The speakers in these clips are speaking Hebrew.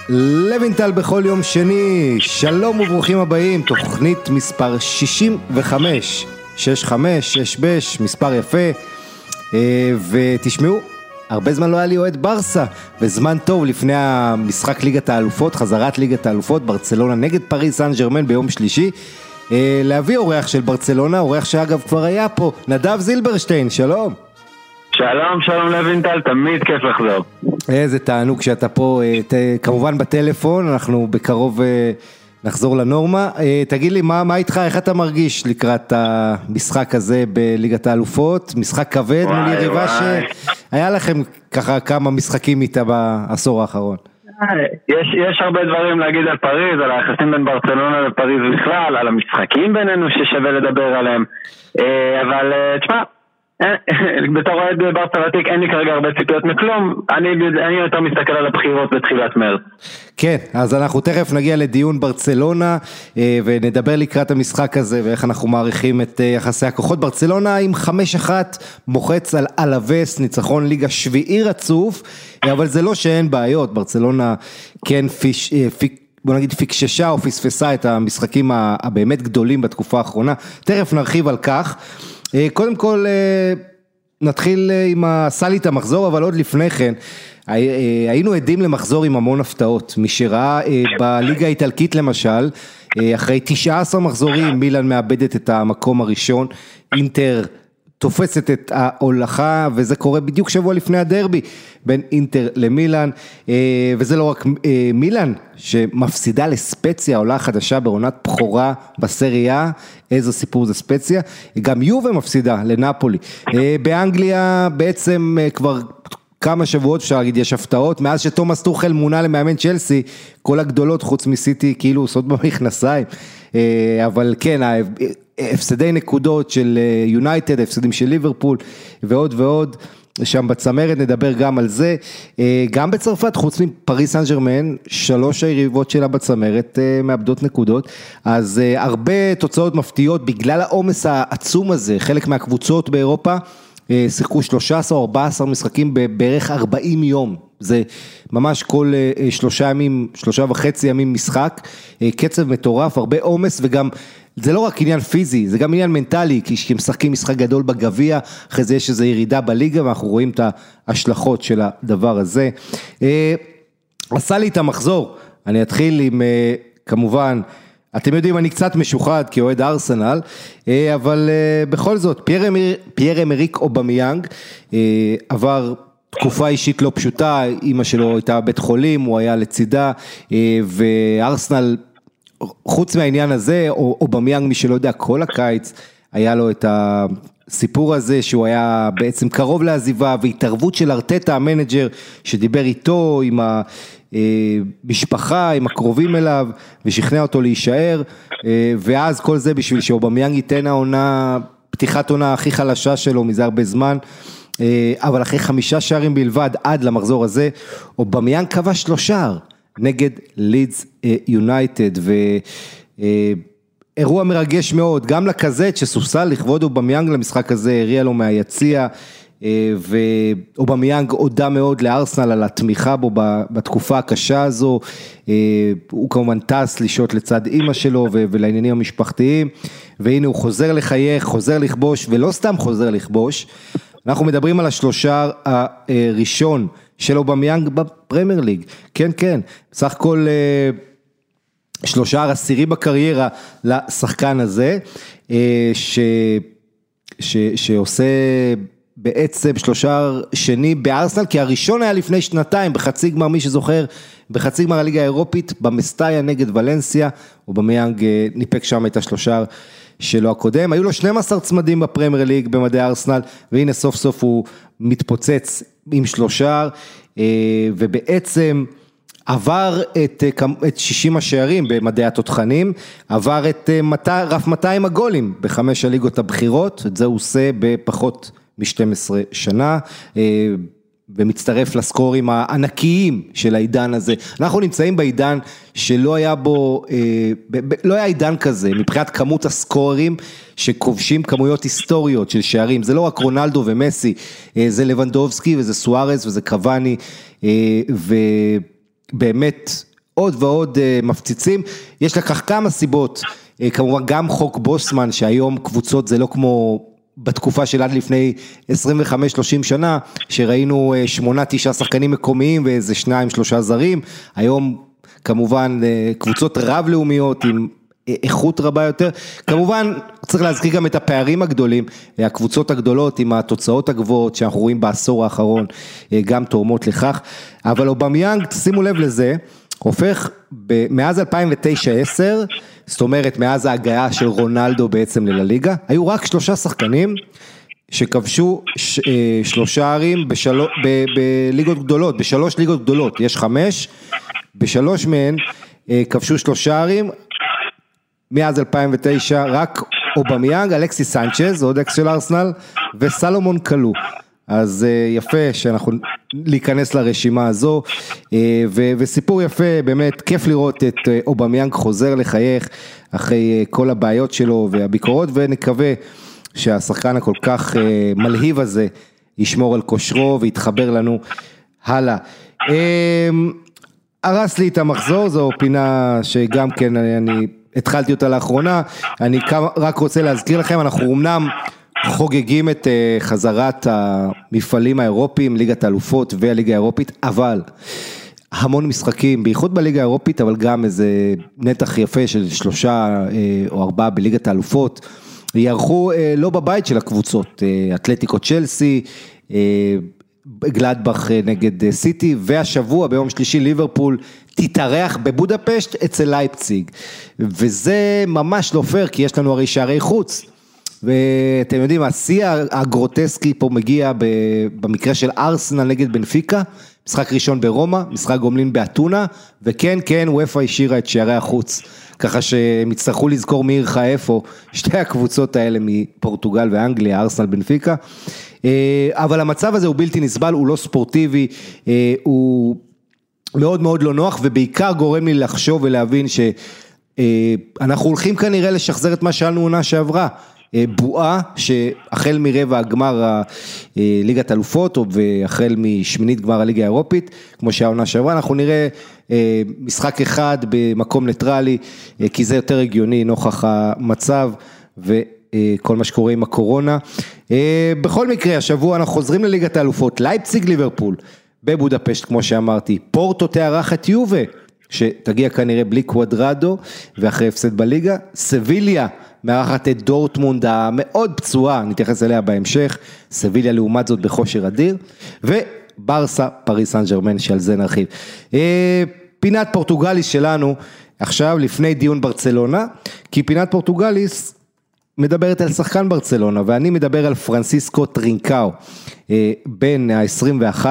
לוינטל בכל יום שני, שלום וברוכים הבאים, תוכנית מספר 65, 65, 6 מספר יפה, ותשמעו, הרבה זמן לא היה לי אוהד ברסה, וזמן טוב לפני המשחק ליגת האלופות, חזרת ליגת האלופות, ברצלונה נגד פריז סן ז'רמן ביום שלישי, להביא אורח של ברצלונה, אורח שאגב כבר היה פה, נדב זילברשטיין, שלום. שלום, שלום לוינטל, תמיד כיף לחזור. איזה תענוג שאתה פה, כמובן בטלפון, אנחנו בקרוב נחזור לנורמה. תגיד לי, מה איתך, איך אתה מרגיש לקראת המשחק הזה בליגת האלופות? משחק כבד מול יריבה שהיה לכם ככה כמה משחקים איתה בעשור האחרון. יש הרבה דברים להגיד על פריז, על היחסים בין ברצלונה לפריז בכלל, על המשחקים בינינו ששווה לדבר עליהם, אבל תשמע, בתור אוהד ברסה ותיק אין לי כרגע הרבה ציפיות מכלום, אני יותר מסתכל על הבחירות בתחילת מרץ. כן, אז אנחנו תכף נגיע לדיון ברצלונה ונדבר לקראת המשחק הזה ואיך אנחנו מעריכים את יחסי הכוחות. ברצלונה עם 5-1 מוחץ על אלאבס, ניצחון ליגה שביעי רצוף, אבל זה לא שאין בעיות, ברצלונה כן בוא נגיד פיקששה או פספסה את המשחקים הבאמת גדולים בתקופה האחרונה, תכף נרחיב על כך. קודם כל נתחיל עם הסלית המחזור, אבל עוד לפני כן היינו עדים למחזור עם המון הפתעות, מי שראה בליגה האיטלקית למשל, אחרי 19 מחזורים מילאן מאבדת את המקום הראשון, אינטר תופסת את ההולכה, וזה קורה בדיוק שבוע לפני הדרבי בין אינטר למילאן, וזה לא רק מילאן שמפסידה לספציה, עולה חדשה בעונת בחורה בסריה, איזה סיפור זה ספציה, גם יובה מפסידה לנאפולי. באנגליה בעצם כבר כמה שבועות אפשר להגיד יש הפתעות, מאז שתומאס טוחל מונה למאמן צ'לסי, כל הגדולות חוץ מסיטי כאילו עושות במכנסיים, אבל כן, הפסדי נקודות של יונייטד, הפסדים של ליברפול ועוד ועוד, שם בצמרת נדבר גם על זה, גם בצרפת חוץ מפריז סן ז'רמן, 3 היריבות שלה בצמרת מאבדות נקודות, אז הרבה תוצאות מפתיעות בגלל העומס העצום הזה, חלק מהקבוצות באירופה, שיחקו 13-14 משחקים בערך 40 יום, זה ממש כל 3.5 ימים משחק, קצב מטורף, הרבה עומס וגם זה לא רק עניין פיזי, זה גם עניין מנטלי, כי משחקים משחק גדול בגביע, אחרי זה יש איזו ירידה בליגה, ואנחנו רואים את ההשלכות של הדבר הזה. עשה לי את המחזור, אני אתחיל עם, כמובן, אתם יודעים, אני קצת משוחד כאוהד ארסנל, אבל בכל זאת, פייר אמריק אובמיאנג, עבר תקופה אישית לא פשוטה, אמא שלו הייתה בבית חולים, הוא היה לצידה, וארסנל, חוץ מהעניין הזה, אובמיאנג, מי שלא יודע, כל הקיץ, היה לו את הסיפור הזה, שהוא היה בעצם קרוב לעזיבה, והתערבות של ארטטה, המנג'ר, שדיבר איתו, עם המשפחה, עם הקרובים אליו, ושכנע אותו להישאר, ואז כל זה בשביל שאובמיאנג ייתן העונה, פתיחת עונה הכי חלשה שלו, מזה הרבה זמן, אבל אחרי 5 שערים בלבד, עד למחזור הזה, אובמיאנג כבש 3 שער, נגד לידס יונייטד, ואירוע מרגש מאוד, גם לקזט שסופסל לכבוד אובמיאנג למשחק הזה, הריע לו מהיציע, ואובמיאנג הודה מאוד לארסנל על התמיכה בו בתקופה הקשה הזו, הוא כמובן טס לשהות לצד אמא שלו ולעניינים המשפחתיים, והנה הוא חוזר לחייך, חוזר לכבוש, ולא סתם חוזר לכבוש, אנחנו מדברים על 3 הראשון של אובמיאנג בפרמייר ליג, כן, כן, סך הכל 3 עשירי בקריירה לשחקן הזה, שעושה בעצם 3 שני בארסנל, כי הראשון היה לפני 2 בחצי גמר, מי שזוכר, בחצי גמר הליגה האירופית, במסטאיה נגד ולנסיה, אובמיאנג ניפק שם את 3 שלו הקודם, היו לו 12 צמדים בפרמייר ליג במדעי ארסנל, והנה סוף סוף הוא מתפוצץ עם 3, ובעצם עבר את 60 השערים במדעי התותחנים, עבר את רף 200 הגולים ב5 הליגות הבחירות, את זה הוא עושה בפחות מ-12 שנה, ומצטרף לסקורים הענקיים של העידן הזה. אנחנו נמצאים בעידן שלא היה בו, לא היה עידן כזה, מבחינת כמות הסקורים שכובשים כמויות היסטוריות של שערים, זה לא רק רונלדו ומסי, זה לבנדובסקי וזה סוארס וזה קוואני, ובאמת עוד ועוד מפציצים, יש לכך כמה סיבות, כמובן גם חוק בוסמן, שהיום קבוצות זה לא כמו בתקופה של עד לפני 25-30 שנה, שראינו 8-9 שחקנים מקומיים ואיזה 2-3 זרים, היום כמובן קבוצות רב-לאומיות עם איכות רבה יותר, כמובן צריך להזכיר גם את הפערים הגדולים, הקבוצות הגדולות עם התוצאות הגבוהות שאנחנו רואים בעשור האחרון, גם תורמות לכך, אבל אובמיאנג, שימו לב לזה, הופך מאז 2009-10, זאת אומרת מאז ההגעה של רונלדו בעצם לליגה, היו רק 3 שחקנים שכבשו 3 שערים בליגות גדולות, ב3 ליגות גדולות, יש 5, ב3 מהן כבשו 3 שערים, מאז 2009 רק אובמיאנג, אלכסיס סנצ'ז, עוד אקס של ארסנל, וסלומון קלו. אז יפה שאנחנו להיכנס לרשימה הזו, וסיפור יפה, באמת כיף לראות את אובמיאנג חוזר לחייך, אחרי כל הבעיות שלו והביקורות, ונקווה שהשחקן הכל כך מלהיב הזה, ישמור על כושרו ויתחבר לנו הלאה. הרס לי את המחזור, זו פינה שגם כן אני התחלתי אותה לאחרונה, אני רק רוצה להזכיר לכם, אנחנו אומנם חוגגים את חזרת המפעלים האירופיים, ליגת האלופות והליגה האירופית, אבל המון משחקים, בייחוד בליגה האירופית, אבל גם איזה נתח יפה של 3 או 4 בליגת האלופות, יערכו לא בבית של הקבוצות, אתלטיקו צ'לסי, גלדבך נגד סיטי, והשבוע ביום שלישי ליברפול תתארח בבודפשט אצל לייפציג, וזה ממש לא פייר, כי יש לנו הרי שערי חוץ, ואתם יודעים, השיא הגרוטסקי פה מגיע במקרה של ארסנל נגד בנפיקה, משחק ראשון ברומא, משחק גומלין באתונה, וכן, כן, וופא השאירה את שערי החוץ, ככה שהם יצטרכו לזכור מי ירחה איפה, שתי הקבוצות האלה מפורטוגל ואנגליה, ארסנל בנפיקה, אבל המצב הזה הוא בלתי נסבל, הוא לא ספורטיבי, הוא מאוד מאוד לא נוח, ובעיקר גורם לי לחשוב ולהבין שאנחנו הולכים כנראה לשחזר את מה שאלנו עונה שעברה, בועה שהחל מרבע הגמר ליגת אלופות, והחל משמינית גמר הליגה האירופית, כמו שהעונה שעברה, אנחנו נראה משחק אחד במקום ניטרלי, כי זה יותר הגיוני נוכח המצב, וכל מה שקורה עם הקורונה. בכל מקרה, השבוע אנחנו חוזרים לליגת האלופות, לייפציג ליברפול, בבודפשט כמו שאמרתי, פורטו תארח את יובה, שתגיע כנראה בלי קוואדרדו, ואחרי הפסד בליגה, סביליה, מארחת את דורטמונד המאוד פצועה, נתייחס אליה בהמשך, סביליה לעומת זאת בכושר אדיר, וברסה, פריס סן ז'רמן, שעל זה נרחיב. פינת פורטוגליס שלנו, עכשיו לפני דיון ברצלונה, כי פינת פורטוגליס מדברת על שחקן ברצלונה, ואני מדבר על פרנסיסקו טרינקאו, בן ה-21,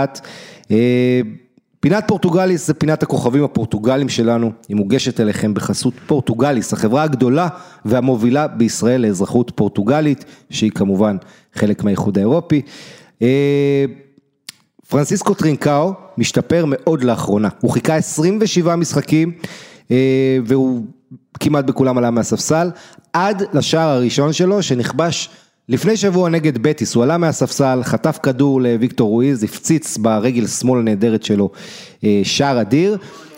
פינת פורטוגליס זה פינת הכוכבים הפורטוגלים שלנו, היא מוגשת אליכם בחסות פורטוגליס, החברה הגדולה והמובילה בישראל לאזרחות פורטוגלית, שהיא כמובן חלק מהאיחוד האירופי. פרנסיסקו טרינקאו משתפר מאוד לאחרונה, הוא חיכה 27 משחקים, והוא כמעט בכולם עלה מהספסל, עד לשער הראשון שלו שנכבש לפני שבוע נגד בטיס, הוא עלה מהספסל, חטף כדור לוויקטור רואיז, הפציץ ברגל שמאל הנהדרת שלו, שער אדיר,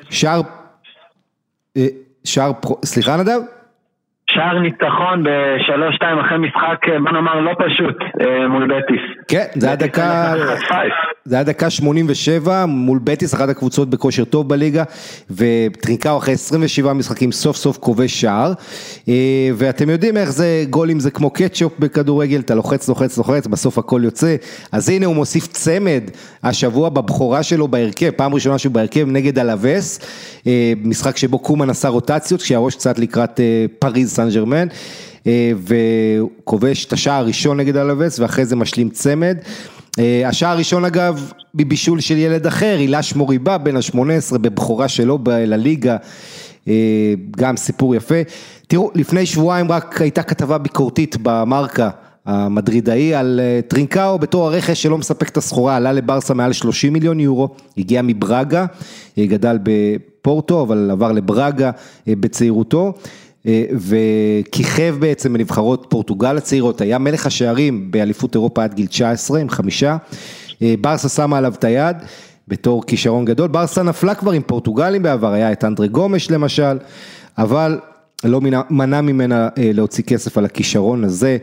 סליחה נדב? שער ניצחון ב3-2 אחרי משחק, בוא נאמר לא פשוט, מול בטיס. כן, זה היה דקה 87, מול בטיס, אחת הקבוצות בכושר טוב בליגה, וטרינקאו אחרי 27 משחקים סוף סוף כובש שער, ואתם יודעים איך זה, גולים זה כמו קטשופ בכדורגל, אתה לוחץ, בסוף הכל יוצא, אז הנה הוא מוסיף צמד, השבוע בבחורה שלו בהרכב, פעם ראשונה שהוא בהרכב נגד אלווס, משחק שבו קומן עשה רוטציות, כשהראש קצת לקראת פריז סן ז'רמן, וכובש את השער הראשון נגד אלווס, ואחרי זה משלים צמד, השער הראשון אגב, בבישול של ילד אחר, אילש מוריבה בין ה-18 בבחורה שלו לליגה, גם סיפור יפה. תראו, לפני שבועיים רק הייתה כתבה ביקורתית במרקה המדרידאי על טרינקאו, בתור הרכש שלא מספק את הסחורה, עלה לברסה מעל 30 מיליון יורו, הגיע מברגה, גדל בפורטו, אבל עבר לברגה בצעירותו, וכיכב בעצם בנבחרות פורטוגל הצעירות, היה מלך השערים באליפות אירופה עד גיל 19 עם 5, ברסה שמה עליו את היד, בתור כישרון גדול. ברסה נפלה כבר עם פורטוגלים בעבר, היה את אנדרי גומש למשל, אבל לא מנע ממנה להוציא כסף על הכישרון הזה,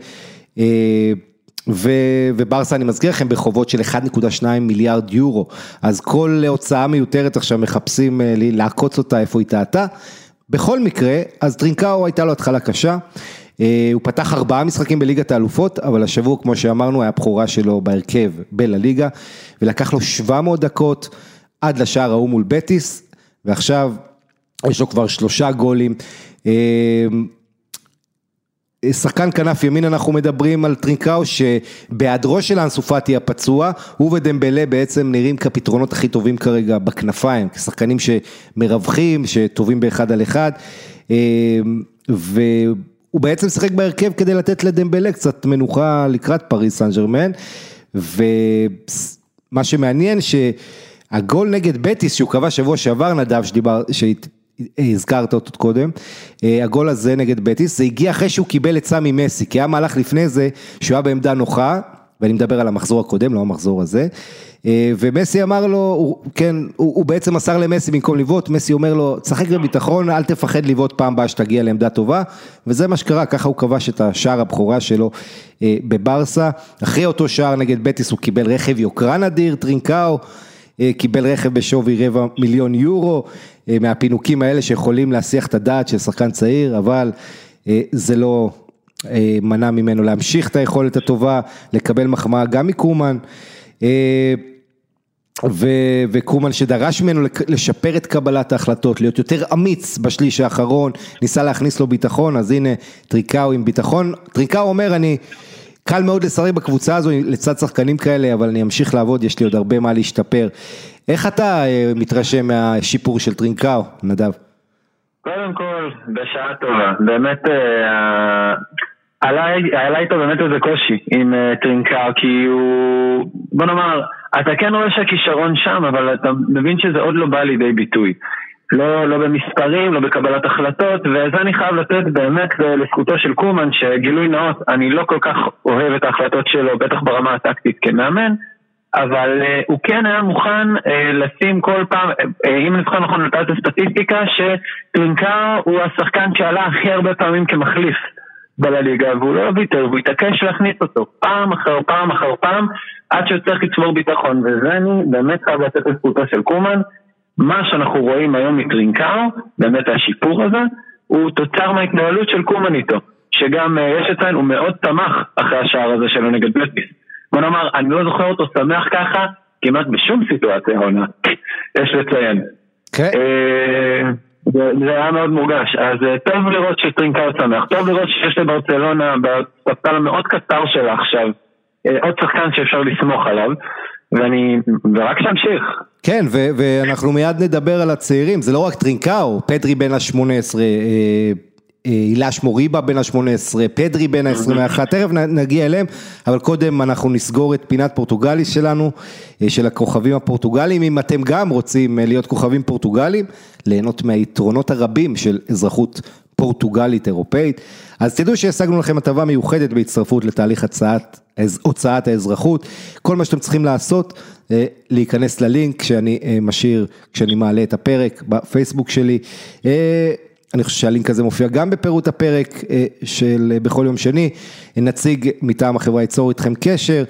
וברסה, אני מזכיר לכם, בחובות של 1.2 מיליארד יורו, אז כל הוצאה מיותרת עכשיו מחפשים לעקוץ אותה איפה היא טעתה. בכל מקרה, אז טרינקאו הייתה לו התחלה קשה, הוא פתח 4 משחקים בליגת האלופות, אבל השבוע, כמו שאמרנו, היה הבכורה שלו בהרכב בלליגה, ולקח לו 700 דקות עד לשער ההוא מול בטיס, ועכשיו יש לו כבר 3 גולים. שחקן כנף ימין, אנחנו מדברים על טרינקאו, שבהיעדרו של אנסו פאטי הפצוע, הוא ודמבלה בעצם נראים כפתרונות הכי טובים כרגע בכנפיים, כשחקנים שמרווחים, שטובים באחד על אחד, והוא בעצם שחק בהרכב כדי לתת לדמבלה קצת מנוחה לקראת פריז סן ז'רמן, ומה שמעניין שהגול נגד בטיס, שהוא קבע שבוע שעבר, נדב, הזכרת אותו קודם, הגול הזה נגד בטיס, זה הגיע אחרי שהוא קיבל עצה ממסי, כי היה מהלך לפני זה, שהוא היה בעמדה נוחה, ואני מדבר על המחזור הקודם, לא המחזור הזה, ומסי אמר לו, הוא בעצם מסר למסי במקום לבעוט, מסי אומר לו, צחק בביטחון, אל תפחד לבעוט פעם הבאה שתגיע לעמדה טובה, וזה מה שקרה, ככה הוא כבש את השער הבכורה שלו בברסה, אחרי אותו שער נגד בטיס, הוא קיבל רכב יוקרן אדיר, טרינקאו, קיבל רכב בשווי 250,000 יורו, מהפינוקים האלה שיכולים להסיח את הדעת של שחקן צעיר, אבל זה לא מנע ממנו להמשיך את היכולת הטובה, לקבל מחמאה גם מקומן, וקומן שדרש ממנו לשפר את קבלת ההחלטות, להיות יותר אמיץ בשליש האחרון, ניסה להכניס לו ביטחון, אז הנה טרינקאו עם ביטחון, טרינקאו אומר קל מאוד לשחק בקבוצה הזו לצד שחקנים כאלה, אבל אני אמשיך לעבוד, יש לי עוד הרבה מה להשתפר. איך אתה מתרשם מהשיפור של טרינקאו, נדב? קודם כל, בשעה טובה. באמת, עלה איתו באמת איזה קושי עם טרינקאו, כי הוא, בוא נאמר, אתה כן רואה שהכישרון שם, אבל אתה מבין שזה עוד לא בא לידי ביטוי. לא במספרים, לא בקבלת החלטות, וזה אני חייב לתת באמת לזכותו של קומן, שגילוי נאות, אני לא כל כך אוהב את ההחלטות שלו, בטח ברמה הטקטית כמאמן, אבל הוא כן היה מוכן לשים כל פעם, אם נזכר נכון לתת הסטטיסטיקה, שטרינקאו הוא השחקן שעלה הכי הרבה פעמים כמחליף בלליגה, והוא לא ויתר, והוא התעקש להכניס אותו פעם אחר פעם אחר פעם, עד שהוא צריך לצבור ביטחון, וזה אני באמת חייב לתת לזכותו של קומן. מה שאנחנו רואים היום מטרינקאו, באמת השיפור הזה, הוא תוצר מההתנהלות של קומן איתו, שגם יש אצלנו, הוא מאוד תמך אחרי השער הזה שלו נגד בטיס. בוא נאמר, אני לא זוכר אותו שמח ככה, כמעט בשום סיטואציה עונה, יש לציין. זה היה מאוד מורגש, אז טוב לראות שטרינקאו שמח, טוב לראות שיש לברצלונה, בספסל המאוד קצר שלה עכשיו, עוד שחקן שאפשר לסמוך עליו, ורק שימשיך. כן, ואנחנו מיד נדבר על הצעירים, זה לא רק טרינקאו, פדרי בן ה-18, אילש מוריבה בן ה-18, פדרי בן ה-21, תכף נגיע אליהם, אבל קודם אנחנו נסגור את פינת פורטוגליס שלנו, של הכוכבים הפורטוגליים, אם אתם גם רוצים להיות כוכבים פורטוגליים, ליהנות מהיתרונות הרבים של אזרחות פורטוגלית אירופאית, אז תדעו שהשגנו לכם הטבה מיוחדת בהצטרפות לתהליך הוצאת האזרחות, כל מה שאתם צריכים לעשות, להיכנס ללינק שאני משאיר, כשאני מעלה את הפרק בפייסבוק שלי, אני חושב שהלינק הזה מופיע גם בפירוט הפרק של בכל יום שני, נציג מטעם החברה ייצור איתכם קשר,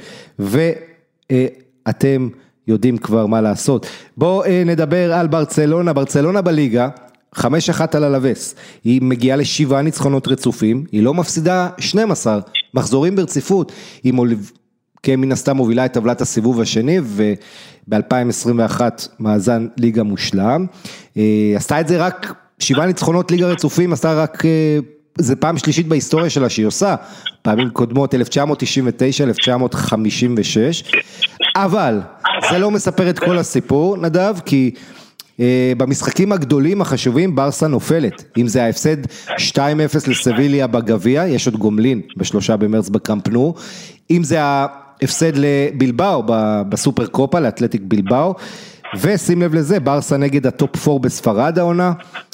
ואתם יודעים כבר מה לעשות. בואו נדבר על ברצלונה, ברצלונה בליגה, 5-1 על אלווס, היא מגיעה ל7 ניצחונות רצופים, היא לא מפסידה 12 מחזורים ברציפות, היא מן הסתם מובילה את טבלת הסיבוב השני, וב-2021 מאזן ליגה מושלם, עשתה את זה רק 7 ניצחונות ליגה רצופים, עשתה רק, זה פעם שלישית בהיסטוריה שלה שהיא עושה, פעמים קודמות 1999, 1956, אבל זה לא מספר את כל הסיפור, נדב, כי במשחקים הגדולים החשובים ברסה נופלת, אם זה ההפסד 2-0 לסביליה בגביע, יש עוד גומלין ב3 במרץ בקמפנו, אם זה ההפסד לבילבאו בסופר קופה, לאתלטיק בילבאו, ושים לב לזה, ברסה נגד הטופ 4 בספרד העונה,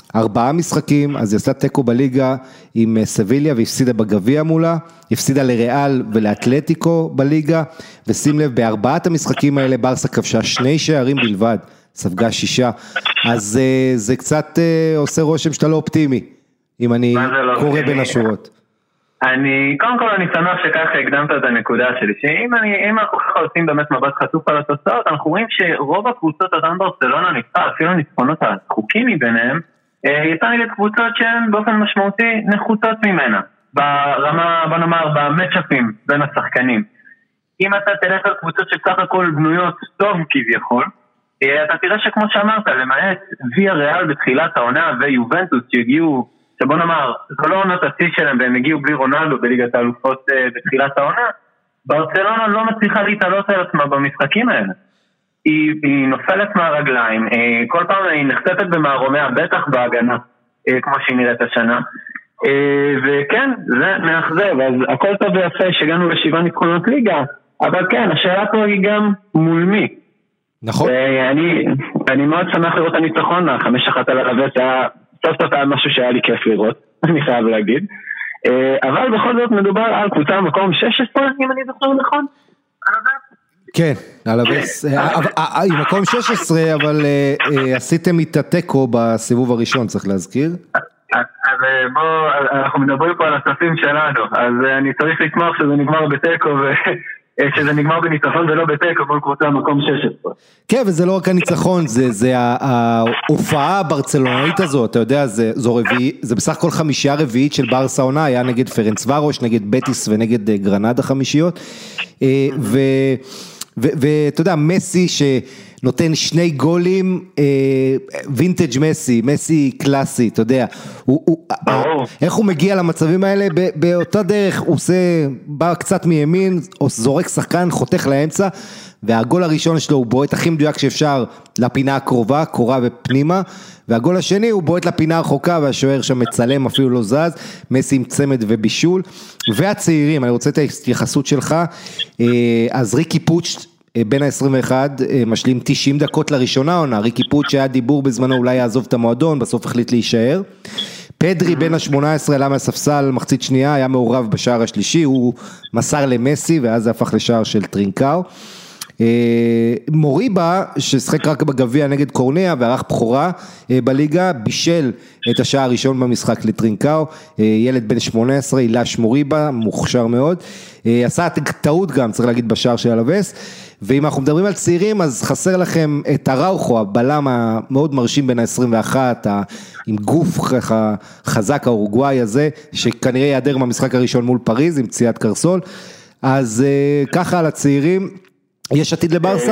4 משחקים, אז היא עשתה תיקו בליגה עם סביליה והפסידה בגביע מולה, הפסידה לריאל ולאתלטיקו בליגה, ושים לב, ב4 המשחקים האלה ברסה כבשה 2 שערים בלבד, ספגה 6, אז זה קצת עושה רושם שאתה לא אופטימי, אם אני קורא בין השורות. קודם כל אני שמח שכך הקדמת את הנקודה שלי, שאם אנחנו עושים באמת מבט חשוף על התוצאות, אנחנו רואים שרוב הקבוצות עדיין ברצלונה ניצחה, אפילו ניצחונות החוקים מביניהם, יצא נגד קבוצות שהן באופן משמעותי נחוצות ממנה, ברמה, בוא נאמר, במצ'אפים בין השחקנים. אם אתה תלך על קבוצות שסך הכל בנויות טוב כביכול, אתה תראה שכמו שאמרת, למעט ויה ריאל בתחילת העונה ויובנטוס שהגיעו, שבוא נאמר, זו לא עונת השיא שלהם והם הגיעו בלי רונלדו בליגת האלופות בתחילת העונה, ברצלונה לא מצליחה להתעלות על עצמה במשחקים האלה. היא נופלת מהרגליים, כל פעם היא נחשפת במערומיה, בטח בהגנה, כמו שהיא נראית השנה. וכן, זה מאכזב, אז הכל טוב ויפה שהגענו ל7 ניצחונות ליגה, אבל כן, השאלה פה היא גם מול מי. נכון. אני מאוד שמח לראות הניצחון, 5-1 על הלווס, סוף סוף היה משהו שהיה לי כיף לראות, אני חייב להגיד. אבל בכל זאת מדובר על קבוצה במקום 16, אם אני זוכר נכון? כן, הלווס, עם מקום 16, אבל עשיתם איתה תיקו בסיבוב הראשון, צריך להזכיר. אז בואו, אנחנו מדברים פה על הספים שלנו, אז אני צריך לשמוח שזה נגמר בתיקו שזה נגמר בניצחון ולא בתיקו כל קבוצה מקום 16. כן, וזה לא רק הניצחון, זה ההופעה הברצלונאית הזאת, אתה יודע, זה בסך הכל 5 רביעית של ברסה עונה, היה נגד פרנצוורוש, נגד בטיס ונגד גרנדה 5, ואתה יודע, מסי שנותן 2 גולים, וינטג' מסי קלאסי, אתה יודע, איך הוא מגיע למצבים האלה, באותה דרך הוא בא קצת מימין, או זורק שחקן, חותך לאמצע, והגול הראשון שלו הוא בועט הכי מדויק שאפשר לפינה הקרובה, קורה ופנימה, והגול השני הוא בועט לפינה הרחוקה, והשוער שם מצלם אפילו לא זז, מסי עם צמד ובישול, והצעירים, אני רוצה את ההתייחסות שלך, אז ריקי פוץ' בין ה-21, משלים 90 דקות לראשונה עונה, ריקי פוץ' שהיה דיבור בזמנו אולי יעזוב את המועדון, בסוף החליט להישאר, פדרי בין ה-18 עלה מהספסל מחצית שנייה, היה מעורב בשער השלישי, הוא מסר למסי, ואז זה הפך לשער של טרינקאו, מוריבה ששחק רק בגביע נגד קורניה וערך בחורה בליגה, בישל את השער הראשון במשחק לטרינקאו, ילד בן 18, אילש מוריבה, מוכשר מאוד, עשה טעות גם צריך להגיד בשער של הלווס, ואם אנחנו מדברים על צעירים אז חסר לכם את הראוכו, הבלם המאוד מרשים בין ה-21, עם גוף חזק האורוגוואי הזה, שכנראה יעדר מהמשחק הראשון מול פריז עם פציעת קרסול, אז ככה על הצעירים, יש עתיד לברסה?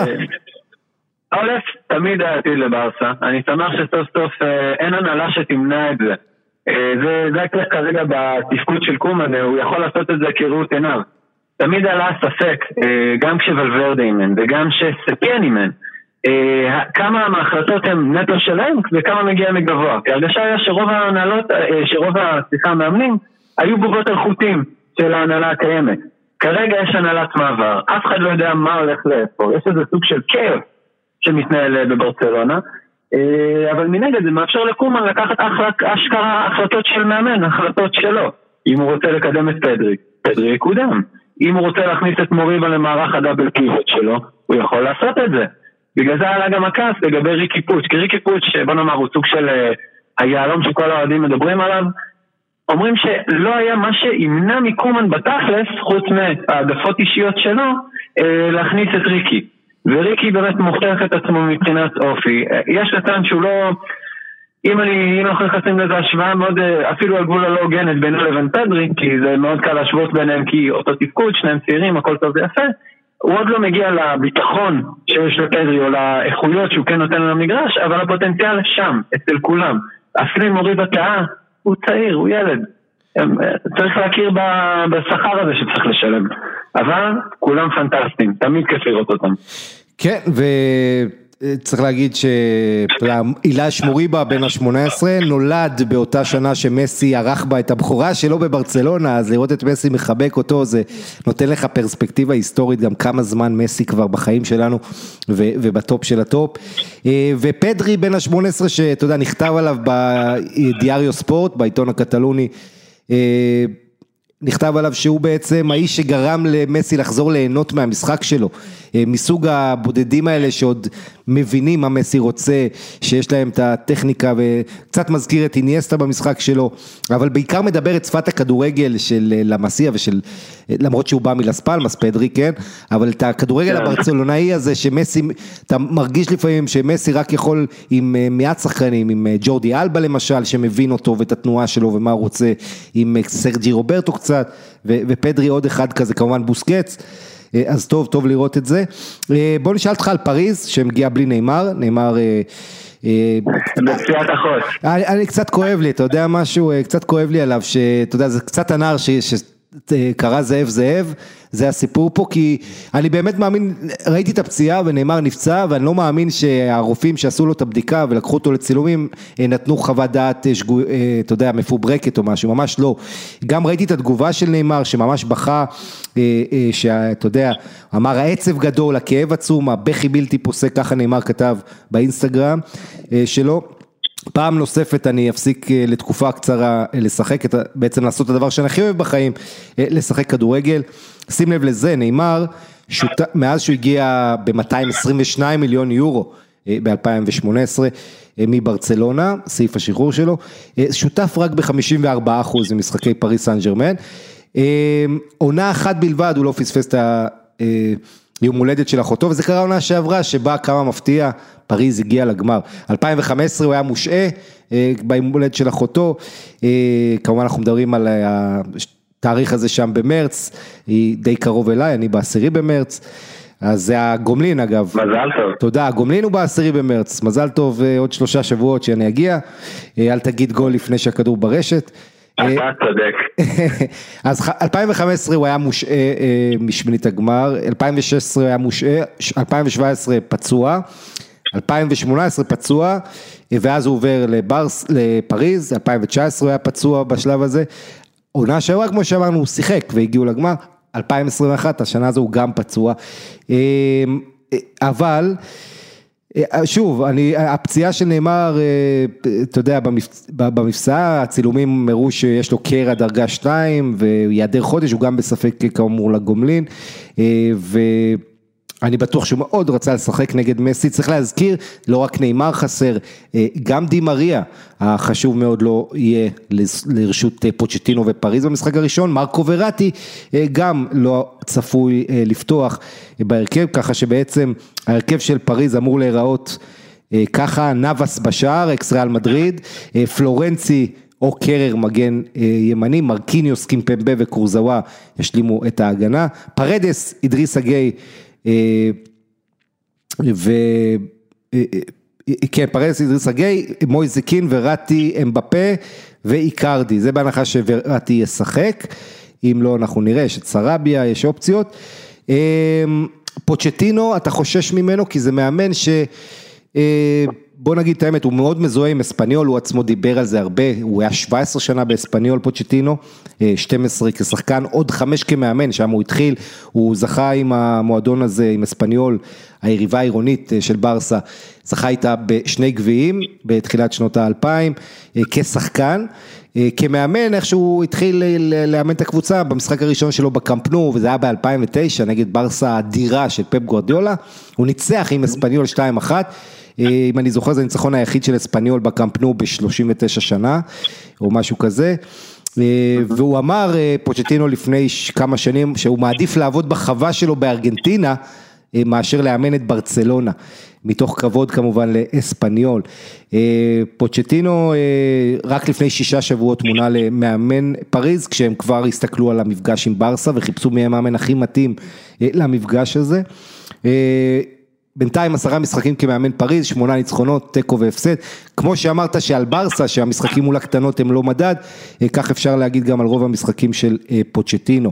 א', תמיד העתיד לברסה, אני שמח שסוף סוף אין הנהלה שתמנע את זה, זה כרגע בתפקוד של קומן, הוא יכול לעשות את זה כראות עיניו, תמיד עלה ספק, גם כשוולברדה אימן וגם שסטיין אימן, כמה מההחלטות הן נטו שלהם וכמה מגיע מגבוה, כי הרגשה היה שרוב המאמנים היו בובות על חוטים של ההנהלה הקיימת, כרגע יש הנהלת מעבר, אף אחד לא יודע מה הולך לאיפה, יש איזה סוג של כאב שמתנהל בברצלונה, אבל מנגד זה מאפשר לקומן לקחת אשכרה החלטות של מאמן, החלטות שלו, אם הוא רוצה לקדם את פדרי יקודם, אם הוא רוצה להכניס את מוריבה למערך הדאבל פיבוט שלו, הוא יכול לעשות את זה, בגלל זה עלה גם הכעס לגבי ריקי פוץ', כי ריקי פוץ' שבוא נאמר הוא סוג של היעלום שכל האוהדים מדברים עליו, אומרים שלא היה מה שימנע מקומן בתכלס, חוץ מהעדפות אישיות שלו, להכניס את ריקי. וריקי באמת מוכיח את עצמו מבחינת אופי. יש לטען שהוא לא, אם אנחנו נכנסים לזה השוואה מאוד, אפילו על גבול הלא הוגנת בינו לבין פדרי, כי זה מאוד קל להשוות ביניהם, כי אותו תפקוד, שניהם צעירים, הכל טוב ויפה, הוא עוד לא מגיע לביטחון שיש לפדרי, או לאיכויות שהוא כן נותן למגרש, אבל הפוטנציאל שם, אצל כולם. אפילו מוריד התאה, הוא צעיר, הוא ילד, צריך להכיר בשכר הזה שצריך לשלם, אבל כולם פנטסטיים, תמיד כיף לראות אותם. כן, צריך להגיד שאילה שמוריבה בן ה-18 נולד באותה שנה שמסי ערך בה את הבכורה שלו בברצלונה, אז לראות את מסי מחבק אותו זה נותן לך פרספקטיבה היסטורית גם כמה זמן מסי כבר בחיים שלנו ובטופ של הטופ. ופדרי בן ה-18 שאתה יודע נכתב עליו בדיאריו ספורט בעיתון הקטלוני, נכתב עליו שהוא בעצם האיש שגרם למסי לחזור ליהנות מהמשחק שלו, מסוג הבודדים האלה שעוד מבינים מה מסי רוצה, שיש להם את הטכניקה וקצת מזכיר את איניאסטה במשחק שלו, אבל בעיקר מדבר את שפת הכדורגל של למסיה ושל, למרות שהוא בא מלס פלמאס פדרי, כן, אבל את הכדורגל הברצלונאי הזה שמסי, אתה מרגיש לפעמים שמסי רק יכול עם מעט שחקנים, עם ג'ורדי אלבה למשל שמבין אותו ואת התנועה שלו ומה הוא רוצה, עם סרג'י רוברטו קצת, ופדרי עוד אחד כזה, כמובן בוסקץ, אז טוב לראות את זה. בוא נשאל אותך על פריז, שמגיע בלי ניימר, בפציעת אחות. אני קצת כואב לי, אתה יודע משהו, קצת כואב לי עליו, שאתה יודע, זה קצת הנער שקרא זאב, זה הסיפור פה, כי אני באמת מאמין, ראיתי את הפציעה וניימר נפצע, ואני לא מאמין שהרופאים שעשו לו את הבדיקה ולקחו אותו לצילומים, נתנו חוות דעת, אתה יודע, מפוברקת או משהו, ממש לא. גם ראיתי את התגובה של ניימר, שממש בכה, שאתה יודע, אמר העצב גדול, הכאב עצום, הבכי בלתי פוסק, ככה ניימר כתב באינסטגרם שלו. פעם נוספת אני אפסיק לתקופה קצרה לשחק, בעצם לעשות את הדבר שאני הכי אוהב בחיים, לשחק כדורגל. שים לב לזה, ניימר, מאז שהוא הגיע ב-222 מיליון יורו ב-2018 מברצלונה, סעיף השחרור שלו, שותף רק ב-54% ממשחקי פריס סן ז'רמן, עונה אחת בלבד, הוא לא פספס את יום הולדת של אחותו, וזה קרה עונה שעברה, שבה כמה מפתיע, פריז הגיע לגמר. 2015 הוא היה מושעה, ביום הולדת של אחותו, כמובן אנחנו מדברים על התאריך הזה שם במרץ, היא די קרוב אליי, אני ב10 במרץ, אז זה הגומלין אגב. מזל טוב. תודה, הגומלין הוא ב10 במרץ, מזל טוב עוד 3 שבועות שאני אגיע, אל תגיד גול לפני שהכדור ברשת. אתה צודק. אז 2015 הוא היה מושעה משמינית הגמר, 2016 הוא היה מושעה, 2017 פצוע, 2018 פצוע, ואז הוא עובר לפריז, 2019 הוא היה פצוע בשלב הזה, עונה שעברה כמו שאמרנו הוא שיחק והגיעו לגמר, 2021 השנה הזו הוא גם פצוע, אבל שוב, הפציעה של ניימר, אתה יודע, במפסע, הצילומים הראו שיש לו קרע דרגה 2, ויעדר חודש, הוא גם בספק כאמור לגומלין, ואני בטוח שהוא מאוד רצה לשחק נגד מסי, צריך להזכיר, לא רק ניימר חסר, גם די מריה, החשוב מאוד לא יהיה לרשות פוצ'טינו ופריז במשחק הראשון, מרקו וראטי גם לא צפוי לפתוח בהרכב, ככה שבעצם ההרכב של פריז אמור להיראות ככה, נאבס בשער, אקס ריאל מדריד, פלורנצי או קרר מגן ימני, מרקיניוס, קימפמבה וקורזאווה ישלימו את ההגנה, פרדס, אידריס אגי כן, פרדס, אידריס אגי, מויזקין וראטי אמבפה ואיקרדי, זה בהנחה שוראטי ישחק, אם לא אנחנו נראה, יש את סרביה, יש אופציות, פוצ'טינו, אתה חושש ממנו, כי זה מאמן בוא נגיד את האמת, הוא מאוד מזוהה עם אספניול, הוא עצמו דיבר על זה הרבה, הוא היה 17 שנה באספניול פוצ'טינו, 12 כשחקן, עוד 5 כמאמן, שם הוא התחיל, הוא זכה עם המועדון הזה, עם אספניול, היריבה העירונית של ברסה, זכה איתה בשני גביעים, בתחילת שנות ה-2000, כשחקן, כמאמן, איך שהוא התחיל לאמן את הקבוצה, במשחק הראשון שלו בקמפ נו, וזה היה ב-2009, נגד ברסה האדירה של פפ גוארדיולה, הוא ניצח עם אספניול 2-1, אם אני זוכר זה הניצחון היחיד של אספניול בקמפ נו ב-39 שנה, או משהו כזה, והוא אמר, פוצ'טינו לפני כמה שנים, שהוא מעדיף לעבוד בחווה שלו בארגנטינה, מאשר לאמן את ברצלונה, מתוך כבוד כמובן לאספניול. פוצ'טינו רק לפני 6 שבועות מונה למאמן פריז, כשהם כבר הסתכלו על המפגש עם ברסה, וחיפשו מי המאמן הכי מתאים למפגש הזה. בינתיים 10 משחקים כמאמן פריז, 8 ניצחונות, תיקו והפסד, כמו שאמרת שעל ברסה, שהמשחקים מול הקטנות הם לא מדד, כך אפשר להגיד גם על רוב המשחקים של פוצ'טינו.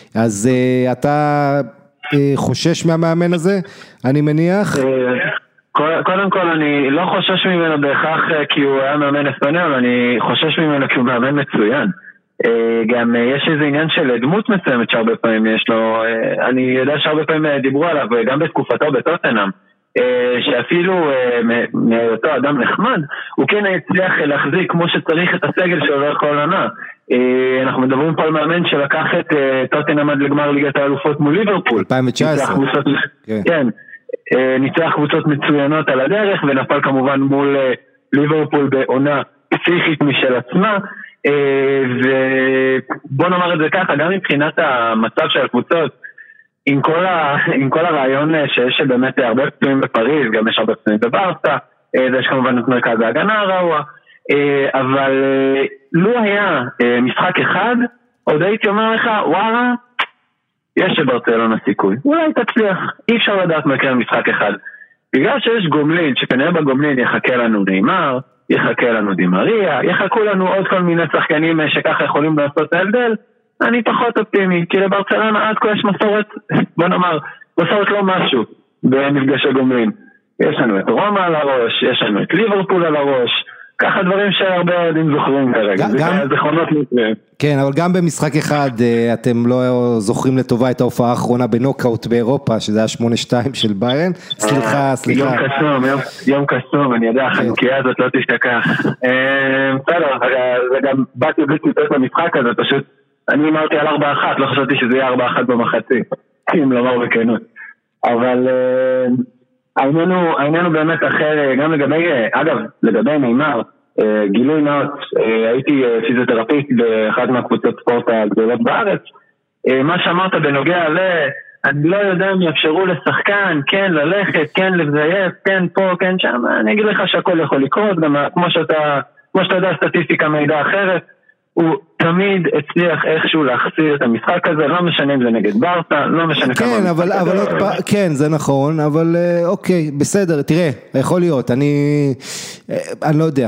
אז אתה חושש מהמאמן הזה, אני מניח? קודם כל אני לא חושש ממנו בהכרח כי הוא היה מאמן אספניול, אני חושש ממנו כי הוא מאמן מצוין. גם יש איזה עניין של דמות מסוימת שהרבה פעמים יש לו, אני יודע שהרבה פעמים דיברו עליו, גם בתקופתו בטוטנהאם, שאפילו מאותו אדם נחמד, הוא כן הצליח להחזיק כמו שצריך את הסגל שלו לאורך כל עונה. אנחנו מדברים פה על מאמן שלקח את טוטנהאם עד לגמר ליגת האלופות מול ליברפול. 2019. כן, ניצח קבוצות מצוינות על הדרך, ונפל כמובן מול ליברפול בעונה פסיכית משל עצמה, ובוא נאמר את זה ככה, גם מבחינת המצב של הקבוצות, עם כל הרעיון שיש באמת הרבה פצועים בפריז, גם יש הרבה פצועים בברסה, ויש כמובן את מרכז ההגנה הרעוע, אבל לו היה משחק אחד, עוד הייתי אומר לך, וואלה, יש שברצלונה סיכוי, אולי תצליח, אי אפשר לדעת מה יקרה משחק אחד, בגלל שיש גומלין, שכנראה בגומלין יחכה לנו ניימר, יחכה לנו דימריה, יחכו לנו עוד כל מיני שחקנים שככה יכולים לעשות ההבדל, אני פחות אופטימי, כי לברצלונה עד כה יש מסורת, בוא נאמר, מסורת לא משהו במפגש הגומלין. יש לנו את רומא על הראש, יש לנו את ליברפול על הראש, ככה דברים שהרבה יודעים זוכרים כרגע, זה זכרונות מקרים. כן, אבל גם במשחק אחד אתם לא זוכרים לטובה את ההופעה האחרונה בנוקאוט באירופה, שזה היה 8-2 של ביירן. סליחה. יום קסום, אני יודע, החנוכיה הזאת לא תשתכח. בסדר, זה גם באתי בציטוט למשחק הזה, פשוט אני אמרתי על 4-1, לא חשבתי שזה יהיה 4-1 במחצי, אם לומר בכנות. אבל העניינו באמת אחר, גם לגבי, אגב, לגבי ניימר, גילוי נאות, הייתי פיזיותרפיסט באחת מהקבוצות ספורט הגדולות בארץ, מה שאמרת בנוגע אני לא יודע אם יאפשרו לשחקן, כן ללכת, כן לבזייף, כן פה, כן שם, אני אגיד לך שהכל יכול לקרות, גם כמו שאתה יודע, סטטיסטיקה מידע אחרת, הוא תמיד הצליח איכשהו להחסיר את המשחק הזה, לא משנה אם זה נגד ברסה, לא משנה כמה... כן, אבל כן, זה נכון, אבל אוקיי, בסדר, תראה, יכול להיות, אני לא יודע,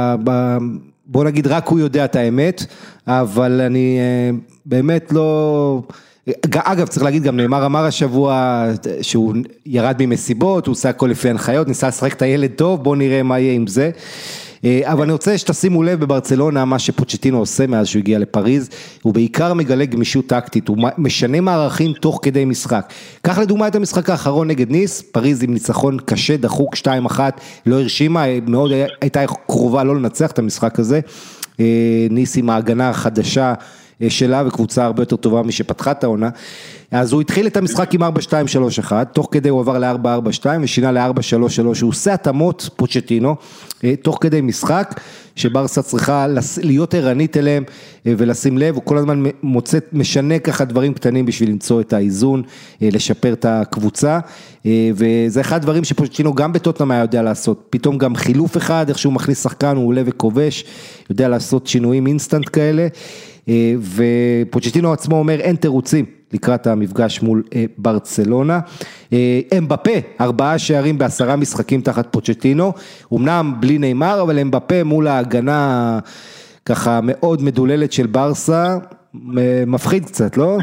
בוא נגיד רק הוא יודע את האמת, אבל אני באמת לא... אגב, צריך להגיד, גם נאמר אמר השבוע שהוא ירד ממסיבות, הוא עושה הכל לפי הנחיות, ניסה לשחק את הילד טוב, בוא נראה מה יהיה עם זה. אבל אני רוצה שתשימו לב בברצלונה מה שפוצ'טינו עושה מאז שהוא הגיע לפריז, הוא בעיקר מגלה גמישות טקטית, הוא משנה מערכים תוך כדי משחק. קח לדוגמה את המשחק האחרון נגד ניס, פריז עם ניצחון קשה, דחוק 2-1, לא הרשימה, מאוד הייתה קרובה לא לנצח את המשחק הזה, ניס עם ההגנה החדשה שלה וקבוצה הרבה יותר טובה משפתחה את העונה, אז הוא התחיל את המשחק עם 4-2-3-1, תוך כדי הוא עבר ל-4-4-2 ושינה ל-4-3-3, הוא עושה התאמות פוצ'טינו, תוך כדי משחק, שברסה צריכה להיות ערנית אליהם ולשים לב, הוא כל הזמן משנה ככה דברים קטנים בשביל למצוא את האיזון, לשפר את הקבוצה, וזה אחד הדברים שפוצ'טינו גם בטוטנהאם היה יודע לעשות, פתאום גם חילוף אחד, איך שהוא מכניס שחקן, הוא עולה וכובש, יודע לעשות שינויים אינסטנט כאלה, ופוצ'טינו עצמו אומר אין תירוצים לקראת המפגש מול ברצלונה. אמבפה, 4 שערים ב10 משחקים תחת פוצ'טינו, אמנם בלי ניימר, אבל אמבפה מול ההגנה ככה מאוד מדוללת של ברסה, מפחיד קצת, לא?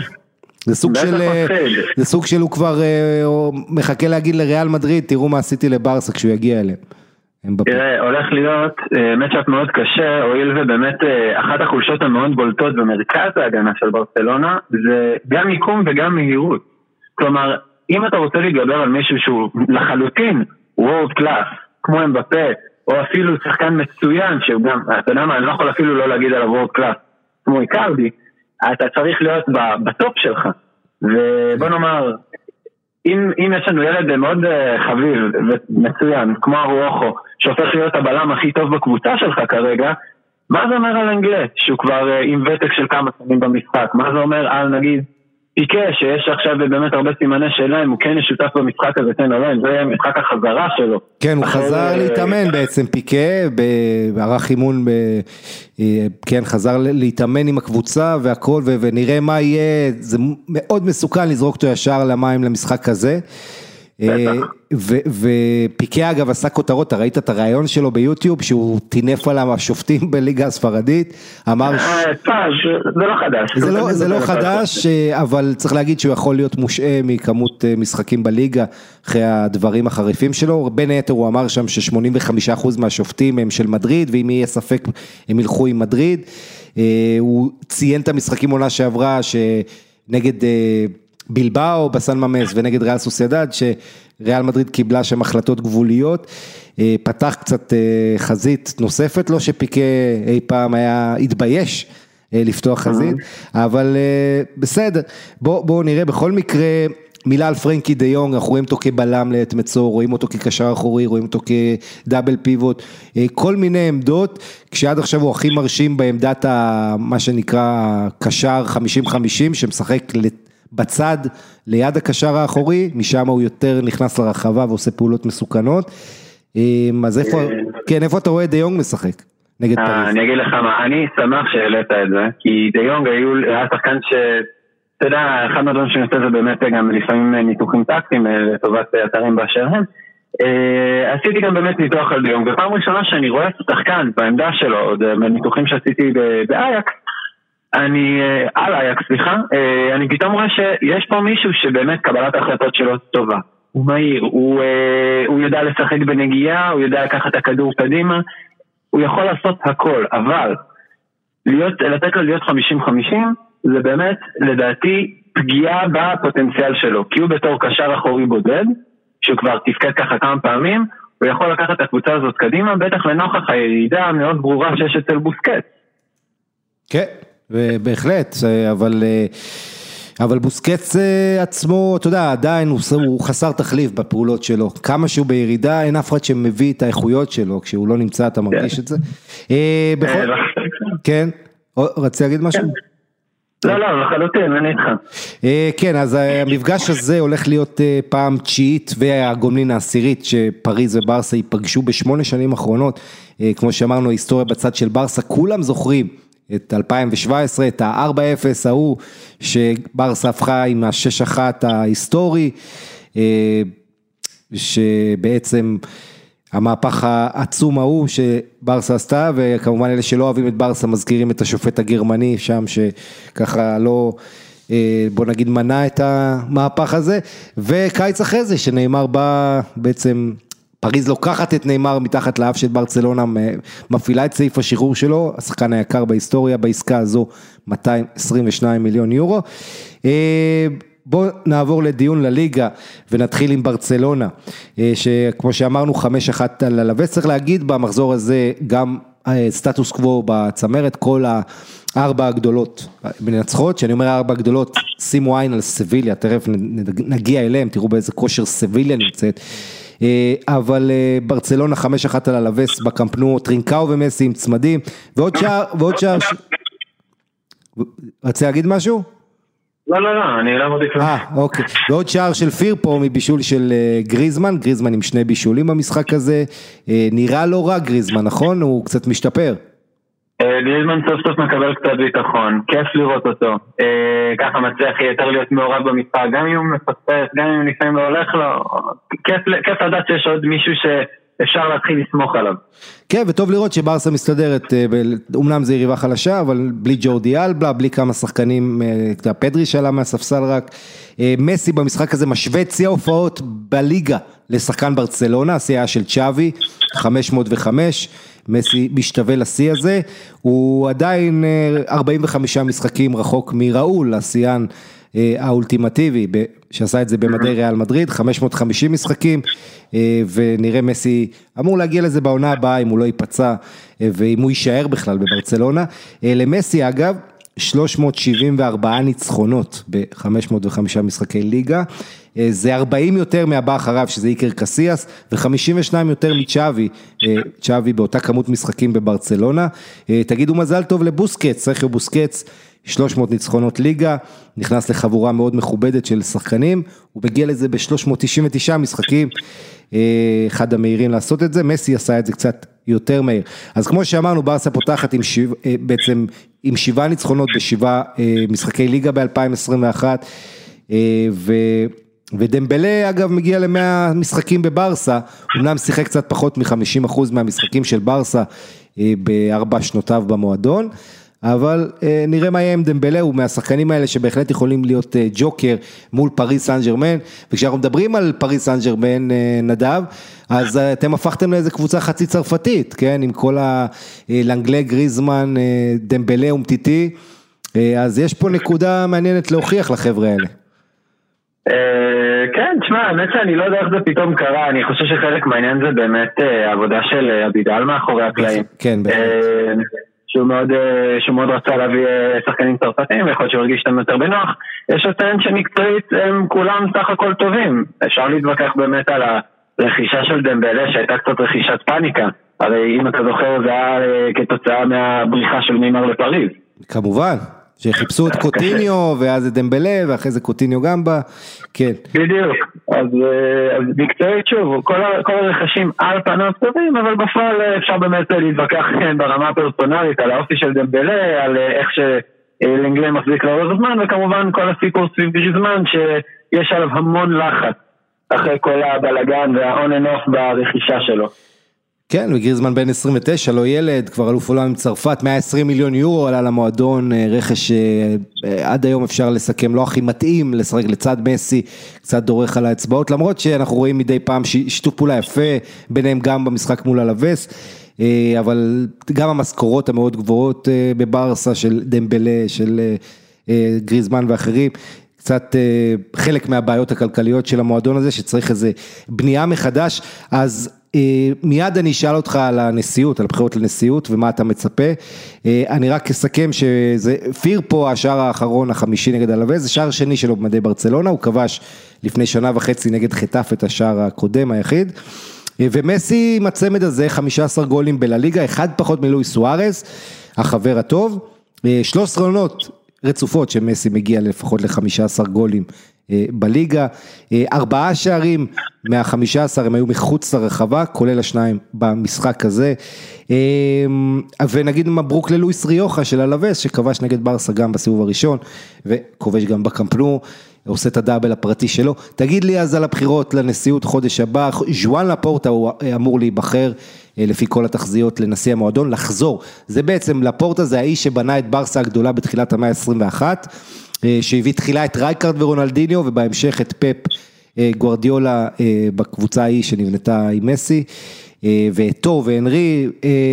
זה סוג של הוא כבר מחכה להגיד לריאל מדריד, תראו מה עשיתי לברסה כשהוא יגיע אליהם. תראה, הולך להיות מצ'אפ מאוד קשה, הואיל ובאמת אחת החולשות המאוד בולטות במרכז ההגנה של ברצלונה, זה גם מיקום וגם מהירות. כלומר, אם אתה רוצה להתגבר על מישהו שהוא לחלוטין וורד קלאס, כמו אמבפה, או אפילו שחקן מצוין, שהוא גם, אתה יודע מה, אני לא יכול אפילו לא להגיד עליו וורד קלאס, כמו איקרדי, אתה צריך להיות בטופ שלך. ובוא נאמר, אם יש לנו ילד מאוד חביב ומצוין, כמו ארוחו, שהופך להיות הבלם הכי טוב בקבוצה שלך כרגע, מה זה אומר על אנגלה, שהוא כבר עם ותק של כמה שנים במשחק? מה זה אומר על נגיד פיקה, שיש עכשיו באמת הרבה סימני שלהם, הוא כן שותף במשחק הזה, כן, אבל זה משחק החזרה שלו. כן, הוא חזר להתאמן בעצם, פיקה, בערך אימון, כן, חזר להתאמן עם הקבוצה והכל, ונראה מה יהיה, זה מאוד מסוכן לזרוק אותו ישר למים למשחק הזה, ופיקה אגב עשה כותרות, אתה ראית את הרעיון שלו ביוטיוב, שהוא טינף על השופטים בליגה הספרדית, אמר... זה לא חדש. זה לא חדש, אבל צריך להגיד שהוא יכול להיות מושעה מכמות משחקים בליגה, אחרי הדברים החריפים שלו, בין היתר הוא אמר שם ש85% מהשופטים הם של מדריד, ואם יהיה ספק הם ילכו עם מדריד, הוא ציין את המשחקים עונה שעברה, שנגד בילבאו בסן ממס ונגד ריאל סוסיידד, שריאל מדריד קיבלה שם החלטות גבוליות, פתח קצת חזית נוספת לו, שפיקה אי פעם היה התבייש לפתוח חזית, אבל בסדר, בואו נראה בכל מקרה, מילה על פרנקי דה יונג, אנחנו רואים אותו כבלם לעת מצור, רואים אותו כקשר אחורי, רואים אותו כדאבל פיבוט, כל מיני עמדות, כשעד עכשיו הוא הכי מרשים בעמדת מה שנקרא קשר 50-50, שמשחק בצד ליד הקשר האחורי, משם הוא יותר נכנס לרחבה ועושה פעולות מסוכנות, אז איפה אתה רואה דה יונג משחק? נגד פריז? אני אגיד לך מה, אני שמח שהעלית את זה, כי דה יונג היה שחקן אתה יודע, אחד מהדברים שאני עושה זה באמת גם לפעמים ניתוחים טקטיים לטובת אתרים באשר הם. עשיתי גם באמת ניתוח על דיום, ופעם ראשונה שאני רואה את השחקן בעמדה שלו, עוד בניתוחים שעשיתי באייקס, על אייקס, סליחה, אני פתאום רואה שיש פה מישהו שבאמת קבלת ההחלטות שלו טובה. הוא מהיר, הוא יודע לשחק בנגיעה, הוא יודע לקחת את הכדור קדימה, הוא יכול לעשות הכל, אבל לתת לו להיות 50-50, זה באמת, לדעתי, פגיעה בפוטנציאל שלו, כי הוא בתור קשר אחורי בודד, שהוא כבר תפקד ככה כמה פעמים, הוא יכול לקחת את הקבוצה הזאת קדימה, בטח לנוכח הירידה המאוד ברורה שיש אצל בוסקץ. כן, בהחלט, אבל בוסקץ עצמו, אתה יודע, עדיין הוא חסר תחליף בפעולות שלו, כמה שהוא בירידה, אין אף אחד שמביא את האיכויות שלו, כשהוא לא נמצא, אתה מרגיש את זה? כן, רצי להגיד משהו? לא, לחלוטין, אני איתך. כן, אז המפגש הזה הולך להיות פעם 9 והגומלין העשירית, שפריז וברסה ייפגשו ב8 שנים האחרונות, כמו שאמרנו, היסטוריה בצד של ברסה, כולם זוכרים את 2017, את ה-4-0 ההוא, שברסה הפכה עם ה-6-1 ההיסטורי, שבעצם המהפך העצום ההוא שברסה עשתה, וכמובן אלה שלא אוהבים את ברסה מזכירים את השופט הגרמני שם, שככה לא, בוא נגיד, מנע את המהפך הזה, וקיץ אחרי זה שנאמר בא בעצם, פריז לוקחת את נאמר מתחת לאף של ברצלונה, מפעילה את סעיף השחרור שלו, השחקן היקר בהיסטוריה, בעסקה הזו 222 מיליון יורו. בואו נעבור לדיון לליגה ונתחיל עם ברצלונה, שכמו שאמרנו 5-1 על הלווה, צריך להגיד במחזור הזה גם סטטוס קוו בצמרת, כל 4 הגדולות מנצחות, שאני אומר 4 הגדולות, שימו עין על סביליה, תכף נגיע אליהם, תראו באיזה כושר סביליה נמצאת, אבל ברצלונה 5-1 על הלווס בקמפנו, טרינקאו ומסי עם צמדים, ועוד שער, רצה להגיד משהו? לא, אני לא מודיע כלום. אוקיי, ועוד שער של פירפו מבישול של גריזמן עם 2 בישולים במשחק הזה, נראה לא רע גריזמן, נכון? הוא קצת משתפר. גריזמן סוף סוף מקבל קצת ביטחון, כיף לראות אותו, ככה מצליח יותר להיות מעורב במספר, גם אם הוא מפספס, גם אם לפעמים לא הולך לו, כיף לדעת שיש עוד מישהו שאפשר להתחיל לסמוך עליו. כן, וטוב לראות שברסה מסתדרת, אומנם זה יריבה חלשה, אבל בלי ג'ורדי אלבה, בלי כמה שחקנים, פדרי שעלה מהספסל רק, מסי במשחק הזה משווה את שיא ההופעות בליגה לשחקן ברצלונה, השיא של צ'אבי, 505, מסי משתווה לשיא הזה, הוא עדיין 45 משחקים רחוק מראול, השיאן האולטימטיבי, שעשה את זה במדי ריאל מדריד, 550 משחקים, ונראה מסי אמור להגיע לזה בעונה הבאה, אם הוא לא ייפצע, ואם הוא יישאר בכלל בברצלונה. למסי אגב, 374 ניצחונות ב-505 משחקי ליגה, זה 40 יותר מהבא אחריו, שזה איקר קסיאס, ו52 יותר מצ'אבי, צ'אבי באותה כמות משחקים בברצלונה. תגידו מזל טוב לבוסקץ, סרחיו בוסקץ, 300 ניצחונות ליגה, נכנס לחבורה מאוד מכובדת של שחקנים, הוא מגיע לזה ב-399 משחקים, אחד המהירים לעשות את זה, מסי עשה את זה קצת יותר מהיר. אז כמו שאמרנו, ברסה פותחת בעצם עם 7 ניצחונות ב7 משחקי ליגה ב-2021, ודמבלה אגב מגיע ל100 משחקים בברסה, אמנם שיחק קצת פחות מ50% מהמשחקים של ברסה ב4 שנותיו במועדון, אבל נראה מה יהיה עם דמבלה, הוא מהשחקנים האלה שבהחלט יכולים להיות ג'וקר מול פריס סן ז'רמן, וכשאנחנו מדברים על פריס סן ז'רמן נדב, אז אתם הפכתם לאיזה קבוצה חצי צרפתית, כן, עם כל הלנגלה, גריזמן, דמבלה ומטיטי, אז יש פה נקודה מעניינת להוכיח לחבר'ה האלה. כן, תשמע, האמת שאני לא יודע איך זה פתאום קרה, אני חושב שחלק מהעניין זה באמת העבודה של אבידל מאחורי הקלעים. כן, בהחלט. שהוא מאוד רצה להביא שחקנים צרפתיים, ויכול להיות שהוא הרגיש אותם יותר בנוח. יש לציין שמקצועית הם כולם סך הכל טובים. אפשר להתווכח באמת על הרכישה של דמבלה, שהייתה קצת רכישת פאניקה. הרי אם אתה זוכר, זה היה כתוצאה מהבריחה של ניימר לפריז. כמובן, שחיפשו את קוטיניו, ואז זה דמבלה, ואחרי זה קוטיניו גם בא, כן. בדיוק, אז מקצועית שוב, כל הרכשים על פניו טובים, אבל בפועל אפשר באמת להתווכח ברמה הפרסונלית, על האופי של דמבלה, על איך שלנגלה מחזיק לאורך זמן, וכמובן כל הסיפור סביב גריזמן, שיש עליו המון לחץ, אחרי כל הבלגן וה-on and off ברכישה שלו. כן, וגריזמן בן 29, לא ילד, כבר אלוף עולם עם צרפת, 120 מיליון יורו עלה למועדון, רכש עד היום אפשר לסכם, לא הכי מתאים לשחק לצד מסי, קצת דורך על האצבעות, למרות שאנחנו רואים מדי פעם שיתוף פעולה יפה, ביניהם גם במשחק מול אלווס, אבל גם המשכורות המאוד גבוהות בברסה של דמבלה, של גריזמן ואחרים, קצת חלק מהבעיות הכלכליות של המועדון הזה, שצריך איזה בנייה מחדש, אז מיד אני אשאל אותך על הנשיאות, על הבחירות לנשיאות, ומה אתה מצפה. אני רק אסכם שזה פירפו, השער האחרון, החמישי נגד אלווס, זה שער שני שלו במדי ברצלונה, הוא כבש לפני שנה וחצי נגד חטף את השער הקודם היחיד, ומסי עם הצמד הזה, 15 גולים בלליגה, אחד פחות מלואיס סוארז, החבר הטוב, 13 עונות רצופות שמסי מגיע לפחות ל15 גולים בליגה, 4 שערים מה-15 הם היו מחוץ לרחבה, כולל השניים במשחק הזה, ונגיד מברוק ללואיס ריוחה של אלווס, שכבש נגד ברסה גם בסיבוב הראשון, וכובש גם בקמפ נו, עושה את הדאבל הפרטי שלו. תגיד לי אז על הבחירות לנשיאות חודש הבא, ז'ואן לפורטה הוא אמור להיבחר, לפי כל התחזיות לנשיא המועדון, לחזור, זה בעצם לפורטה, זה האיש שבנה את ברסה הגדולה בתחילת המאה ה-21, שהביא תחילה את רייקארד ורונלדיניו, ובהמשך את פפ גוארדיולה בקבוצה ההיא שנבנתה עם מסי, ואתו והנרי,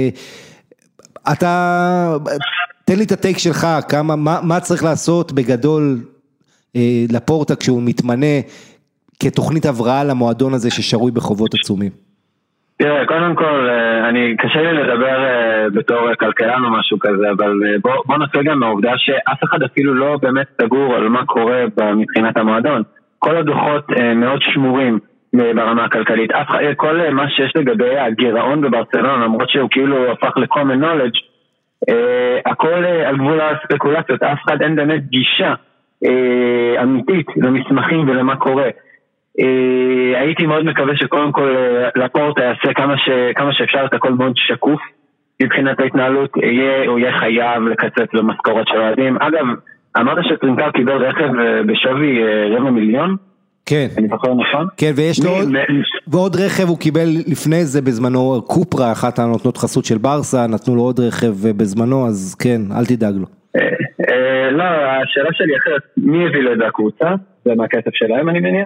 אתה, תן לי את הטייק שלך, מה צריך לעשות בגדול לפורטה כשהוא מתמנה כתוכנית הבראה למועדון הזה ששרוי בחובות עצומים? תראה, קודם כל, קשה לי לדבר בתור כלכלן או משהו כזה, אבל בוא נעשה גם מהעובדה שאף אחד אפילו לא באמת סגור על מה קורה מבחינת המועדון. כל הדוחות מאוד שמורים ברמה הכלכלית. כל מה שיש לגבי הגירעון בברצלונה, למרות שהוא כאילו הפך ל-common knowledge, הכל על גבול הספקולציות, אף אחד אין באמת גישה אמיתית למסמכים ולמה קורה. הייתי מאוד מקווה שקודם כל לפורטה יעשה כמה שאפשר את הכל מאוד שקוף מבחינת ההתנהלות, הוא יהיה חייב לקצץ במשכורות של אוהדים. אגב, אמרת שטרינקאו קיבל רכב בשווי 250,000? כן. אני זוכר נכון? כן, ויש לו ועוד רכב הוא קיבל לפני זה בזמנו, קופרה, אחת הנותנות חסות של ברסה, נתנו לו עוד רכב בזמנו, אז כן, אל תדאג לו. לא, השאלה שלי אחרת, מי הביא לו את הקבוצה? זה מהכסף שלהם אני מניח?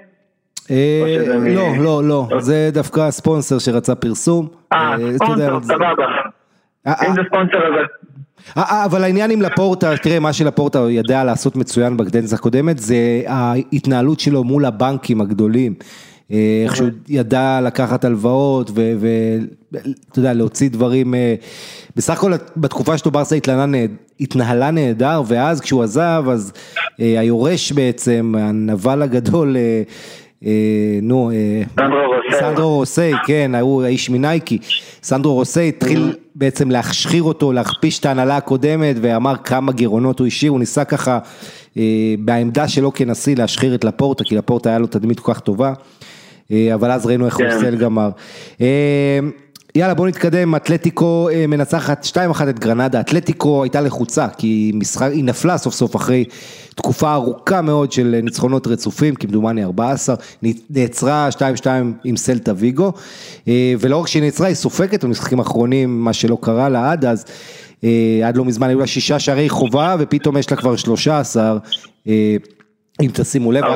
לא, זה דווקא ספונסר שרצה פרסום. ספונסר, סבבה. אם זה ספונסר הזה. אבל העניין עם לפורטה, תראה מה שלפורטה הוא ידע לעשות מצוין בקדנציה הקודמת, זה ההתנהלות שלו מול הבנקים הגדולים, איך שהוא ידע לקחת הלוואות ואתה יודע, להוציא דברים, בסך הכל בתקופה שלו ברסה התנהלה נהדר, ואז כשהוא עזב, אז היורש בעצם, הנבל הגדול, סנדרו רוסי, כן, הוא האיש מנייקי, סנדרו רוסי התחיל בעצם להכשיר אותו, להכפיש את ההנהלה הקודמת, ואמר כמה גירעונות הוא השאיר, הוא ניסה ככה בעמדה שלו כנשיא להשחיר את לפורטה, כי לפורטה היה לו תדמית כל כך טובה, אבל אז ראינו איך הוא עושה לגמר. יאללה בוא נתקדם, אתלטיקו מנצחת 2-1 את גרנדה, אתלטיקו הייתה לחוצה, כי היא נפלה סוף סוף אחרי תקופה ארוכה מאוד של ניצחונות רצופים, כמדומני 14, נעצרה 2-2 עם סלטה ויגו, ולא רק שהיא נעצרה, היא סופקת במשחקים האחרונים, מה שלא קרה לה עד אז, עד לא מזמן היו לה 6 שערי חובה, ופתאום יש לה כבר 13, אם תשימו לב.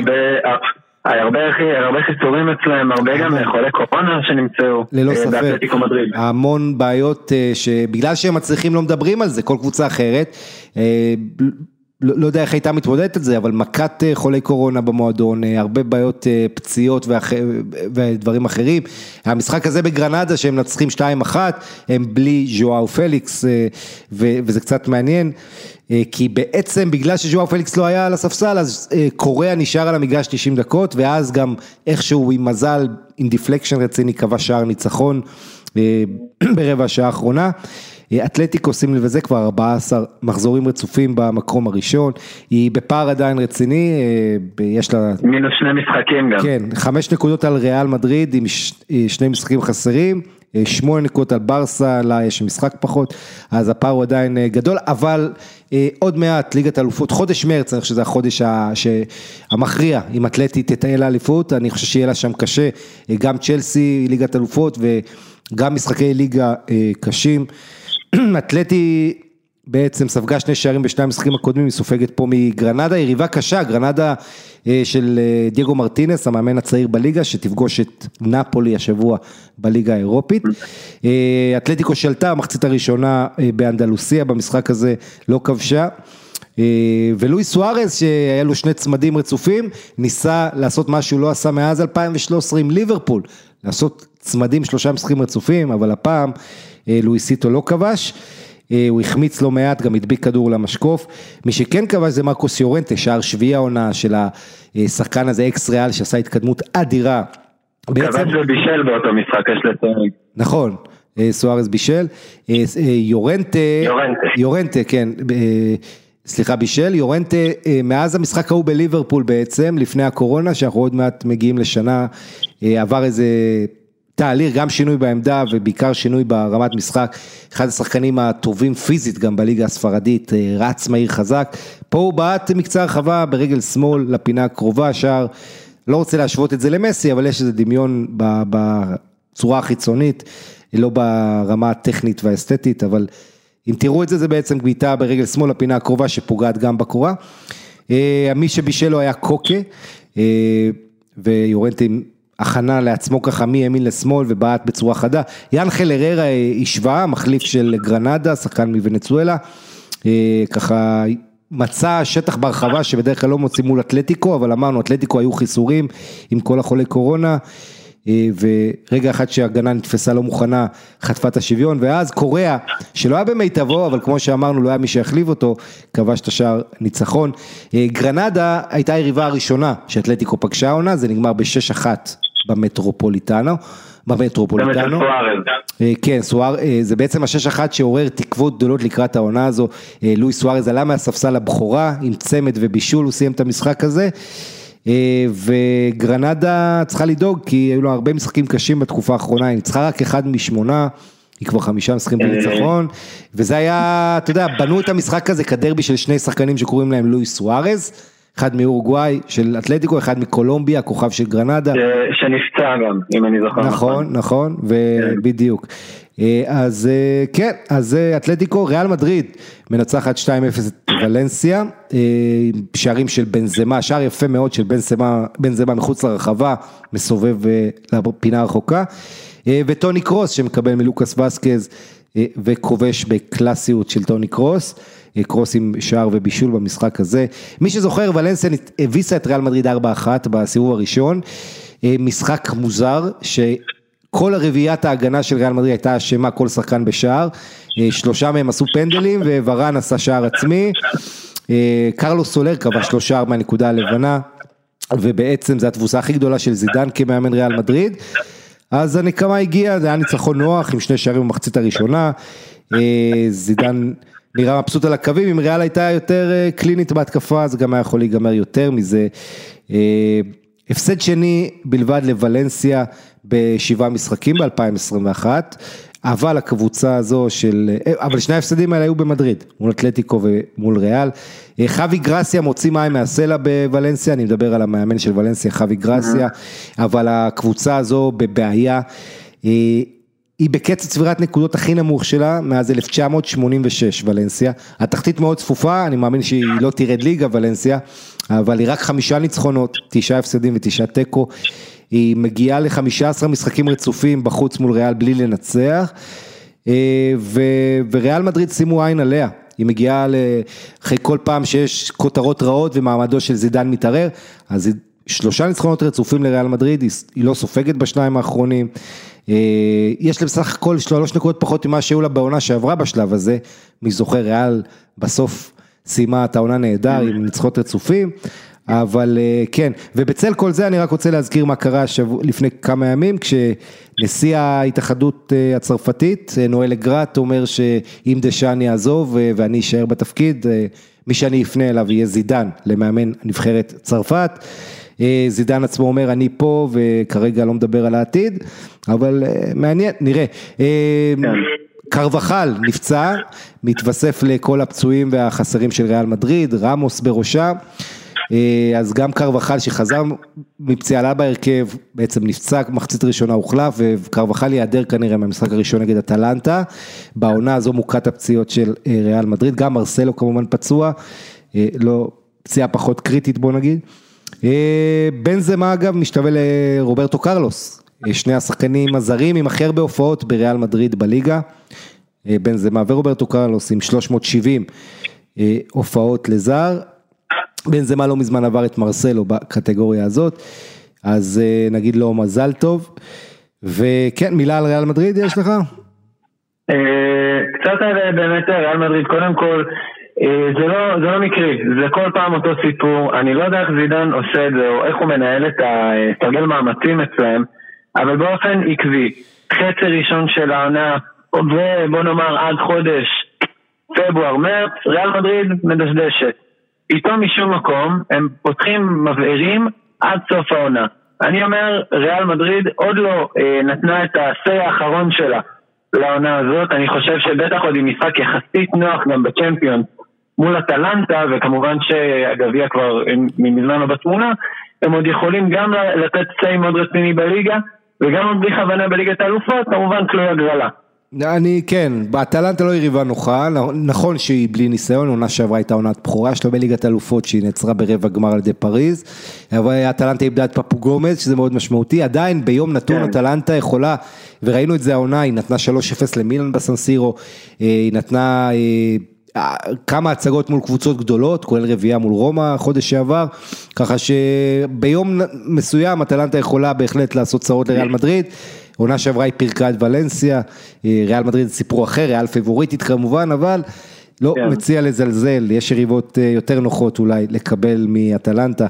הרבה חיסורים אצלהם, הרבה גם חולי קורונה שנמצאו. ללא ספק, המון בעיות שבגלל שהם מצליחים לא מדברים על זה, כל קבוצה אחרת, לא יודע איך הייתה מתמודדת את זה, אבל מכת חולי קורונה במועדון, הרבה בעיות פציעות ודברים אחרים. המשחק הזה בגרנדה שהם נצחים 2-1, הם בלי ז'ואאו פליקס, וזה קצת מעניין, כי בעצם בגלל שז'ואאו פליקס לא היה על הספסל, אז קוריאה נשאר על המגרש 90 דקות, ואז גם איכשהו עם מזל, עם דיפלקשן רציני, קבע שער ניצחון ברבע השעה האחרונה. אתלטיקו שים לב וזה כבר 14 מחזורים רצופים במקום הראשון, היא בפער עדיין רציני, יש לה... מינוס 2 משחקים גם. כן, 5 נקודות על ריאל מדריד עם 2 משחקים חסרים, 8 נקודות על ברסה, לה יש משחק פחות, אז הפער הוא עדיין גדול, אבל עוד מעט ליגת אלופות, חודש מרץ, אני חושב שזה החודש המכריע, אם אתלטי תתעל האליפות, אני חושב שיהיה לה שם קשה, גם צ'לסי ליגת אלופות וגם משחקי ליגה קשים, אתלטי בעצם ספגה 2 שערים בשני המשחקים הקודמים, היא סופגת פה מגרנדה, יריבה קשה, גרנדה של דייגו מרטינס, המאמן הצעיר בליגה, שתפגוש את נפולי השבוע בליגה האירופית. אתלטיקו שלטה, המחצית הראשונה באנדלוסיה, במשחק הזה לא כבשה, ולואי סוארז, שהיה לו 2 צמדים רצופים, ניסה לעשות מה שהוא לא עשה מאז 2013 עם ליברפול, לעשות צמדים 3 משחקים רצופים, אבל הפעם לואיסיטו לא כבש, הוא החמיץ לא מעט, גם הדביק כדור למשקוף, מי שכן כבש זה מרקוס יורנטה, שער שביעי העונה של השחקן הזה, אקס ריאל, שעשה התקדמות אדירה. כבש ובישל באותו משחק, יש לציין. נכון, סוארז בישל, יורנטה, כן, סליחה בישל, יורנטה, מאז המשחק ההוא בליברפול בעצם, לפני הקורונה, שאנחנו עוד מעט מגיעים לשנה, עבר איזה... תהליך, גם שינוי בעמדה ובעיקר שינוי ברמת משחק, אחד השחקנים הטובים פיזית גם בליגה הספרדית, רץ מהיר חזק, פה הוא בעט מקצה הרחבה ברגל שמאל לפינה הקרובה, שער, לא רוצה להשוות את זה למסי, אבל יש איזה דמיון בצורה החיצונית, לא ברמה הטכנית והאסתטית, אבל אם תראו את זה, זה בעצם בעיטה ברגל שמאל לפינה הקרובה שפוגעת גם בקורה, מי שבישל לו היה קוקה, ויורנטים, הכנה לעצמו ככה מימין לשמאל ובעט בצורה חדה, יאנחל הררה השוואה, מחליף של גרנדה, שחקן מוונצואלה, ככה מצא שטח ברחבה שבדרך כלל לא מוצאים מול אתלטיקו, אבל אמרנו אתלטיקו היו חיסורים עם כל החולי קורונה, ורגע אחד שההגנה נתפסה לא מוכנה, חטפה את השוויון, ואז קוריאה, שלא היה במיטבו, אבל כמו שאמרנו לא היה מי שיחליף אותו, כבש את השער ניצחון, גרנדה הייתה היריבה הראשונה שאתלטיקו פגשה עונה, זה נגמר ב6-1 במטרופוליטנו, כן, זה בעצם ה6-1 שעורר תקוות גדולות לקראת העונה הזו, לואי סוארז עלה מהספסל הבכורה, עם צמד ובישול, הוא סיים את המשחק הזה, וגרנדה צריכה לדאוג, כי היו לו הרבה משחקים קשים בתקופה האחרונה, היא ניצחה רק 1 מ8, היא כבר 5 משחקים בניצחון, וזה היה, אתה יודע, בנו את המשחק הזה כדרבי של 2 שחקנים שקוראים להם לואי סוארז, אחד מאורוגוואי של אתלטיקו, אחד מקולומביה, כוכב של גרנדה. שנפצע גם, אם אני זוכר. נכון, ובדיוק. אז כן, אז אתלטיקו, ריאל מדריד, מנצחת 2-0 את ולנסיה, שערים של בנזמה, שער יפה מאוד של בנזמה מחוץ לרחבה, מסובב לפינה הרחוקה, וטוני קרוס שמקבל מלוקאס וסקז, וכובש בקלאסיות של טוני קרוס, קרוס עם שער ובישול במשחק הזה. מי שזוכר, ולנסיה הביסה את ריאל מדריד 4-1 בסיבוב הראשון, משחק מוזר, שכל הרביעיית ההגנה של ריאל מדריד הייתה אשמה, כל שחקן בשער, 3 מהם עשו פנדלים, וורן עשה שער עצמי, קרלוס סולר כבש 3 שער מהנקודה הלבנה, ובעצם זו התבוסה הכי גדולה של זידן כמאמן ריאל מדריד, אז הנקמה הגיעה, זה היה ניצחון נוח עם 2 שערים במחצית הראשונה, זידן נראה מבסוט על הקווים, אם ריאל הייתה יותר קלינית בהתקפה, אז גם היה יכול להיגמר יותר מזה, הפסד שני בלבד לוולנסיה ב7 משחקים ב-2021, אבל הקבוצה הזו אבל שני ההפסדים האלה היו במדריד, מול אתלטיקו ומול ריאל. חווי גרסיה מוציא מים מהסלע בוולנסיה, אני מדבר על המאמן של וולנסיה, חווי גרסיה, אבל הקבוצה הזו בבעיה, היא בקצב צבירת נקודות הכי נמוך שלה, מאז 1986 וולנסיה, התחתית מאוד צפופה, אני מאמין שהיא לא תירד ליגה וולנסיה, אבל היא רק 5 ניצחונות, 9 הפסדים ו9 תיקו, היא מגיעה ל15 משחקים רצופים בחוץ מול ריאל בלי לנצח, וריאל מדריד שימו עין עליה, היא מגיעה אחרי כל פעם שיש כותרות רעות ומעמדו של זידן מתערער, אז 3 ניצחונות רצופים לריאל מדריד, היא לא סופגת בשניים האחרונים, יש לה בסך הכל 3 נקודות פחות ממה שהיו לה בעונה שעברה בשלב הזה, מי זוכר ריאל בסוף סיימה את העונה נהדר עם ניצחונות רצופים, אבל כן, ובצל כל זה אני רק רוצה להזכיר מה קרה לפני כמה ימים, כשנשיא ההתאחדות הצרפתית, נואל אגרט, אומר שאם דשאן יעזוב ואני אשאר בתפקיד, מי שאני אפנה אליו יהיה זידן, למאמן נבחרת צרפת, זידן עצמו אומר אני פה וכרגע לא מדבר על העתיד, אבל מעניין, נראה. קרבחל נפצע, מתווסף לכל הפצועים והחסרים של ריאל מדריד, רמוס בראשה, אז גם קרבחל שחזר מפציעה לה בהרכב, בעצם נפצע, מחצית ראשונה הוחלף, וקרבחל יעדר כנראה מהמשחק הראשון נגד אטלנטה, בעונה הזו מוקת הפציעות של ריאל מדריד, גם מרסלו כמובן פצוע, לא פציעה פחות קריטית בוא נגיד, בנזמה אגב משתווה לרוברטו קרלוס, שני השחקנים הזרים עם הכי הרבה הופעות בריאל מדריד בליגה, בנזמה ורוברטו קרלוס עם 370 הופעות לזר, בנזמה לא מזמן עבר את מרסלו בקטגוריה הזאת, אז נגיד לו מזל טוב, וכן מילה על ריאל מדריד יש לך? קצת באמת ריאל מדריד קודם כל, זה לא מקרי, זה כל פעם אותו סיפור, אני לא יודע איך זידן עושה את זה, או איך הוא מנהל את הסרגל מאמצים אצלם, אבל באופן עקבי, חצי ראשון של העונה, ובוא נאמר עד חודש פברואר, מרץ, ריאל מדריד מדשדשת, פתאום משום מקום, הם פותחים מבערים עד סוף העונה, אני אומר, ריאל מדריד עוד לא נתנה את הסי האחרון שלה לעונה הזאת, אני חושב שבטח עוד עם משחק יחסית נוח גם בצ'מפיון, מול אטלנטה, וכמובן שהגביע כבר מזמן לא בתמונה, הם עוד יכולים גם לתת צי מאוד רציני בליגה, וגם עוד בלי כוונה בליגת האלופות, כמובן תלוי הגרלה. כן, באטלנטה לא יריבה נוחה, נכון שהיא בלי ניסיון, עונה שעברה הייתה עונת בחורה שלו בליגת האלופות, שהיא נעצרה ברבע גמר על ידי פריז, אבל אטלנטה איבדה את פפו גומז, שזה מאוד משמעותי, עדיין ביום נתון אטלנטה יכולה, וראינו את זה העונה, היא נתנה 3-0 למילאן בסנסירו, היא נתנה כמה הצגות מול קבוצות גדולות, כולל רביעייה מול רומא חודש שעבר, ככה שביום מסוים אטלנטה יכולה בהחלט לעשות צרות לריאל מדריד, עונה שעברה היא פירקה את ולנסיה, ריאל מדריד זה סיפור אחר, ריאל פייבוריטית כמובן, אבל לא מציע לזלזל, יש יריבות יותר נוחות אולי לקבל מאטלנטה.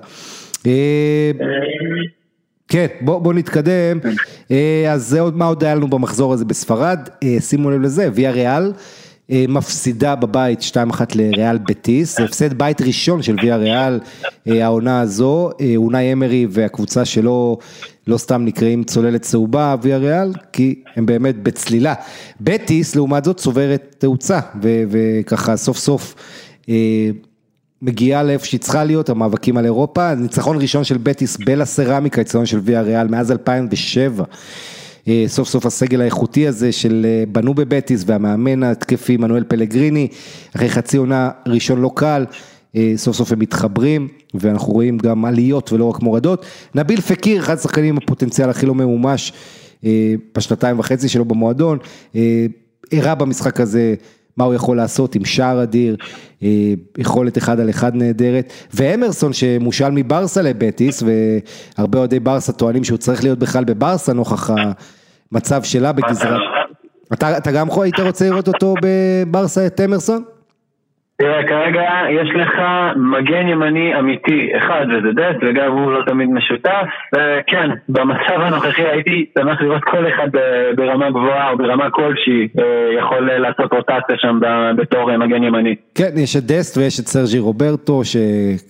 כן, בוא נתקדם, אז זה עוד מה עוד היה לנו במחזור הזה בספרד, שימו לב לזה, ויה ריאל, מפסידה בבית 2-1 לריאל בטיס, הפסד בית ראשון של ויה ריאל, העונה הזו, אונאי אמרי והקבוצה שלו לא סתם נקראים צוללת צהובה ויה ריאל, כי הם באמת בצלילה. בטיס לעומת זאת צוברת תאוצה, וככה סוף סוף מגיעה לאיפה שהיא צריכה להיות, המאבקים על אירופה, ניצחון ראשון של בטיס בלה סרמיקה, ניצחון של ויה ריאל מאז 2007, סוף סוף הסגל האיכותי הזה של בנו בבטיס והמאמן התקפי מנואל פלגריני, אחרי חצי עונה ראשון לא קל, סוף סוף הם מתחברים, ואנחנו רואים גם עליות ולא רק מורדות. נביל פקיר, אחד השחקנים הפוטנציאל הכי לא ממומש, בשנתיים וחצי שלו במועדון, הראה במשחק הזה מה הוא יכול לעשות עם שער אדיר, יכולת 1-1 נהדרת, ואמרסון שמושל מברסה לבטיס, והרבה אוהדי ברסה טוענים שהוא צריך להיות בכלל בברסה, נוכח המצב שלה בגזרה. אתה גם היית רוצה לראות אותו בברסה את אמרסון? תראה, כרגע יש לך מגן ימני אמיתי, אחד וזה דס, וגם הוא לא תמיד משותף, וכן, במצב הנוכחי הייתי שמח לראות כל אחד ברמה גבוהה או ברמה כלשהי יכול לעשות רוטציה שם בתור מגן ימני. כן, יש את דסט ויש את סרג'י רוברטו,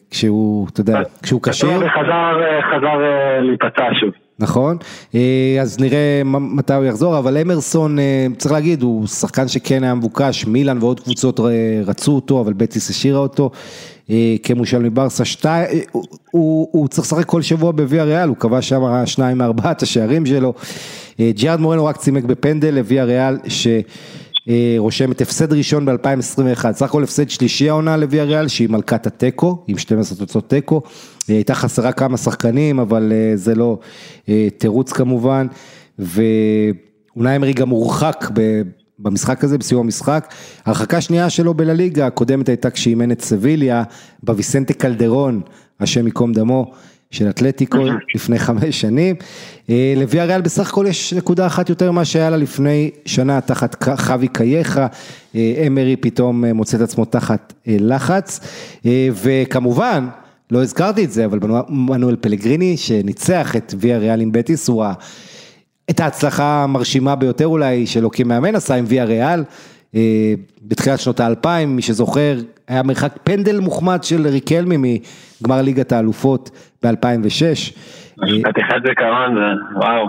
כשהוא, אתה יודע, כשהוא קשיר. וחזר להיפצע שוב. נכון, אז נראה מתי הוא יחזור, אבל אמרסון, צריך להגיד, הוא שחקן שכן היה מבוקש, מילאן ועוד קבוצות רצו אותו, אבל בטיס השאירה אותו, כמושל מברסה, הוא צריך לשחק כל שבוע בוויה ריאל, הוא קבע שם 2 מ-4 השערים שלו, ג'יארד מורנו רק צימק בפנדל לוויה ריאל, רושם את הפסד ראשון ב-2021, סך הכל הפסד שלישי העונה לוויה ריאל, שהיא מלכת הטקו, עם 12 תוצאות טקו, הייתה חסרה כמה שחקנים, אבל זה לא תירוץ כמובן, ואולי אמרי גם הורחק במשחק הזה, בסיום המשחק, הרחקה שנייה שלו בלליגה, הקודמת הייתה כשאימן את סביליה, בוויסנטה קלדרון, השם יקום דמו, של אתלטיקו לפני 5 שנים, לוויה ריאל בסך הכל יש נקודה אחת יותר מה שהיה לה לפני שנה תחת חווי קייחה, אמרי פתאום מוצא את עצמו תחת לחץ, וכמובן, לא הזכרתי את זה, אבל מנואל פלגריני שניצח את ויה ריאל עם בטיס, הוא את ההצלחה המרשימה ביותר אולי שלו כמאמן עשה עם ויה ריאל, בתחילת שנות ה-2000, מי שזוכר, היה מרחק פנדל מוחמד של ריקלמי מגמר ליגת האלופות ב-2006. פתיחת זיכרון, וואו,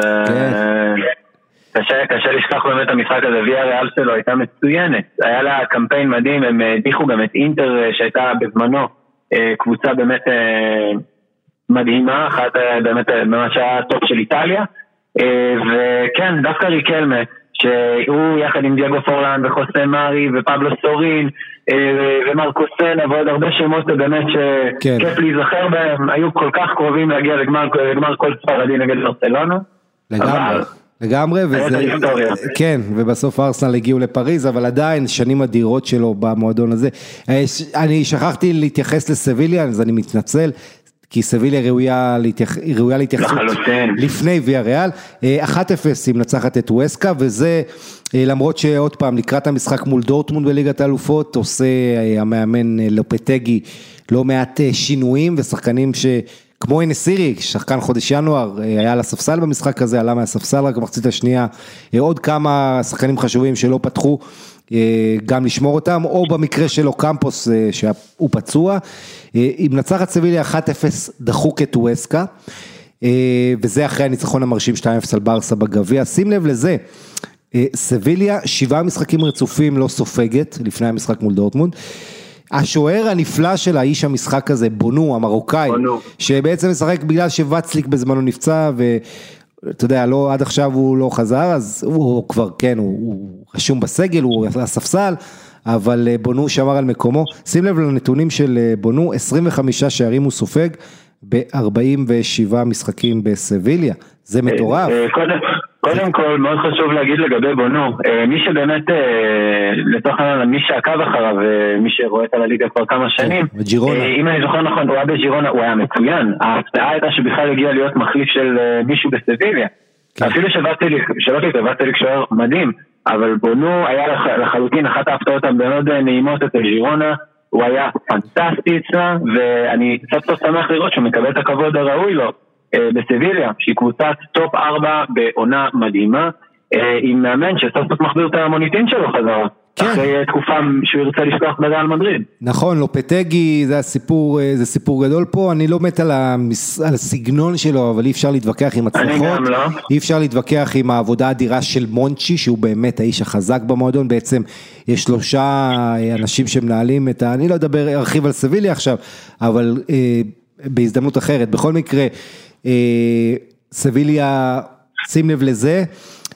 קשה לשכח באמת המשחק הזה, ויה ריאל שלו הייתה מצוינת, היה לה קמפיין מדהים, הם דיחו גם את אינטר שהייתה בזמנו, קבוצה באמת מדהימה, אחת באמת ממש הטופ של איטליה, וכן, דווקא ריקלמה, שהוא יחד עם דיאגו פורלן וחוסה מארי ופבלו סורין ומרקו סנה ועוד הרבה שמות באמת שכיף להיזכר בהם, היו כל כך קרובים להגיע לגמר כל ספרדי נגד ברצלונה. לגמרי, כן, ובסוף ארסנל הגיעו לפריז, אבל עדיין שנים אדירות שלו במועדון הזה. אני שכחתי להתייחס לסביליה, אז אני מתנצל, כי סביליה ראויה להתייחסות לפני ויה ריאל, 1-0 היא מנצחת את ווסקה, וזה למרות שעוד פעם לקראת המשחק מול דורטמונד בליגת האלופות, עושה המאמן לופטגי לא מעט שינויים ושחקנים כמו אנסירי, שחקן חודש ינואר, היה על הספסל במשחק הזה, עלה מהספסל רק במחצית השנייה, עוד כמה שחקנים חשובים שלא פתחו, גם לשמור אותם, או במקרה שלו קמפוס שהוא פצוע, עם נצחת סביליה 1-0 דחוק את ווסקה, וזה אחרי הניצחון המרשים 2-0 על ברסה בגביע, שים לב לזה, סביליה 7 משחקים רצופים לא סופגת, לפני המשחק מול דורטמונד, השוער הנפלא של האיש המשחק הזה, בונו, המרוקאי, שבעצם משחק בגלל שוואצליק בזמנו נפצע, ואתה יודע, עד עכשיו הוא לא חזר, אז הוא כבר, כן, הוא רשום בסגל, הוא הספסל, אבל בונו שמר על מקומו, שים לב לנתונים של בונו, 25 שערים הוא סופג, ב-47 משחקים בסביליה, זה מטורף. קודם כל, מאוד חשוב להגיד לגבי בונו, מי שבאמת, לתוך מי שעקב אחריו, מי שרואה את הליגה כבר כמה שנים, אם אני זוכר נכון, הוא היה בג'ירונה, הוא היה מצוין, ההפתעה הייתה שבכלל הגיע להיות מחליף של מישהו בסביליה, אפילו שבאתי לקשור מדהים, אבל בונו היה לחלוטין אחת ההפתעות המאוד נעימות את הג'ירונה, הוא היה פנטסטי אצלה, ואני קצת שמח לראות שהוא מקבל את הכבוד הראוי לו, בסביליה, שהיא קבוצת טופ 4 בעונה מדהימה, עם מאמן שסוף סוף מחזיר את המוניטין שלו חזרה, אחרי תקופה שהוא ירצה לשכוח בריאל מדריד. נכון, לופטגי זה סיפור גדול פה, אני לא מת על הסגנון שלו, אבל אי אפשר להתווכח עם הצלחות, אי אפשר להתווכח עם העבודה האדירה של מונצ'י, שהוא באמת האיש החזק במועדון, בעצם יש 3 אנשים שמנהלים את אני לא אדבר, ארחיב על סביליה עכשיו, אבל בהזדמנות אחרת, בכל מקרה, סביליה, שים לב לזה,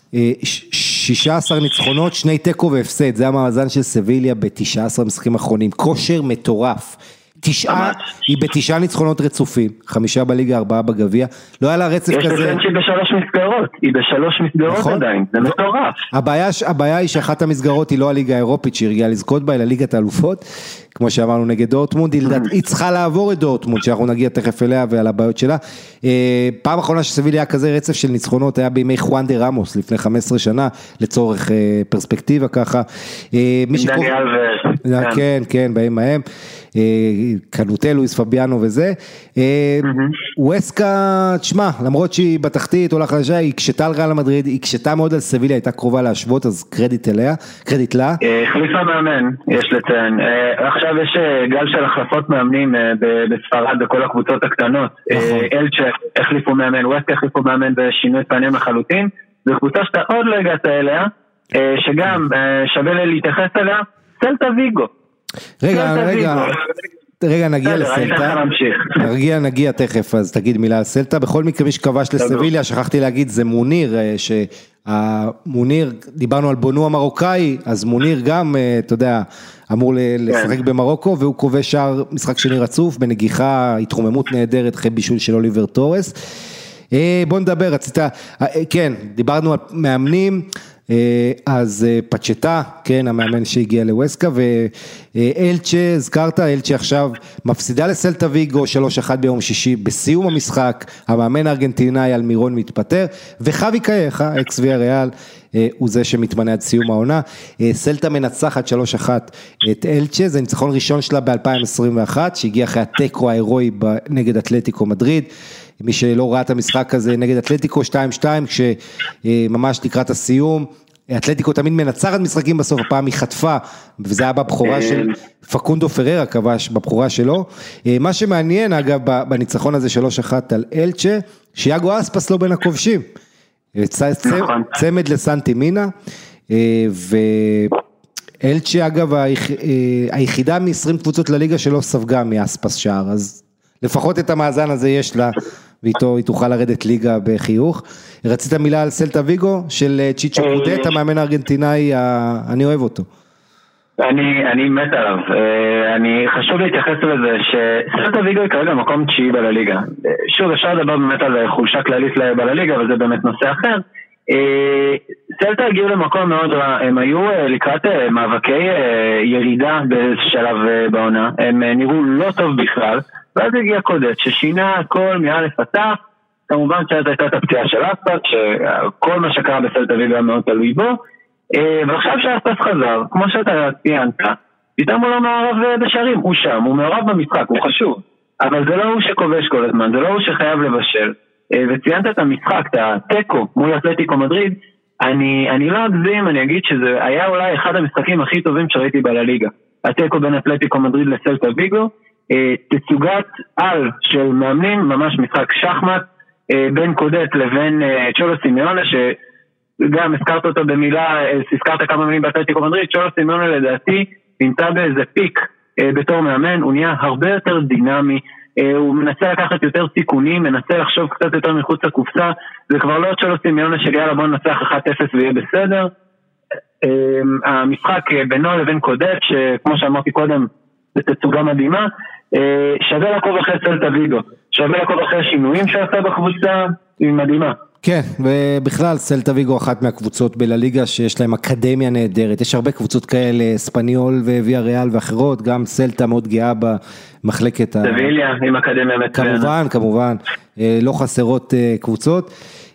16 ניצחונות, 2 טקו והפסד, זה המאזן של סביליה ב-19 משחקים האחרונים, כושר מטורף, היא ב9 ניצחונות רצופים, 5 בליגה, 4 בגביע, לא היה לה רצף כזה. יש לציין שהיא ב3 מסגרות, היא ב3 מסגרות עדיין, זה מטורף. הבעיה היא שאחת המסגרות היא לא הליגה האירופית שהיא רגיעה לזכות בה, אלא ליגת האלופות, כמו שאמרנו נגד דורטמונד, היא צריכה לעבור את דורטמונד, שאנחנו נגיע תכף אליה ועל הבעיות שלה. פעם אחרונה שסביליה היה כזה רצף של ניצחונות, היה בימי חואן דה רמוס, לפני 15 שנה, לצורך פרספקטיבה ככה. כן, כן, באים מהם, קנוטה, לואיס פביאנו וזה, ווסקה, תשמע, למרות שהיא בתחתית, עולה חדשה, היא הקשתה על ריאל מדריד, היא הקשתה מאוד על סביליה, הייתה קרובה להשוות, אז קרדיט לה. החליפה מאמן, יש לציין, עכשיו יש גל של החלפות מאמנים בספרד, בכל הקבוצות הקטנות, אלצ'ה החליפו מאמן, ווסקה החליפו מאמן בשינוי פנים לחלוטין, זו קבוצה שאתה עוד לא הגעת אליה, שגם שווה לי להתייחס אליה, סלטה ויגו. רגע, נגיע לסלטה, נגיע תכף, אז תגיד מילה על סלטה, בכל מקרה מי שכבש לסביליה, שכחתי להגיד, זה מוניר, מוניר, דיברנו על בונו המרוקאי, אז מוניר גם, אתה יודע, אמור לשחק במרוקו, והוא כובש שער משחק שני רצוף, בנגיחה, התרוממות נהדרת, אחרי בישול של אוליבר טורס. בוא נדבר, כן, דיברנו על מאמנים, אז פצ'טה, כן, המאמן שהגיע לווסקה, ואלצ'ה, הזכרת, אלצ'ה עכשיו מפסידה לסלטה ויגו 3-1 ביום שישי, בסיום המשחק, המאמן הארגנטינאי אלמירון מתפטר, וחווי קייח, אקס ויה ריאל, הוא זה שמתמנה עד סיום העונה, סלטה מנצחת 3-1 את אלצ'ה, זה ניצחון ראשון שלה ב-2021, שהגיע אחרי הטקו ההירואי נגד אתלטיקו מדריד, מי שלא ראה את המשחק הזה נגד אתלטיקו 2-2, כשממש לקראת הסיום, אתלטיקו תמיד מנצחת משחקים בסוף, הפעם היא חטפה, וזה היה בבחורה של פקונדו פררה, כבש בבחורה שלו. מה שמעניין, אגב, בניצחון הזה 3-1 על אלצ'ה, שיאגו אספס לא בין הכובשים. צמד לסנטי מינה, ואלצ'ה, אגב, היחידה מ-20 קבוצות לליגה שלא ספגה מאספס שער, אז לפחות את המאזן הזה יש לה, ואיתו היא תוכל לרדת ליגה בחיוך. רצית מילה על סלטה ויגו של צ'יצ'ו קודט, המאמן הארגנטינאי, אני אוהב אותו. אני מת עליו, חשוב להתייחס לזה שסלטה ויגו היא כרגע מקום 9 בליגה. שוב, אפשר לדבר באמת על חולשה כללית בליגה, אבל זה באמת נושא אחר. סלטה הגיעו למקום מאוד רע, הם היו לקראת מאבקי ירידה בשלב בעונה, הם נראו לא טוב בכלל, ואז הגיע קודט ששינה הכל מאלף עד תו, כמובן שהייתה את הפציעה של אספס, שכל מה שקרה בסלטה ויגו היה מאוד תלוי בו, ועכשיו שאספס חזר, כמו שאתה ציינת, פתאום הוא לא מערב בשערים, הוא שם, הוא מעורב במשחק, הוא חשוב, אבל זה לא הוא שכובש כל הזמן, זה לא הוא שחייב לבשל, וציינת את המשחק, את הטקו מול אתלטיקו מדריד, אני לא אגזים, אני אגיד שזה היה אולי אחד המשחקים הכי טובים שראיתי בליגה, הטקו בין אתלטיקו מדריד לסלטה ויגו, תצוגת על של מאמנים, ממש משחק שחמט, בין קודט לבין צ'ולו סימיונה, שגם הזכרת אותו במילה, הזכרת כמה מילים באתלטיקו מדריד, צ'ולו סימיונה לדעתי נמצא באיזה פיק בתור מאמן, הוא נהיה הרבה יותר דינמי, הוא מנסה לקחת יותר סיכונים, מנסה לחשוב קצת יותר מחוץ לקופסה, זה כבר לא צ'ולו סימיונה שגאה בוא ננצח 1-0 ויהיה בסדר. המשחק בינו לבין קודט, שכמו שאמרתי קודם, זה תצוגה מדהימה, שווה לעקוב אחרי סלטה ויגו, שווה לעקוב אחרי השינויים שעשה בקבוצה, היא מדהימה. כן, ובכלל סלטה ויגו אחת מהקבוצות בלליגה שיש להם אקדמיה נהדרת, יש הרבה קבוצות כאלה, ספניול וויה ריאל ואחרות, גם סלטה מאוד גאה במחלקת סביליה עם אקדמיה מצוינת. כמובן, לא חסרות קבוצות,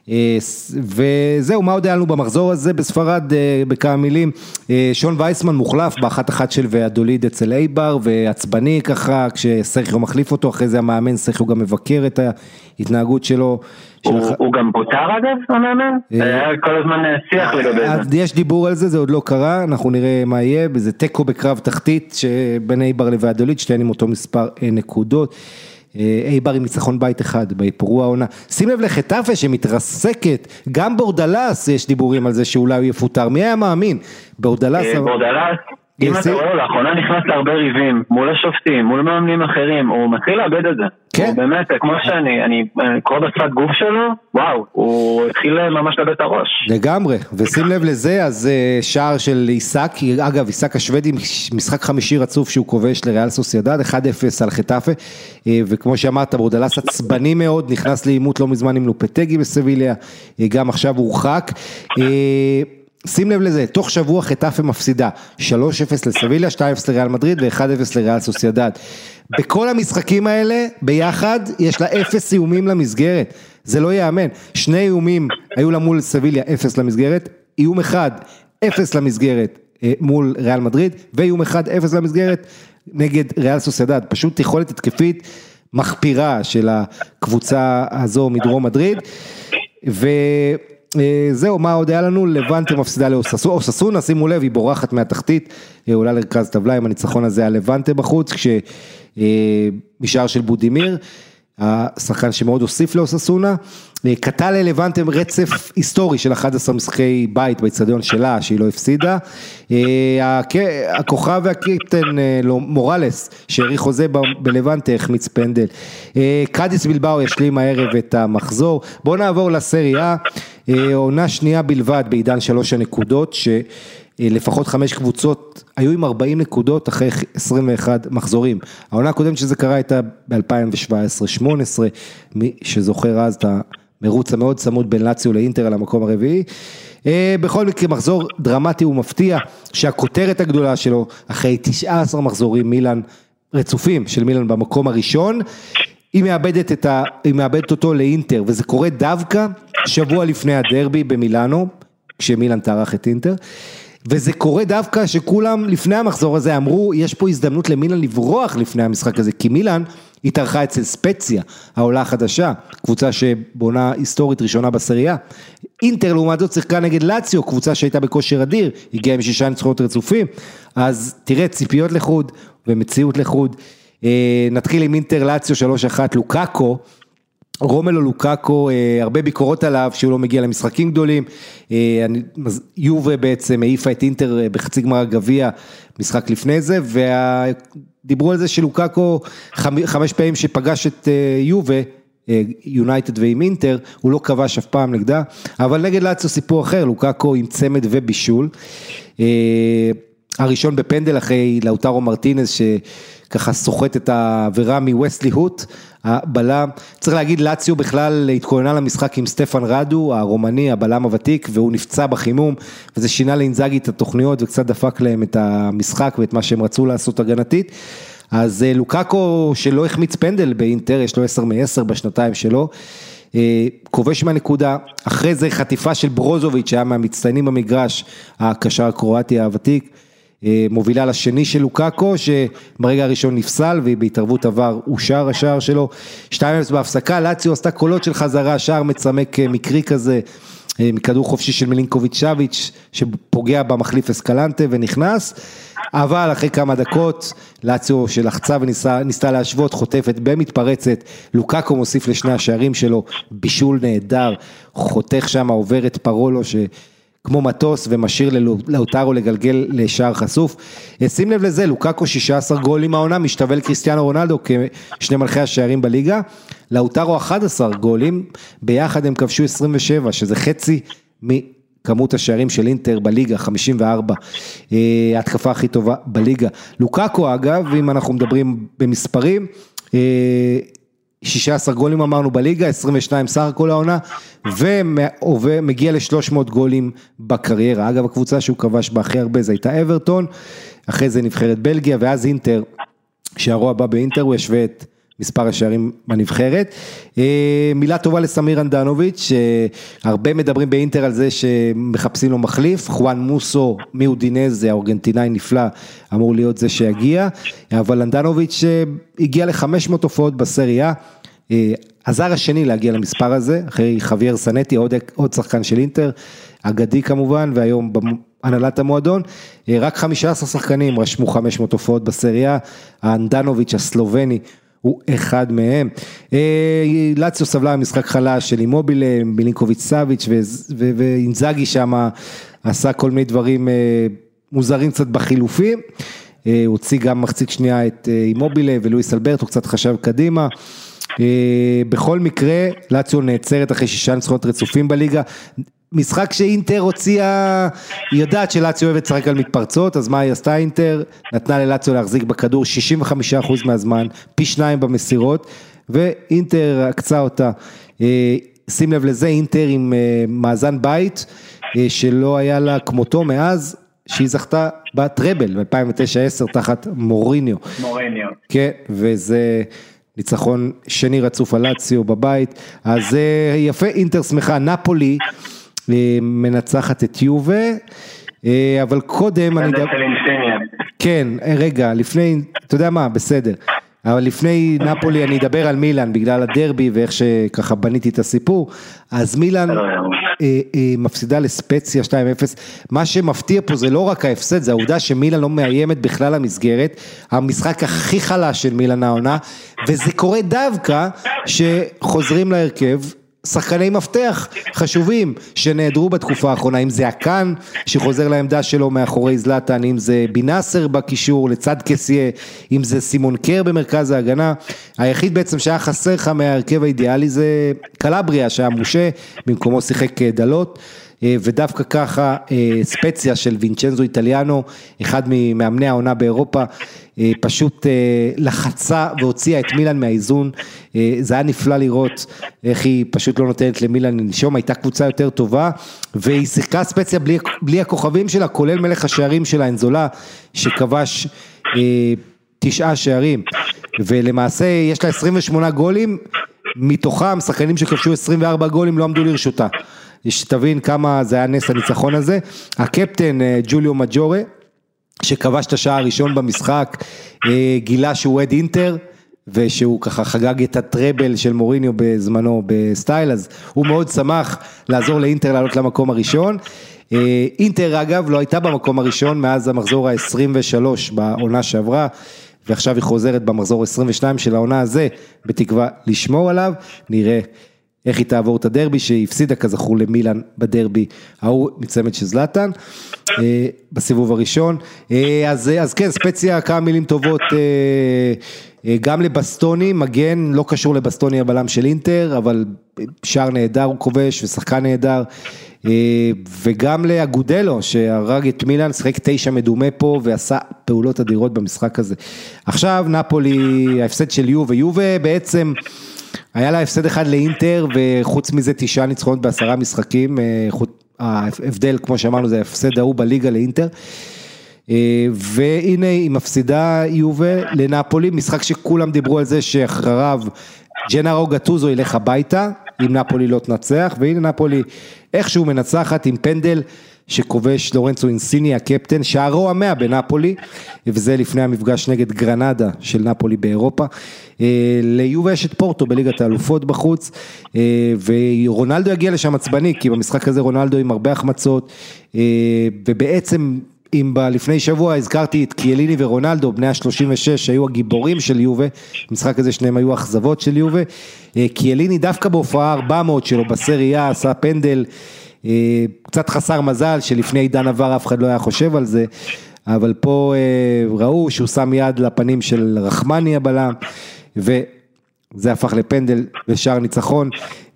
וזהו, מה עוד היה לנו במחזור הזה בספרד, בכמה מילים, שון וייסמן מוחלף ב1-1 של ואדוליד אצל אייבר, ועצבני ככה, כשסרחיו מחליף אותו, אחרי זה המאמן סרחיו גם מבקר את ההתנהגות שלו. הוא גם פוטר אגב, המאמן? היה כל הזמן שיח לגבי זה. יש דיבור על זה, זה עוד לא קרה, אנחנו נראה מה יהיה, וזה טקו בקרב תחתית, שבין אייבר לוואדוליד, שתיהן עם אותו מספר נקודות, אייבר עם ניצחון בית אחד, באיפרוע העונה. שים לב לחטאפה שמתרסקת, גם בורדלס יש דיבורים על זה שאולי הוא יפוטר, מי היה מאמין? בורדלס, אם אתה רואה, לאחרונה נכנס להרבה ריבים, מול השופטים, מול מאמנים אחרים, הוא מתחיל לאבד את זה. כן. הוא באמת, כמו שאני קורא בשפת גוף שלו, וואו, הוא התחיל ממש לאבד את הראש. לגמרי, ושים לב לזה, אז שער של איסק, אגב, איסק השוודי, משחק חמישי רצוף שהוא כובש לריאל סוסיידד, 1-0 על חטאפה, וכמו שאמרת, בורדלס עצבני מאוד, נכנס לאימות לא מזמן עם לופטגי בסביליה, גם עכשיו הורחק, שים לב לזה, תוך שבוע חטאפה מפסידה 3-0 לסביליה, 2-0 לריאל מדריד ו1-0 לריאל סוסיידד. בכל המשחקים האלה ביחד יש לה 0 איומים למסגרת, זה לא יאמן. 2 איומים היו לה מול סביליה, 0 למסגרת, איום אחד, 0 למסגרת מול ריאל מדריד, ואיום 1-0 למסגרת נגד ריאל סוסיידד, פשוט יכולת התקפית מחפירה של הקבוצה הזו מדרום מדריד, וזהו, מה עוד היה לנו? לבנטה מפסידה לאוססונה, שימו לב, היא בורחת מהתחתית, עולה לרכז טבלה עם הניצחון הזה על לבנטה בחוץ, כשמשאר של בודימיר, השחקן שמאוד הוסיף לאוססונה, קטע ללבנטה רצף היסטורי של 11 משחקי בית באצטדיון שלה, שהיא לא הפסידה, הכוכב והקפטן מורלס, שהאריך חוזה בלבנטה, החמיץ פנדל, קאדיס בלבאו ישלים הערב את המחזור, בואו נעבור לסריה, עונה שנייה בלבד בעידן 3 הנקודות, לפחות 5 קבוצות היו עם 40 נקודות אחרי 21 מחזורים. העונה הקודמת שזה קרה הייתה ב-2017-18, מי שזוכר אז את המרוץ המאוד צמוד בין לאציו לאינטר על המקום הרביעי. בכל מקרה מחזור דרמטי ומפתיע, שהכותרת הגדולה שלו אחרי 19 מחזורים מילאן רצופים של מילאן במקום הראשון, היא מאבדת אותו לאינטר, וזה קורה דווקא שבוע לפני הדרבי במילאנו, כשמילאן תארח את אינטר, וזה קורה דווקא שכולם לפני המחזור הזה אמרו, יש פה הזדמנות למילאן לברוח לפני המשחק הזה, כי מילאן התארחה אצל ספציה, העולה החדשה, קבוצה שבונה היסטורית ראשונה בסריה, אינטר לעומת זאת שיחקה נגד לאציו, קבוצה שהייתה בכושר אדיר, הגיעה עם 6 ניצחונות רצופים, אז תראה ציפיות לחוד ומציאות לחוד, נתחיל עם אינטר לאציו 3-1, לוקאקו, רומלו לוקאקו, הרבה ביקורות עליו, שהוא לא מגיע למשחקים גדולים, יובה בעצם העיפה את אינטר בחצי גמר הגביע, משחק לפני זה, ודיברו על זה שלוקאקו 5 פעמים שפגש את יובה, יונייטד ועם אינטר, הוא לא כבש אף פעם נגדה, אבל נגד לאציו סיפור אחר, לוקאקו עם צמד ובישול, הראשון בפנדל אחרי לאוטרו מרטינז, שככה סוחט את העבירה מווסלי הוט, הבלם, צריך להגיד לאציו בכלל התכוננה למשחק עם סטפן רדו, הרומני, הבלם הוותיק, והוא נפצע בחימום, וזה שינה לאינזאגי את התוכניות, וקצת דפק להם את המשחק, ואת מה שהם רצו לעשות הגנתית, אז לוקאקו שלא החמיץ פנדל באינטר, יש לו 10-10 בשנתיים שלו, כובש מהנקודה, אחרי זה חטיפה של ברוזוביץ' שהיה מהמצטיינים במגרש, הקשר הקרואטי הוותיק, מובילה לשני של לוקאקו, שברגע הראשון נפסל, ובהתערבות עבר אושר השער שלו, 2-0 בהפסקה, לאציו עשתה קולות של חזרה, שער מצמק מקרי כזה, מכדור חופשי של מילינקוביץ' סאביץ', שפוגע במחליף אסקלנטה ונכנס, אבל אחרי כמה דקות, לאציו שלחצה וניסתה להשוות, חוטפת במתפרצת, לוקאקו מוסיף לשני השערים שלו, בישול נהדר, חותך שם, עובר את פרולו, כמו מטוס ומשאיר לאוטרו לגלגל לשער חשוף. שים לב לזה, לוקאקו 16 גולים העונה, משתווה לקריסטיאנו רונלדו כשני מלכי השערים בליגה, לאוטרו 11 גולים, ביחד הם כבשו 27, שזה חצי מכמות השערים של אינטר בליגה, 54, ההתקפה הכי טובה בליגה. לוקאקו אגב, אם אנחנו מדברים במספרים, 16 גולים אמרנו בליגה, 22 סך הכל העונה, ומגיע ל-300 גולים בקריירה. אגב, הקבוצה שהוא כבש בה הכי הרבה, זה הייתה אברטון, אחרי זה נבחרת בלגיה, ואז אינטר, שהרוע הבא באינטר, הוא ישווה את מספר השערים בנבחרת. מילה טובה לסמיר אנדנוביץ', הרבה מדברים באינטר על זה שמחפשים לו מחליף, חואן מוסו מאודינזה, הארגנטינאי נפלא, אמור להיות זה שיגיע, אבל אנדנוביץ' הגיע ל-500 הופעות בסריה, הזר השני להגיע למספר הזה, אחרי חוויאר סנטי, עוד שחקן של אינטר, אגדי כמובן, והיום בהנהלת המועדון, רק 15 שחקנים רשמו 500 הופעות בסריה, האנדנוביץ' הסלובני, הוא אחד מהם. לאציו סבלה משחק חלש של אימובילה, מילינקוביץ' סאביץ' ואינזאגי שם עשה כל מיני דברים מוזרים קצת בחילופים, הוא הוציא גם מחצית שנייה את אימובילה ולואיס אלברטו, קצת חשב קדימה, בכל מקרה לאציו נעצרת אחרי 6 ניצחונות רצופים בליגה, משחק שאינטר הוציאה, היא יודעת שלאציו אוהבת לשחק על מתפרצות, אז מה היא עשתה אינטר? נתנה ללאציו להחזיק בכדור 65% מהזמן, פי 2 במסירות, ואינטר הקצה אותה, שים לב לזה, אינטר עם מאזן בית, שלא היה לה כמותו מאז, שהיא זכתה בטראבל, ב-2009-10 תחת מוריניו. כן, וזה ניצחון שני רצוף על לאציו בבית, אז יפה, אינטר שמחה, נפולי, מנצחת את יובה, אבל קודם אני... כן, רגע, לפני, אתה יודע מה, בסדר. אבל לפני נפולי אני אדבר על מילאן, בגלל הדרבי ואיך שככה בניתי את הסיפור, אז מילאן מפסידה לספציה 2-0, מה שמפתיע פה זה לא רק ההפסד, זה העובדה שמילאן לא מאיימת בכלל המסגרת, המשחק הכי חלש של מילאן העונה, וזה קורה דווקא שחוזרים להרכב, שחקני מפתח חשובים שנעדרו בתקופה האחרונה, אם זה הקאן שחוזר לעמדה שלו מאחורי זלטן, אם זה בינאסר בקישור לצד קסיה, אם זה סימון קר במרכז ההגנה, היחיד בעצם שהיה חסר לך מהרכב האידיאלי זה קלבריה שהיה מושה, במקומו שיחק דלות, ודווקא ככה ספציה של וינצ'נזו איטליאנו, אחד ממאמני העונה באירופה, פשוט לחצה והוציאה את מילאן מהאיזון, זה היה נפלא לראות איך היא פשוט לא נותנת למילאן לנשום, הייתה קבוצה יותר טובה, והיא שיחקה ספציה בלי הכוכבים שלה, כולל מלך השערים שלה, אנזולה, שכבש 9 שערים, ולמעשה יש לה 28 גולים, מתוכם שחקנים שכבשו 24 גולים לא עמדו לרשותה, שתבין כמה זה היה נס הניצחון הזה, הקפטן ג'וליו מג'ורה, שכבש את השעה הראשון במשחק, גילה שהוא אוהד אינטר, ושהוא ככה חגג את הטראבל של מוריניו בזמנו בסטייל, אז הוא מאוד שמח לעזור לאינטר לעלות למקום הראשון, אינטר אגב לא הייתה במקום הראשון מאז המחזור ה-23 בעונה שעברה, ועכשיו היא חוזרת במחזור ה-22 של העונה הזה, בתקווה לשמור עליו, נראה איך היא תעבור את הדרבי, שהפסידה כזכור למילאן בדרבי, ההוא מצמד של זלטן, בסיבוב הראשון, אז כן, ספציה כמה מילים טובות, גם לבסטוני, מגן, לא קשור לבסטוני הבלם של אינטר, אבל שער נהדר הוא כובש, ושחקן נהדר, וגם לאגודלו, שהרג את מילאן, שחק 9 מדומה פה, ועשה פעולות אדירות במשחק הזה. עכשיו נפולי, ההפסד של יובה בעצם, היה לה הפסד אחד לאינטר, וחוץ מזה 9 ניצחונות ב10 משחקים, ההבדל כמו שאמרנו זה ההפסד ההוא בליגה לאינטר, והנה היא מפסידה יובה לנפולי, משחק שכולם דיברו על זה שאחריו ג'נארו גטוזו ילך הביתה, אם נפולי לא תנצח, והנה נפולי איכשהו מנצחת עם פנדל, שכובש לורנצו אינסיני הקפטן, שערו ה100 בנפולי, וזה לפני המפגש נגד גרנדה של נפולי באירופה, ליובה יש את פורטו בליגת האלופות בחוץ, ורונלדו יגיע לשם עצבני, כי במשחק הזה רונלדו עם הרבה החמצות, ובעצם אם לפני שבוע הזכרתי את קיאליני ורונלדו, בני ה-36 שהיו הגיבורים של יובה, במשחק הזה שניהם היו אכזבות של יובה, קיאליני דווקא בהופעה 400 שלו בסריה, עשה פנדל, קצת חסר מזל שלפני עידן עבר אף אחד לא היה חושב על זה, אבל פה ראו שהוא שם יד לפנים של רחמני הבלם, וזה הפך לפנדל ושער ניצחון,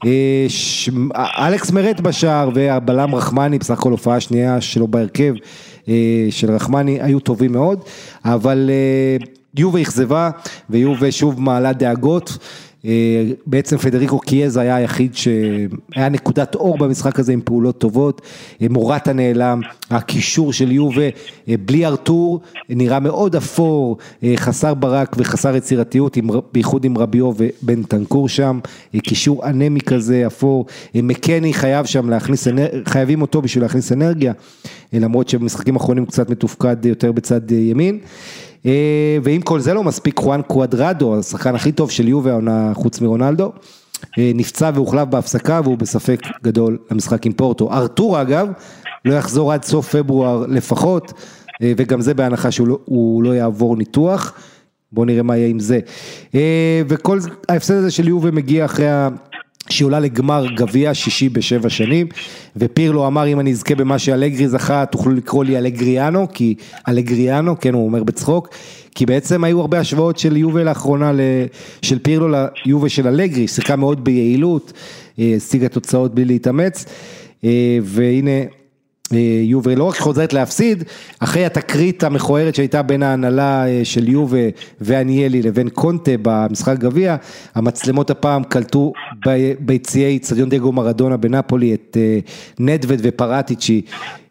אלכס מרט בשער והבלם רחמני, בסך הכל הופעה שנייה שלו בהרכב של רחמני, היו טובים מאוד, אבל יובה אכזבה, ויובה שוב מעלה דאגות, בעצם פדריקו קיאז היה היחיד שהיה נקודת אור במשחק הזה עם פעולות טובות, מורטה נעלם, הקישור של יובה בלי ארתור נראה מאוד אפור, חסר ברק וחסר יצירתיות, בייחוד עם רביו ובן טנקור שם, קישור אנמי כזה אפור, מקני חייבים אותו בשביל להכניס אנרגיה, למרות שבמשחקים האחרונים קצת מתופקד יותר בצד ימין, ואם כל זה לא מספיק, חואן קואדרדו, השחקן הכי טוב של יובה, העונה חוץ מרונלדו, נפצע והוחלף בהפסקה, והוא בספק גדול למשחק עם פורטו. ארתור אגב, לא יחזור עד סוף פברואר לפחות, וגם זה בהנחה שהוא לא יעבור ניתוח, בואו נראה מה יהיה עם זה. וכל ההפסד הזה של יובה מגיע אחרי שהיא עולה לגמר גביע 6 ב7 שנים, ופירלו אמר אם אני אזכה במה שאלגרי זכה, תוכלו לקרוא לי אלגריאנו, כי אלגריאנו, כן הוא אומר בצחוק, כי בעצם היו הרבה השוואות של יובה לאחרונה, של פירלו ליובה של אלגרי, שיחקה מאוד ביעילות, השיגה תוצאות בלי להתאמץ, והנה יובה לא רק חוזרת להפסיד, אחרי התקרית המכוערת שהייתה בין ההנהלה של יובה ואניאלי לבין קונטה במשחק גביע, המצלמות הפעם קלטו ביציעי אצטדיון דייגו מרדונה בנפולי את נדווד ופרטיצ'י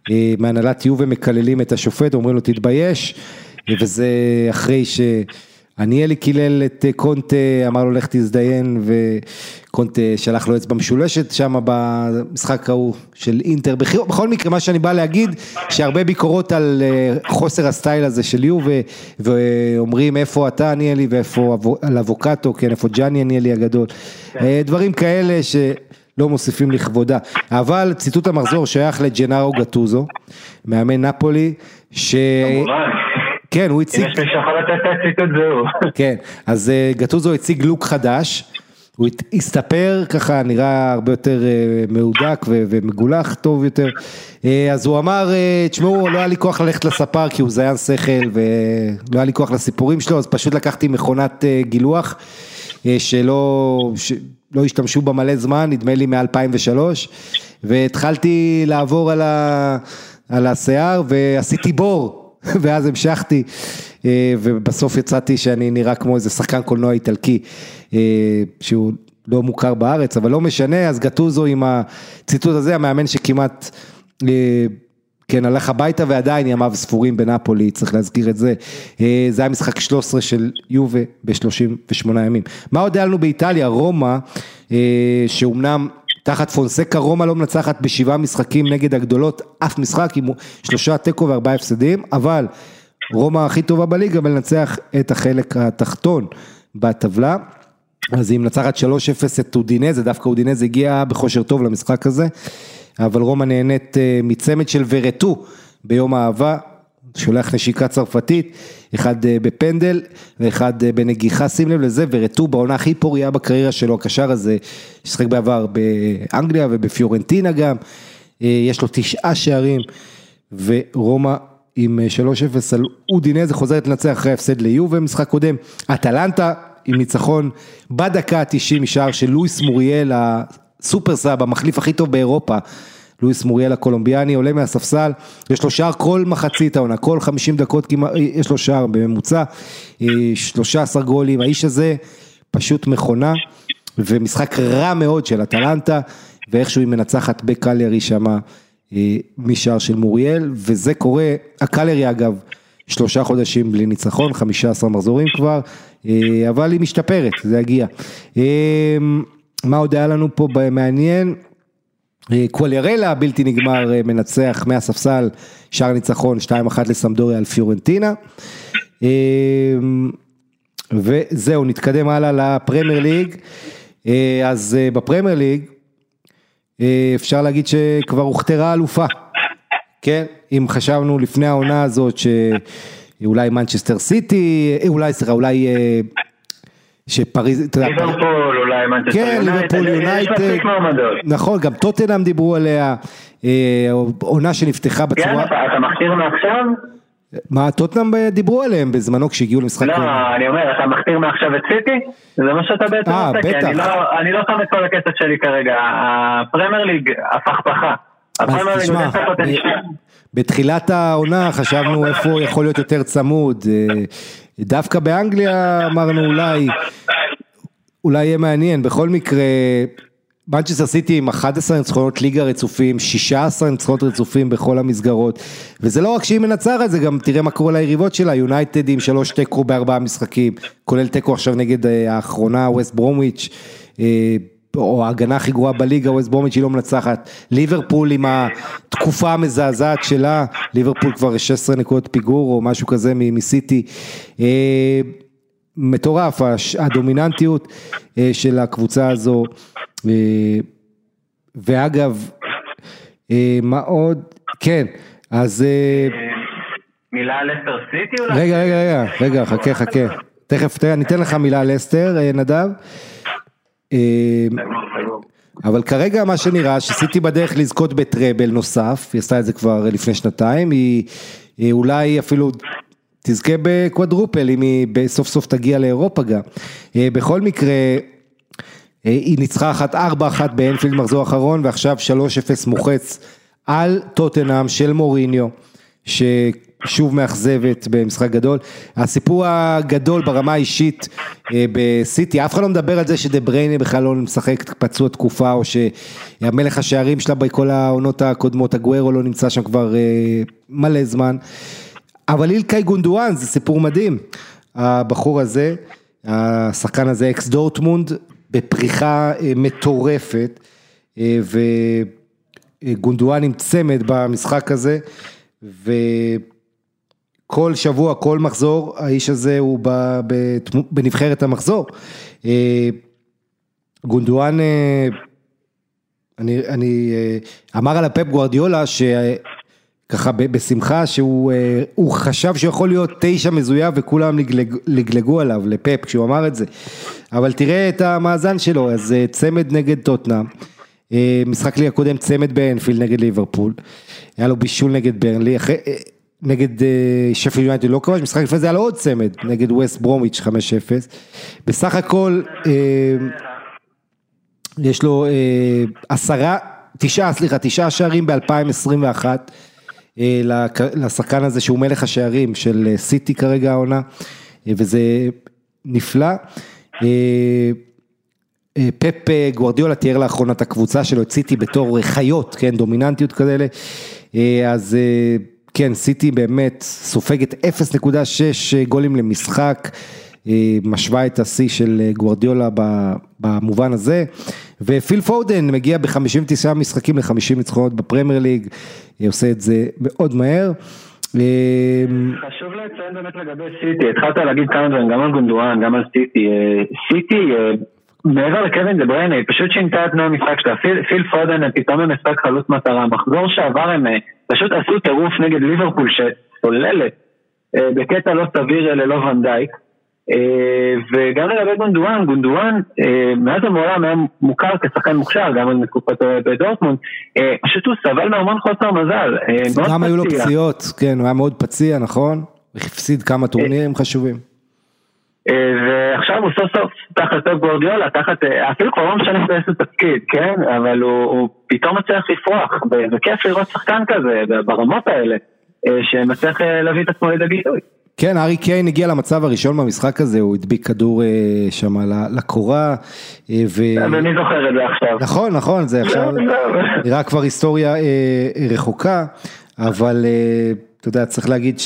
מהנהלת יובה מקללים את השופט, אומרים לו תתבייש, וזה אחרי אניאלי קילל את קונטה, אמר לו לך תזדיין, וקונטה שלח לו אצבע משולשת שם במשחק ההוא של אינטר. בכל מקרה, מה שאני בא להגיד, שהרבה ביקורות על חוסר הסטייל הזה של יובה, ואומרים איפה אתה אניאלי, ואיפה על אבוקטו, כן, איפה ג'אני אניאלי הגדול. דברים כאלה שלא מוסיפים לכבודה. אבל ציטוט המחזור שייך לג'נארו גטוזו, מאמן נפולי, כן, הוא הציג... אם יש מישהו יכול לתת את הציטוט זהו. כן, אז גטוזו הציג לוק חדש, הוא הסתפר ככה, נראה הרבה יותר מהודק ומגולח טוב יותר, אז הוא אמר, תשמעו, לא היה לי כוח ללכת לספר, כי הוא זיין שכל, ולא היה לי כוח לסיפורים שלו, אז פשוט לקחתי מכונת גילוח, שלא השתמשו בה מלא זמן, נדמה לי מ-2003, והתחלתי לעבור על השיער, ועשיתי בור, ואז המשכתי, ובסוף יצאתי שאני נראה כמו איזה שחקן קולנוע איטלקי, שהוא לא מוכר בארץ, אבל לא משנה, אז גטוזו עם הציטוט הזה, המאמן שכמעט, כן, הלך הביתה, ועדיין ימיו ספורים בנפולי, צריך להזכיר את זה, זה היה משחק 13 של יובה ב-38 ימים. מה עוד היה לנו באיטליה? רומא, שאומנם תחת פונסקה, רומא לא מנצחת ב7 משחקים נגד הגדולות, אף משחק עם 3 תיקו ו4 הפסדים, אבל רומא הכי טובה בליגה, ולנצח את החלק התחתון בטבלה, אז היא מנצחת 3-0 את אודינז, דווקא אודינז הגיע בכושר טוב למשחק הזה, אבל רומא נהנית מצמד של ורטו ביום האהבה, שולח נשיקה צרפתית, אחד בפנדל ואחד בנגיחה, שים לב לזה, ורטו בעונה הכי פוריה בקריירה שלו, הקשר הזה, ששחק בעבר באנגליה ובפיורנטינה גם, יש לו 9 שערים, ורומא עם 3-0 על אודינזה, חוזרת לנצח אחרי הפסד ליובה, משחק קודם, אטלנטה עם ניצחון בדקה 90 משער של לואיס מוריאל, הסופר סאב, המחליף הכי טוב באירופה, לואיס מוריאל הקולומביאני, עולה מהספסל, יש לו שער כל מחצית העונה, כל 50 דקות יש לו שער בממוצע, 13 גולים, האיש הזה פשוט מכונה, ומשחק רע מאוד של אטלנטה, ואיכשהו היא מנצחת בקליירי שמה, משער של מוריאל, וזה קורה, הקליירי אגב, 3 חודשים בלי ניצחון, 15 מחזורים כבר, אבל היא משתפרת, זה הגיע. מה עוד היה לנו פה מעניין? קואליארלה, בלתי נגמר, מנצח מהספסל, שער ניצחון, 2-1 לסמדוריה על פיורנטינה, וזהו, נתקדם הלאה לפרמייר ליג, אז בפרמייר ליג, אפשר להגיד שכבר הוכתרה אלופה, כן, אם חשבנו לפני העונה הזאת, שאולי מנצ'סטר סיטי, אולי שפריז, ליברפול, אולי מנצ'סטר כן, ליברפול יונייטד, נכון, גם טוטנהאם דיברו עליה, עונה שנפתחה בצורה, כן, אתה מכתיר מעכשיו? מה, טוטנהאם דיברו עליהם בזמנו כשהגיעו למשחק? לא, אני אומר, אתה מכתיר מעכשיו את סיטי? זה מה שאתה בעצם עושה, כי אני לא שם את כל הכסף שלי כרגע, הפרמייר ליג הפכפכה, הפרמייר ליג הוא דווקא בתחילת העונה חשבנו איפה יכול להיות יותר צמוד, דווקא באנגליה אמרנו אולי יהיה מעניין, בכל מקרה, מנצ'סטר סיטי עם 11 ניצחונות ליגה רצופים, 16 ניצחונות רצופים בכל המסגרות, וזה לא רק שהיא מנצחת, זה גם תראה מה קורה ליריבות שלה, יונייטד עם 3 תיקו ב4 משחקים, כולל תיקו עכשיו נגד האחרונה, ווסט ברומוויץ', או ההגנה הכי גרועה בליגה, ווסט ברומוויץ' היא לא מנצחת, ליברפול עם התקופה המזעזעת שלה, ליברפול כבר 16 נקודות פיגור, או משהו כזה מסיטי, מטורף, הדומיננטיות של הקבוצה הזו, ואגב, מה עוד? כן, אז מילה על לסטר סיטי אולי? רגע, חכה, תכף, אני אתן לך מילה על לסטר, נדב, אבל כרגע מה שנראה, שסיטי בדרך לזכות בטראבל נוסף, היא עשתה את זה כבר לפני שנתיים, היא אולי אפילו תזכה בקוואדרופל, אם היא בסוף סוף תגיע לאירופה גם, בכל מקרה, היא ניצחה 4-1 באנפילד מחזור האחרון, ועכשיו 3-0 מוחץ על טוטנהאם של מוריניו, ששוב מאכזבת במשחק גדול. הסיפור הגדול ברמה האישית בסיטי, אף אחד לא מדבר על זה שדה בריינה בכלל לא משחק פצוע תקופה, או שהמלך השערים שלה בכל העונות הקודמות, הגוארו לא נמצא שם כבר מלא זמן, אבל אילקאי גונדואן זה סיפור מדהים, הבחור הזה, השחקן הזה אקס דורטמונד, בפריחה מטורפת, וגונדואן עם צמד במשחק הזה, וכל שבוע, כל מחזור, האיש הזה הוא בנבחרת המחזור. גונדואן, אני אמר על הפפ גוארדיולה, שככה בשמחה, שהוא חשב שיכול להיות 9 מזויף, וכולם לגלגו עליו, לפפ, כשהוא אמר את זה. אבל תראה את המאזן שלו, אז צמד נגד טוטנהאם, משחק לי הקודם צמד באנפילד נגד ליברפול, היה לו בישול נגד ברנלי, נגד שפילד יונייטד לא כבש, משחק לפני זה היה לו עוד צמד, נגד ווסט ברומיץ' 5-0, בסך הכל יש לו 9 שערים ב-2021, לשחקן הזה שהוא מלך השערים של סיטי כרגע העונה, וזה נפלא. פפ גוארדיולה תיאר לאחרונה את הקבוצה שלו, את סיטי בתור חיות, כן, דומיננטיות כאלה, אז כן, סיטי באמת סופגת 0.6 גולים למשחק, משווה את השיא של גוארדיולה במובן הזה, ופיל פודן מגיע ב-59 משחקים ל-50 ניצחונות בפרמייר ליג, עושה את זה מאוד מהר. חשוב לציין באמת לגבי סיטי, התחלת להגיד כמה דברים, גם על גונדואן, גם על סיטי, סיטי מעבר לקווין דה בריינה, היא פשוט שינתה את נועה המשחק שלה, פיל פודן פתאום הם משחק חלוץ מטרה, מחזור שעבר הם פשוט עשו טירוף נגד ליברפול שסוללת בקטע לא סביר ללא ונדייק, וגם לגבי גונדואן מאז המעולם היה מוכר כשחקן מוכשר, גם על מתקופת בדורטמונד, פשוט הוא סבל מהמון חוסר מזל. גם היו לו פציעות, כן, הוא היה מאוד פציע, נכון? והפסיד כמה טורנירים חשובים. ועכשיו הוא סוף סוף תחת פפ גוארדיולה, אפילו כבר לא משנה באיזה תפקיד, כן? אבל הוא פתאום מצליח לפרוח, וכיף לראות שחקן כזה, ברמות האלה, שמצליח להביא את עצמו לידי ביטוי. כן, הארי קיין הגיע למצב הראשון במשחק הזה, הוא הדביק כדור שם לקורה, ואני זוכר את זה עכשיו. נכון, זה עכשיו נראה כבר היסטוריה רחוקה, אבל אתה יודע, צריך להגיד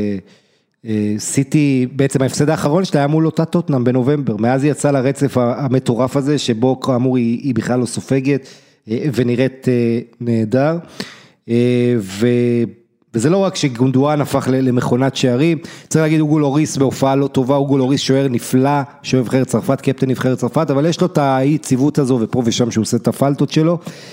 סיטי, בעצם ההפסד האחרון שלה היה מול אותה טוטנהאם בנובמבר, מאז היא יצאה לרצף המטורף הזה, שבו כאמור היא בכלל לא סופגת, ונראית נהדר, וזה לא רק שגונדואן הפך למכונת שערים, צריך להגיד אוגו לוריס בהופעה לא טובה, אוגו לוריס שוער נפלא, שוער נבחרת צרפת, קפטן נבחרת צרפת, אבל יש לו את היציבות הזו, ופה ושם שהוא עושה את הפלטות שלו,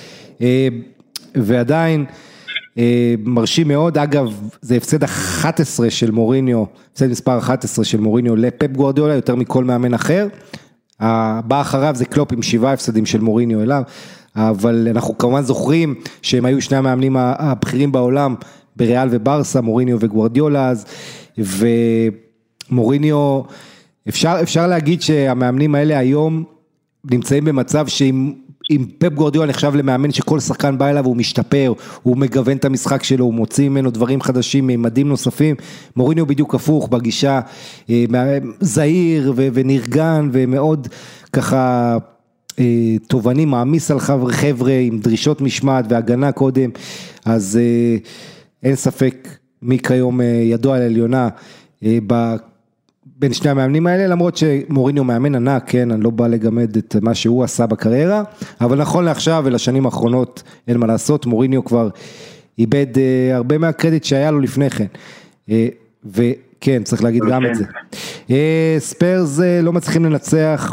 ועדיין מרשים מאוד. אגב, זה הפסד 11 של מוריניו, הפסד מספר 11 של מוריניו לפפ גוארדיולה, יותר מכל מאמן אחר, הבא אחריו זה קלופ עם 7 הפסדים של מוריניו אליו, אבל אנחנו כמובן זוכרים שהם היו שני המאמנים הבכירים בעולם, בריאל וברסה, מוריניו וגוארדיולה אז, ומוריניו, אפשר להגיד שהמאמנים האלה היום נמצאים במצב שאם פפ גוארדיולה נחשב למאמן שכל שחקן בא אליו הוא משתפר, הוא מגוון את המשחק שלו, הוא מוציא ממנו דברים חדשים, ממדים נוספים, מוריניו בדיוק הפוך, בגישה זהיר ונרגן ומאוד ככה תובעני, מעמיס על חבר'ה עם דרישות משמעת והגנה קודם, אז אין ספק מי כיום ידוע על עליונה בין שני המאמנים האלה, למרות שמוריניו מאמן ענק, כן, אני לא בא לגמד את מה שהוא עשה בקריירה, אבל נכון לעכשיו ולשנים האחרונות אין מה לעשות, מוריניו כבר איבד הרבה מהקרדיט שהיה לו לפני כן, וכן, צריך להגיד גם את זה. ספיירס לא מצליחים לנצח,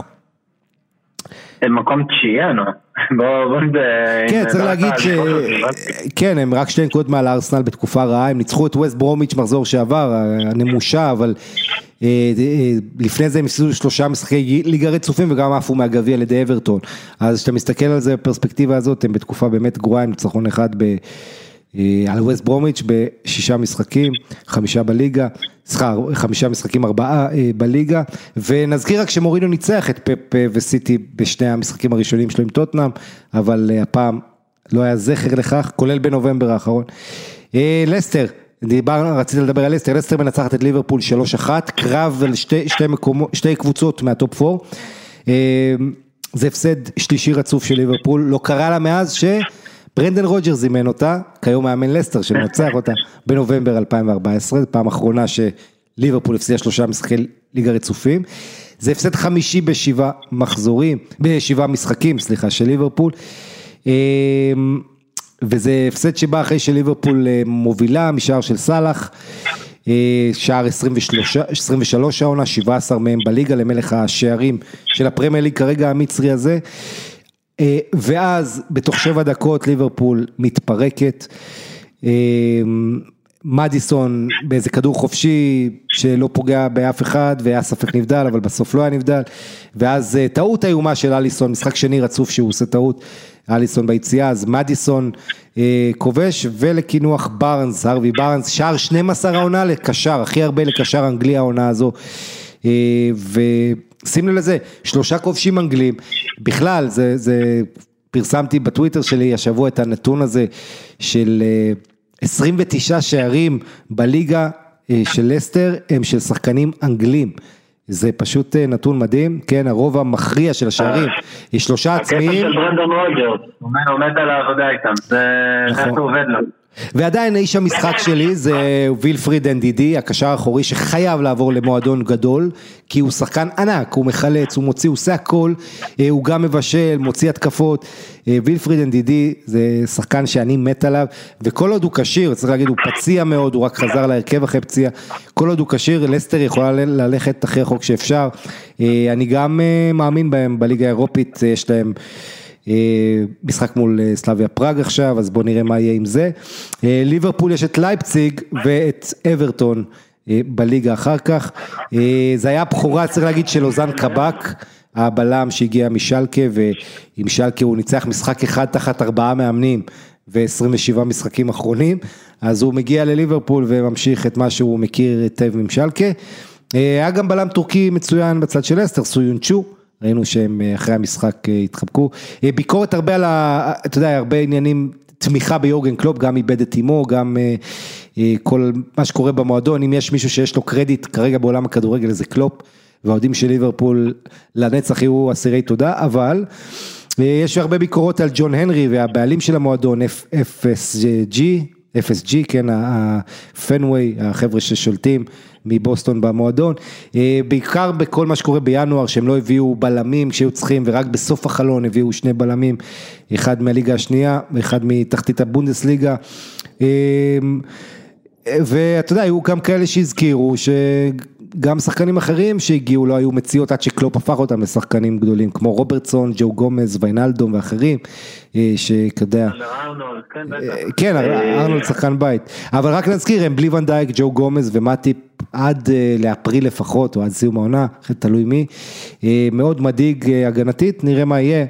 מקום תשיעי, נו. כן, צריך להגיד כן, הם רק 2 נקודות מעל הארסנל בתקופה רעה, הם ניצחו את ווסט ברומיץ' מחזור שעבר, הנמושה, אבל לפני זה הם הפסידו 3 משחקי ליגה רצופים, וגם עפו מהגביע על ידי אברטון, אז כשאתה מסתכל על זה בפרספקטיבה הזאת, הם בתקופה באמת גרועה, הם ניצחון אחד על ווסט ברומיץ' ב6 משחקים, 5 בליגה, 5 משחקים 4 בליגה, ונזכיר רק שמוריניו ניצח את פפ וסיטי בשני המשחקים הראשונים שלו עם טוטנהאם, אבל הפעם לא היה זכר לכך, כולל בנובמבר האחרון. לסטר, רציתי לדבר על לסטר, לסטר מנצחת את ליברפול 3-1, קרב על שתי קבוצות מהטופ 4, זה הפסד שלישי רצוף של ליברפול, לא קרה לה מאז ברנדן רוג'ר זימן אותה, כיום מאמן לסטר שמנצח אותה בנובמבר 2014, פעם אחרונה ליברפול הפסידה 3 משחקי ליגה רצופים, זה הפסד חמישי בשבעה משחקים, של ליברפול, וזה הפסד שבא אחרי שליברפול מובילה משער של סלאח, שער 23 העונה, 17 מהם בליגה, למלך השערים של הפרמייר ליג כרגע המצרי הזה, ואז בתוך 7 דקות ליברפול מתפרקת, מדיסון באיזה כדור חופשי שלא פוגע באף אחד והיה ספק נבדל, אבל בסוף לא היה נבדל, ואז טעות איומה של אליסון, משחק שני רצוף שהוא עושה טעות, אליסון ביציאה, אז מדיסון כובש, ולכינוח ברנס, הרווי ברנס, שער 12 העונה לקשר, הכי הרבה לקשר אנגלי העונה הזו, ושים לזה, 3 כובשים אנגלים, בכלל, זה פרסמתי בטוויטר שלי השבוע את הנתון הזה, של 29 שערים בליגה של לסטר, הם של שחקנים אנגלים, זה פשוט נתון מדהים, כן, הרוב המכריע של השערים, יש 3 עצמיים. הקטע של ברנדון רוג'רס, הוא עומד על העבודה איתם, זה עובד לו. ועדיין איש המשחק שלי זה וילפריד NDD, הקשר האחורי שחייב לעבור למועדון גדול, כי הוא שחקן ענק, הוא מחלץ, הוא מוציא, הוא עושה הכל, הוא גם מבשל, מוציא התקפות, וילפריד NDD זה שחקן שאני מת עליו, וכל עוד הוא קשיר, צריך להגיד, הוא פציע מאוד, הוא רק חזר להרכב אחרי פציע, כל עוד הוא קשיר, לסטר יכולה ללכת אחרי חוק שאפשר, אני גם מאמין בהם, בליגה האירופית יש להם, משחק מול סלאביה פראג עכשיו, אז בואו נראה מה יהיה עם זה. ליברפול יש את לייפציג ואת אברטון בליגה אחר כך, זה היה הבחורה, צריך להגיד, של אוזן קבק, הבלם שהגיע משלקה, ועם שלקה הוא ניצח משחק אחד תחת 4 מאמנים, ו27 משחקים אחרונים, אז הוא מגיע לליברפול וממשיך את מה שהוא מכיר היטב משלקה. היה גם בלם טורקי מצוין בצד של לסטר, סויונצ'ו, ראינו שהם אחרי המשחק התחבקו, ביקורת הרבה על, אתה יודע, הרבה עניינים, תמיכה ביורגן קלופ, גם איבד את אימו, גם כל מה שקורה במועדון, אם יש מישהו שיש לו קרדיט כרגע בעולם הכדורגל, זה קלופ, והעודים של ליברפול לנצח יהיו אסירי תודה, אבל יש הרבה ביקורות על ג'ון הנרי, והבעלים של המועדון, FSG, כן, הפנווי, החבר'ה ששולטים מבוסטון במועדון, בעיקר בכל מה שקורה בינואר, שהם לא הביאו בלמים כשהיו צריכים, ורק בסוף החלון הביאו 2 בלמים, אחד מהליגה השנייה, אחד מתחתית הבונדסליגה, ואתה יודע, היו גם כאלה שהזכירו, שגם שחקנים אחרים שהגיעו לא היו מציאות, עד שקלופ הפך אותם לשחקנים גדולים, כמו רוברטסון, ג'ו גומז, ויינלדום ואחרים, שכדע, כן, ארנולד שחקן בית, אבל רק נזכיר, הם בלי ון דייק, ג'ו גומז ומטיפ, עד לאפריל לפחות, או עד סיום העונה, תלוי מי, מאוד מדאיג הגנתית, נראה מה יהיה.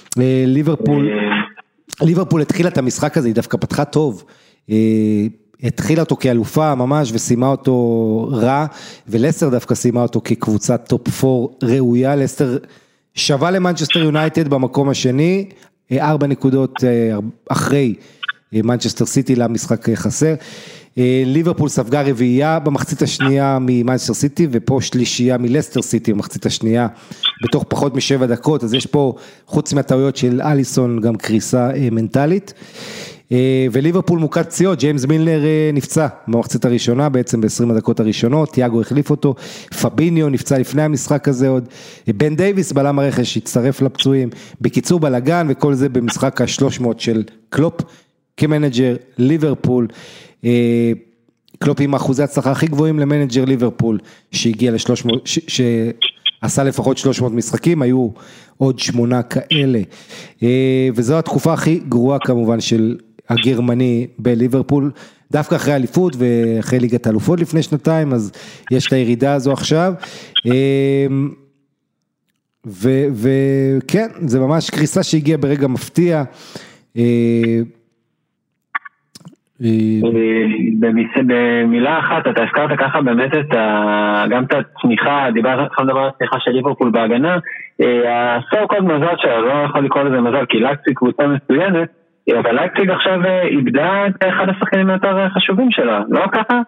ליברפול התחילה את המשחק הזה, היא דווקא פתחה טוב, התחילה אותו כאלופה ממש, וסיימה אותו רע, ולסטר דווקא סיימה אותו כקבוצת טופ 4 ראויה, לסטר שווה למנצ'סטר יונייטד במקום השני, 4 נקודות אחרי מנצ'סטר סיטי למשחק חסר, ליברפול ספגה רביעייה במחצית השנייה ממנצ'סטר סיטי, ופה שלישייה מלסטר סיטי במחצית השנייה, בתוך פחות מ7 דקות, אז יש פה, חוץ מהטעויות של אליסון, גם קריסה מנטלית, וליברפול מוקד פציעות, ג'יימס מילנר נפצע במחצית הראשונה, בעצם ב20 הדקות הראשונות, תיאגו החליף אותו, פביניו נפצע לפני המשחק הזה עוד, בן דייביס בלם הרכש הצטרף לפצועים, בקיצור בלגן, וכל זה במשחק ה-300 של קלופ, כמנג'ר ליברפול, קלופ עם אחוזי הצלחה הכי גבוהים למנג'ר ליברפול, שהגיע ל-300, שעשה לפחות 300 משחקים, היו עוד 8 כאלה, וזו התקופה הכי גרועה כמובן של הגרמני בליברפול, דווקא אחרי אליפות ואחרי ליגת האלופות לפני 2 אז יש את הירידה הזו עכשיו, וכן, זה ממש קריסה שהגיעה ברגע מפתיע, במילה אחת, אתה הזכרת ככה באמת גם את הצמיחה, אתה מדבר על הצמיחה של ליברפול בהגנה, הסו-קוד מזל שלו, לא יכול לקרוא לזה מזל, כי לייפציג קבוצה מצוינת, אבל לייפציג עכשיו איבדה את אחד השחקנים היותר חשובים שלה, לא ככה?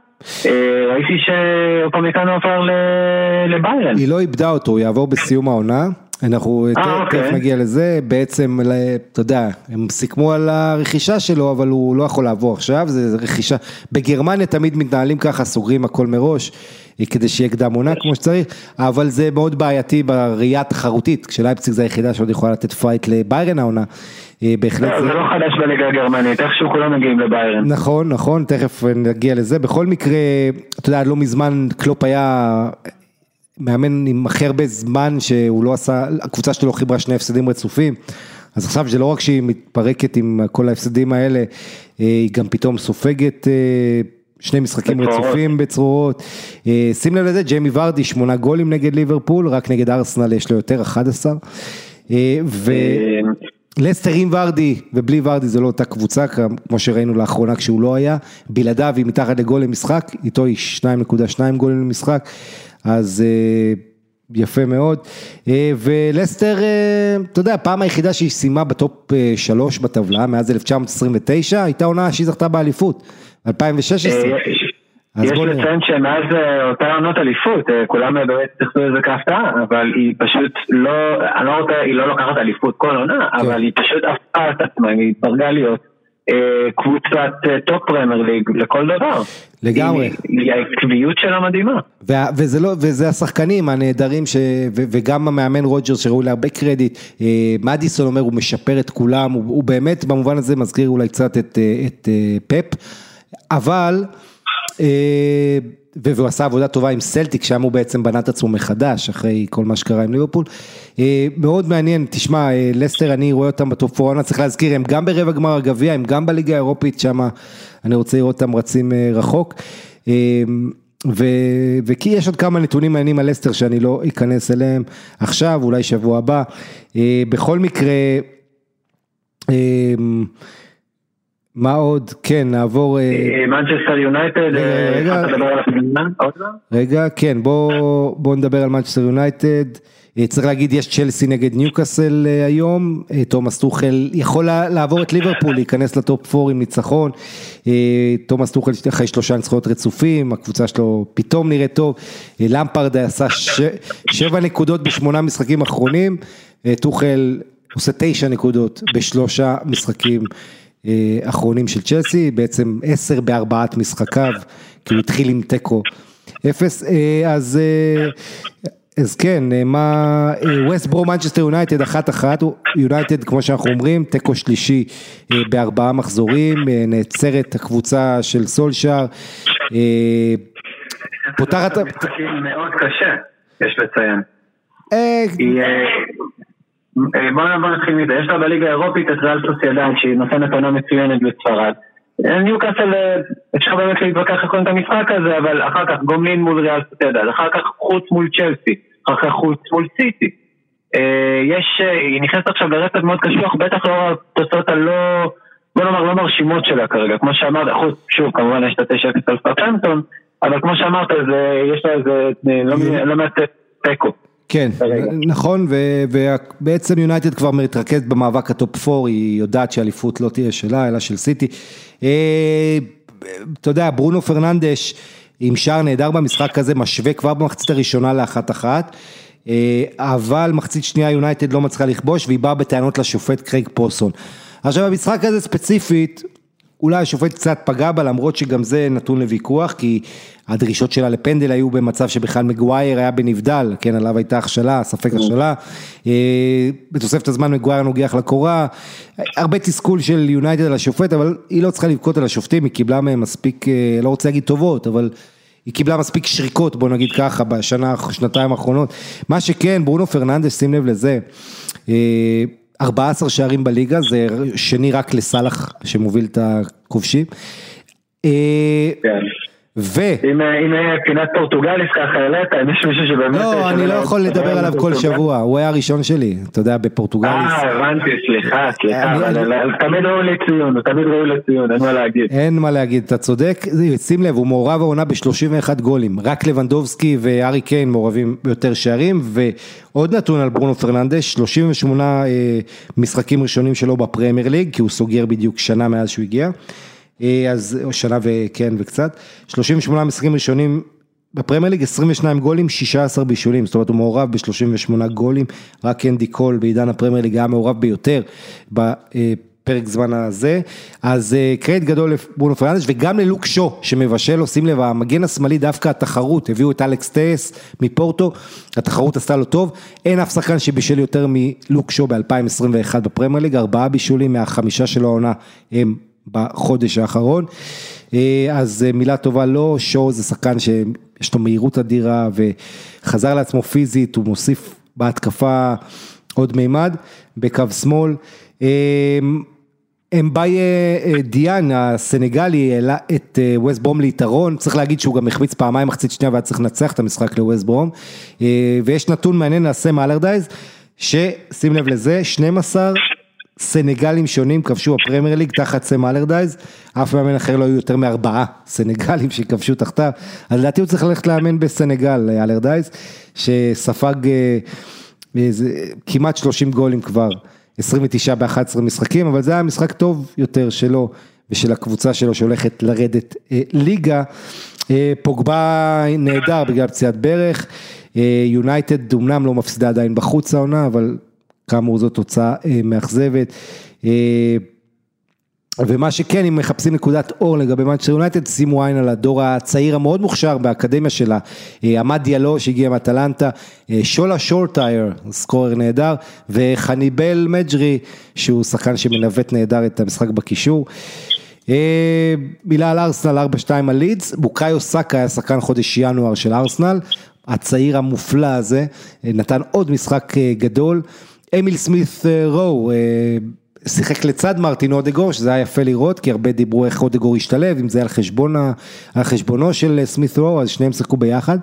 ראיתי שאופמקאנו עבר לביירן. היא לא איבדה אותו, הוא יעבור בסיום העונה, אנחנו תכף נגיע לזה, בעצם, אתה יודע, הם סיכמו על הרכישה שלו, אבל הוא לא יכול לעבור עכשיו, זה רכישה, בגרמניה תמיד מתנהלים ככה, סוגרים הכל מראש, כדי שיהיה קדם עונה כמו שצריך, אבל זה מאוד בעייתי בראייה התחרותית, כשלייפציג זה היחידה שעוד יכולה לתת פייט לביירן העונה, בהחלט זה לא חדש בליגה הגרמנית, איכשהו כולם מגיעים לביירן. נכון, נכון, תכף נגיע לזה, בכל מקרה, אתה יודע, לא מזמן קלופ היה מאמן עם הכי הרבה זמן שהוא לא עשה, הקבוצה שלו לא חיברה 2 הפסדים רצופים, אז עכשיו שלא רק שהיא מתפרקת עם כל ההפסדים האלה, היא גם פתאום סופגת 2 משחקים רצופים בצרורות, שים לב לזה, ג'יימי ורדי 8 גולים נגד ליברפול, רק נגד ארסנל יש לו יותר 11, לסטר עם ורדי ובלי ורדי זה לא אותה קבוצה, כמו שראינו לאחרונה כשהוא לא היה, בלעדיו היא מתחת לגול למשחק, איתו היא 2.2 גולים למשחק, אז יפה מאוד, ולסטר, אתה יודע, הפעם היחידה שהיא סיימה בטופ 3 בטבלה, מאז 1929, הייתה עונה שהיא זכתה באליפות, 2016. יש לציין שמאז אותה עונות אליפות, כולם באמת תחתו איזה כהפתעה, אבל היא פשוט לא, אני לא רוצה, היא לא לוקחת אליפות כל עונה, אבל היא פשוט הפתעה את עצמה, היא התפרגה להיות קבוצת טופ פרמייר ליג לכל דבר. לגמרי. היא העקביות שלה מדהימה. וזה השחקנים הנהדרים, וגם המאמן רוג'רס שראו להרבה קרדיט, מדיסון אומר הוא משפר את כולם, הוא באמת במובן הזה מזכיר אולי קצת את פפ, אבל והוא עשה עבודה טובה עם סלטיק, שם הוא בעצם בנת עצמו מחדש, אחרי כל מה שקרה עם ליברפול, מאוד מעניין, תשמע, לסטר אני רואה אותם בטופ 4, אני צריך להזכיר, הם גם ברבע גמר הגביע, הם גם בליגה האירופית, שם אני רוצה לראות אותם רצים רחוק, וכי יש עוד כמה נתונים מעניינים על לסטר, שאני לא אכנס אליהם עכשיו, אולי שבוע הבא, בכל מקרה, מה עוד? כן, נעבור מנצ'סטר יונייטד, רגע, כן, בוא נדבר על מנצ'סטר יונייטד, צריך להגיד, יש צ'לסי נגד ניוקאסל היום, תומאס טוחל יכול לעבור את ליברפול, להיכנס לטופ 4 עם ניצחון, תומאס טוחל אחרי 3 ניצחונות רצופים, הקבוצה שלו פתאום נראית טוב, למפרד עשה 7 נקודות ב8 משחקים אחרונים, טוחל עושה 9 נקודות ב3 משחקים אחרונים של צ'לסי, בעצם 10 ב4 משחקיו, כי הוא התחיל עם טקו 0, אז כן, מה, ווסט ברום מנצ'סטר יונייטד 1-1, יונייטד כמו שאנחנו אומרים, טקו שלישי ב4 מחזורים, נעצרת הקבוצה של סולשאר, פותחת מאוד קשה, יש לציין. בוא נתחיל מזה, יש לה בליגה האירופית את ריאל סוסיידד שהיא נותנת עונה מצוינת בספרד, ניוקאסל אפשר באמת להתווכח איך קוראים את המשחק הזה, אבל אחר כך גומלין מול ריאל סוסיידד, אחר כך חוץ מול צ'לסי, אחר כך חוץ מול סיטי, היא נכנסת עכשיו לרצף מאוד קשוח, בטח לא התוצאות הלא, בוא נאמר לא מרשימות שלה כרגע, כמו שאמרת, שוב כמובן יש את 9-0 על סאות'המפטון, אבל כמו שאמרת יש לה איזה לא מעט טקו. כן, נכון, ובעצם יונייטד כבר מתרכזת במאבק הטופ 4, היא יודעת שהאליפות לא תהיה שלה, אלא של סיטי. אתה יודע, ברונו פרננדש עם שער נהדר במשחק הזה, משווה כבר במחצית הראשונה ל1-1, אבל מחצית שנייה יונייטד לא מצליחה לכבוש, והיא באה בטענות לשופט קרייג פוסון. עכשיו, במשחק הזה ספציפית, אולי השופט קצת פגע בה, למרות שגם זה נתון לוויכוח, כי הדרישות שלה לפנדל היו במצב שבכלל מגווייר היה בנבדל, כן, עליו הייתה הכשלה, ספק הכשלה, בתוספת הזמן מגווייר נוגח לקורה, הרבה תסכול של יונייטד על השופט, אבל היא לא צריכה לבכות על השופטים, היא קיבלה מהם מספיק, לא רוצה להגיד טובות, אבל היא קיבלה מספיק שריקות, בוא נגיד ככה, שנתיים האחרונות, מה שכן, ברונו פרננדש, שים לב לזה, 14 שערים בליגה, זה שני רק לסלח שמוביל את הכובשים. אם פינת פורטוגליס ככה העלית, יש מישהו שבאמת... לא, אני לא יכול לדבר עליו כל שבוע, הוא היה הראשון שלי, אתה יודע, בפורטוגליס. הבנתי, סליחה, אבל תמיד ראוי לציון, אין מה להגיד. אין מה להגיד, אתה צודק, שים לב, הוא מעורב העונה ב31 גולים, רק לבנדובסקי וארי קיין מעורבים ביותר שערים, ועוד נתון על ברונו פרננדש, 38 משחקים ראשונים שלו בפרמייר ליג, כי הוא סוגר בדיוק שנה מאז שהוא הגיע, אז שנה וכן וקצת, 38 משחקים ראשונים בפרמייר ליג 22 גולים, 16 בישולים, זאת אומרת הוא מעורב ב-38 גולים, רק אנדי קול בעידן הפרמייר ליג היה מעורב ביותר בפרק זמן הזה, אז קרדיט גדול לברונו פרננדש, וגם ללוק שו שמבשל, עושים לב, המגן השמאלי דווקא התחרות, הביאו את אלכס טייס מפורטו, התחרות עשתה לו טוב, אין אף שחקן שבישל יותר מלוק שו ב-2021 בפרמייר ליג, 4 בישולים מה5 של העונה הם בחודש האחרון, אז מילה טובה לא, שו זה שחקן שיש לו מהירות אדירה וחזר לעצמו פיזית, הוא מוסיף בהתקפה עוד מימד, בקו שמאל, אמבאי דיאן הסנגלי העלה את ווסט ברום ליתרון, צריך להגיד שהוא גם החמיץ פעמיים מחצית שנייה והיה צריך לנצח את המשחק לווסט ברום, ויש נתון מעניין לסם אלרדייז, ששים לב לזה, 12 סנגלים שונים כבשו הפרמייר ליג תחת סם אלרדייז, אף מאמן אחר לא היו יותר מ4 סנגלים שכבשו תחתיו, אז לדעתי הוא צריך ללכת לאמן בסנגל אלרדייז, שספג כמעט 30 גולים כבר, 29 ב-11 משחקים, אבל זה היה משחק טוב יותר שלו, ושל הקבוצה שלו שהולכת לרדת ליגה, פוגבה נהדר בגלל פציעת ברך, יונייטד אומנם לא מפסידה עדיין בחוץ העונה, אבל כאמור זאת תוצאה מאכזבת, ומה שכן, אם מחפשים נקודת אור לגבי מנצ'סטר יונייטד, שימו עין על הדור הצעיר המאוד מוכשר באקדמיה שלה, עמד דיאלו שהגיע מאטלנטה, שולה שורטייר, סקורר נהדר, וחניבל מג'רי, שהוא שחקן שמנווט נהדר את המשחק בקישור. מילה על ארסנל, 4-2 על לידס, בוקאיו סאקה היה שחקן חודש ינואר של ארסנל, הצעיר המופלא הזה, נתן עוד משחק גדול, אמיל סמית רו, שיחק לצד מרטין אודגור, שזה היה יפה לראות, כי הרבה דיברו איך אודגור השתלב, אם זה היה על חשבונו של סמית רו, אז שניהם שיחקו ביחד,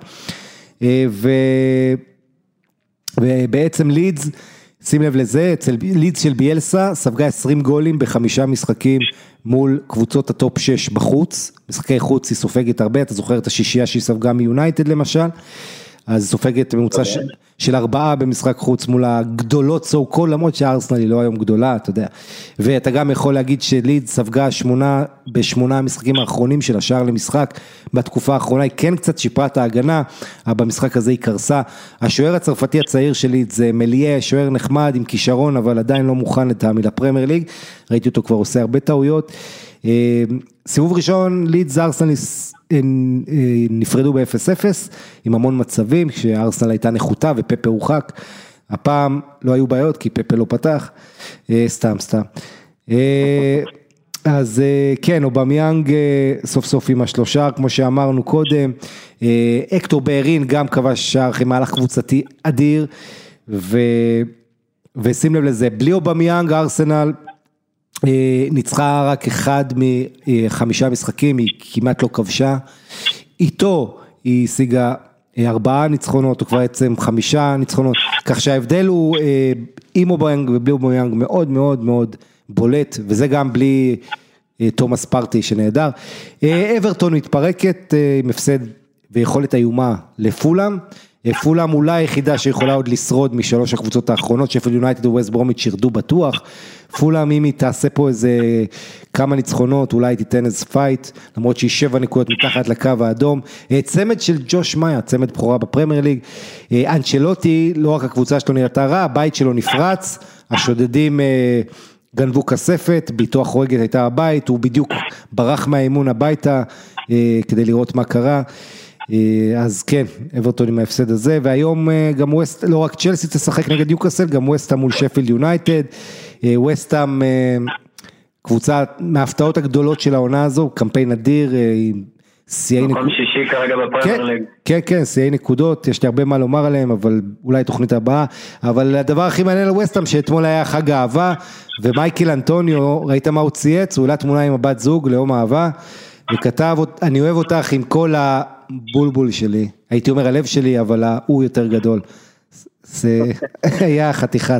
ובעצם לידס, שים לב לזה, אצל לידס של ביאלסה, ספגה 20 גולים ב5 משחקים, מול קבוצות הטופ 6 בחוץ, משחקי חוץ היא סופגת הרבה, אתה זוכר את השישייה שהיא ספגה מיונייטד למשל, אז סופגת ממוצע של 4 במשחק חוץ מול הגדולות סו קול, למרות שהארסנל היא לא היום גדולה, אתה יודע, ואתה גם יכול להגיד שליד ספגה 8 ב8 המשחקים האחרונים של השער למשחק, בתקופה האחרונה היא כן קצת שיפרה את ההגנה, אבל במשחק הזה היא קרסה, השוער הצרפתי הצעיר שלי זה מליה, שוער נחמד עם כישרון, אבל עדיין לא מוכן לטעמי לפרמייר ליג, ראיתי אותו כבר עושה הרבה טעויות, סיבוב ראשון לידס ארסנל נפרדו ב-0-0 עם המון מצבים, כשארסנל הייתה נחותה ופפה הורחק, הפעם לא היו בעיות כי פפה לא פתח, סתם. אז כן, אובמיאנג סוף סוף עם השלושה, כמו שאמרנו קודם, אקטור בארין גם כבש שער אחרי מהלך קבוצתי אדיר, ושים לב לזה, בלי אובמיאנג ארסנל ניצחה רק 1 מ5 משחקים, היא כמעט לא כבשה, איתו היא השיגה 4 ניצחונות, או כבר בעצם 5 ניצחונות, כך שההבדל הוא עם אובמיאנג ובלי אובמיאנג מאוד מאוד מאוד בולט, וזה גם בלי תומאס פרטי שנהדר. אברטון מתפרקת עם הפסד ויכולת איומה לפולאם, פולאם אולי היחידה שיכולה עוד לשרוד משלוש הקבוצות האחרונות, שפילד יונייטד וווסט ברומיץ' ירדו בטוח, פולאם אם היא תעשה פה איזה כמה ניצחונות, אולי תיתן איזה פייט, למרות שהיא 7 נקודות מתחת לקו האדום, צמד של ג'וש מאיה, צמד בחורה בפרמייר ליג, אנצ'לוטי, לא רק הקבוצה שלו נראתה רע, הבית שלו נפרץ, השודדים גנבו כספת, ביתו החורגת הייתה הבית, הוא בדיוק ברח מהאימון הביתה, כדי לראות מה קרה, אז כן, אברטון עם ההפסד הזה, והיום גם ווסט, לא רק צ'לסי תשחק נגד ניוקאסל, גם ווסטהאם מול שפילד יונייטד, ווסטהאם קבוצה מההפתעות הגדולות של העונה הזו, קמפיין אדיר, מקום שישי כרגע בפרמייר ליג. כן, שיאי נקודות, יש לי הרבה מה לומר עליהם, אבל אולי תוכנית הבאה, אבל הדבר הכי מעניין לווסטהאם, שאתמול היה חג האהבה, ומייקל אנטוניו, ראית מה הוא צייץ, הוא העלה תמונה עם הבת זוג ליום האהבה, וכתב, אני אוהב אותך עם כל הבולבול שלי, הייתי אומר הלב שלי, אבל הוא יותר גדול. זה היה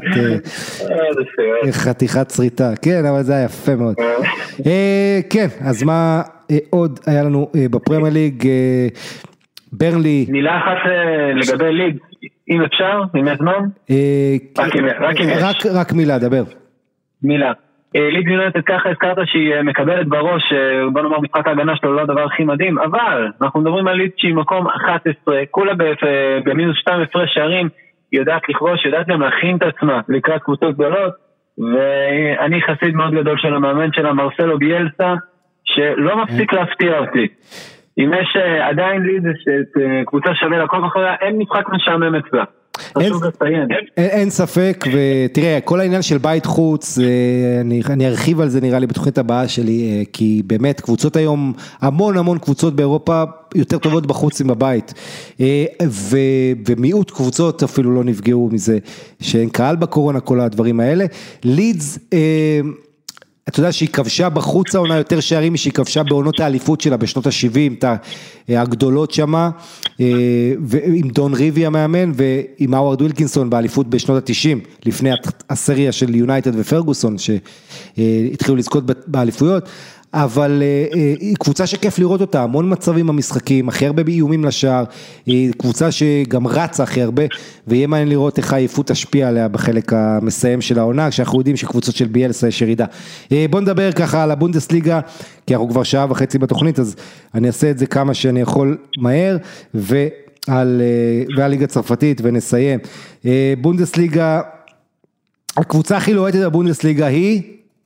חתיכת שריטה, כן, אבל זה היה יפה מאוד. כן, אז מה עוד היה לנו בפרמייר ליג, ברנלי. מילה אחת לגבי ליג, אם אפשר, אם הזמן? רק מילה, דבר. מילה. לידס יונייטד ככה הזכרת שהיא מקבלת בראש, בוא נאמר משחק ההגנה שלו לא הדבר הכי מדהים, אבל אנחנו מדברים על לידס שהיא מקום 11, כולה במינוס 2 הפרש שערים, היא יודעת לכבוש, יודעת גם להכין את עצמה לקראת קבוצות גדולות, ואני חסיד מאוד גדול של המאמן שלה, מרסלו ביאלסה, שלא מפסיק להפתיע אותי. אם יש עדיין לידס קבוצה שווה לכל אחריה, אין משחק משעמם אצלה. אין ספק, ותראה, כל העניין של בית חוץ, אני ארחיב על זה נראה לי בתוכנית הבאה שלי, כי באמת קבוצות היום, המון קבוצות באירופה יותר טובות בחוץ עם הבית, ומיעוט קבוצות אפילו לא נפגעו מזה, שאין קהל בקורונה, כל הדברים האלה. לידס, אתה יודע שהיא כבשה בחוץ העונה יותר שערים שהיא כבשה בעונות האליפות שלה בשנות ה-70, הגדולות שמה, עם דון ריבי המאמן ועם האוורד וילקינסון באליפות בשנות ה-90, לפני הסריה של יונייטד ופרגוסון שהתחילו לזכות באליפויות, אבל היא קבוצה שכיף לראות אותה, המון מצבים במשחקים, הכי הרבה באיומים לשער, היא קבוצה שגם רצה הכי הרבה, ויהיה מעניין לראות איך העייפות תשפיע עליה בחלק המסיים של העונה, כשאנחנו יודעים שקבוצות של ביאלסה יש ירידה. בוא נדבר ככה על הבונדסליגה, כי אנחנו כבר שעה וחצי בתוכנית, אז אני אעשה את זה כמה שאני יכול מהר, ועל ליגה צרפתית ונסיים. בונדסליגה, הקבוצה הכי לוהטת בבונדסליגה היא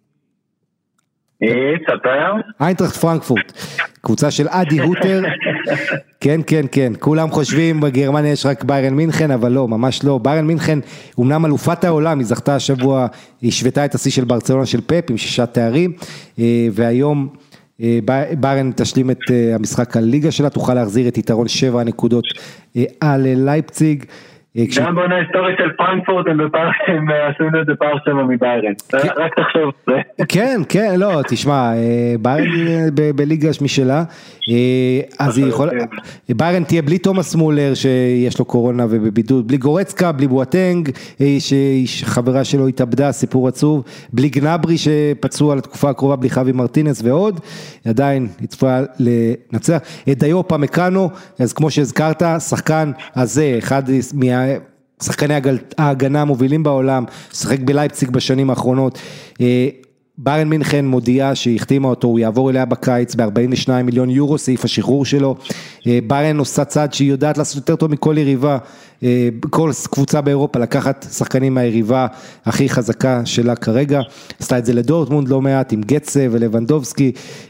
איינטראכט פרנקפורט, קבוצה של אדי הוטר, כן, כולם חושבים בגרמניה יש רק ביירן מינכן, אבל לא, ממש לא, ביירן מינכן, אומנם אלופת העולם, היא זכתה השבוע, היא שוותה את השיא של ברצלונה של פפ, עם 6 תארים, והיום ביירן תשלים את המשחק הליגה שלה, תוכל להחזיר את יתרון 7 נקודות על לייפציג, גם בעונה היסטורית של פרנקפורט הם עשו את זה פער 7 מביירן, רק תחשוב כן, לא, תשמע, ביירן בליגה משלה, אז היא יכולה, ביירן תהיה בלי תומאס מולר שיש לו קורונה ובבידוד, בלי גורצקה, בלי בואטנג, שחברה שלו התאבדה, סיפור עצוב, בלי גנברי שפצוע על התקופה הקרובה, בלי חווי מרטינס ועוד, עדיין יצפה לנצח, דיופה מקאנו, אז כמו שהזכרת, שחקן הזה, אחד שחקני ההגנה המובילים בעולם, שחק בלייפציג בשנים האחרונות, ביירן מינכן מודיעה שהיא החתימה אותו, הוא יעבור אליה בקיץ ב-42 מיליון יורו, סעיף השחרור שלו, ביירן עושה צעד שהיא יודעת לעשות יותר טוב מכל יריבה, כל קבוצה באירופה, לקחת שחקנים מהיריבה הכי חזקה שלה כרגע, עשתה את זה לדורטמונד לא מעט, עם גצה ולוונדובסקי,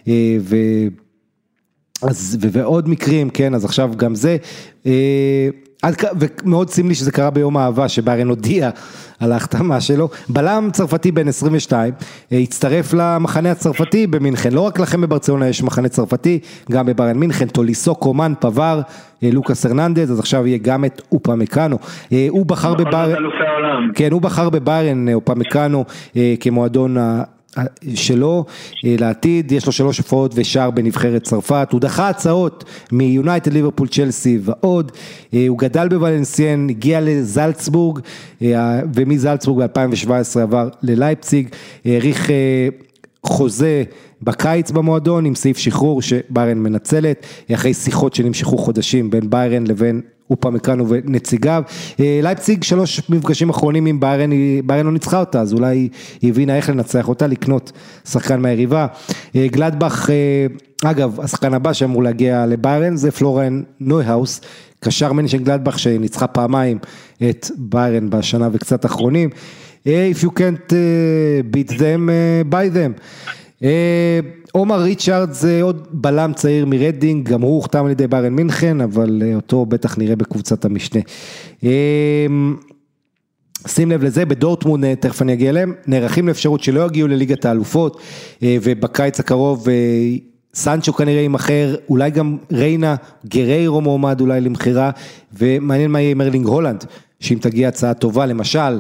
ועוד מקרים, כן, אז עכשיו גם זה, ומאוד סמלי שזה קרה ביום האהבה, שביירן הודיע על ההחתמה שלו, בלם צרפתי בן 22, הצטרף למחנה הצרפתי במינכן, לא רק לכם בברצלונה יש מחנה צרפתי, גם בביירן מינכן, טוליסו, קומן, פבר, לוקאס הרננדז, אז עכשיו יהיה גם את אופמקאנו, הוא בחר בביירן, כן, הוא בחר בביירן, אופמקאנו, כמועדון שלו לעתיד, יש לו 3 הופעות ושער בנבחרת צרפת, הוא דחה הצעות מיונייטד, ליברפול, צ'לסי ועוד, הוא גדל בוולנסיין, הגיע לזלצבורג, ומזלצבורג ב-2017 עבר ללייפציג, העריך חוזה בקיץ במועדון עם סעיף שחרור שביירן מנצלת, אחרי שיחות שנמשכו חודשים בין ביירן לבין אופמקאנו ונציגיו, לייפציג 3 מפגשים אחרונים עם ביירן, ביירן לא ניצחה אותה, אז אולי היא הבינה איך לנצח אותה, לקנות שחקן מהיריבה, גלדבך, אגב, השחקן הבא שאמור להגיע לביירן, זה פלורן נויהאוס, קשר מנשן גלדבך שניצחה פעמיים את ביירן בשנה וקצת אחרונים, if you can't beat them, buy them, עומר ריצ'ארד זה עוד בלם צעיר מרדינג, גם הוא הוחתם על ידי ביירן מינכן, אבל אותו בטח נראה בקבוצת המשנה. שים לב לזה, בדורטמונד, תכף אני אגיע אליהם, נערכים לאפשרות שלא יגיעו לליגת האלופות, ובקיץ הקרוב סנצ'ו כנראה ימחר, אולי גם ריינה, גריירו מועמד אולי למחירה, ומעניין מה יהיה עם ארלינג הולנד, שאם תגיע הצעה טובה, למשל,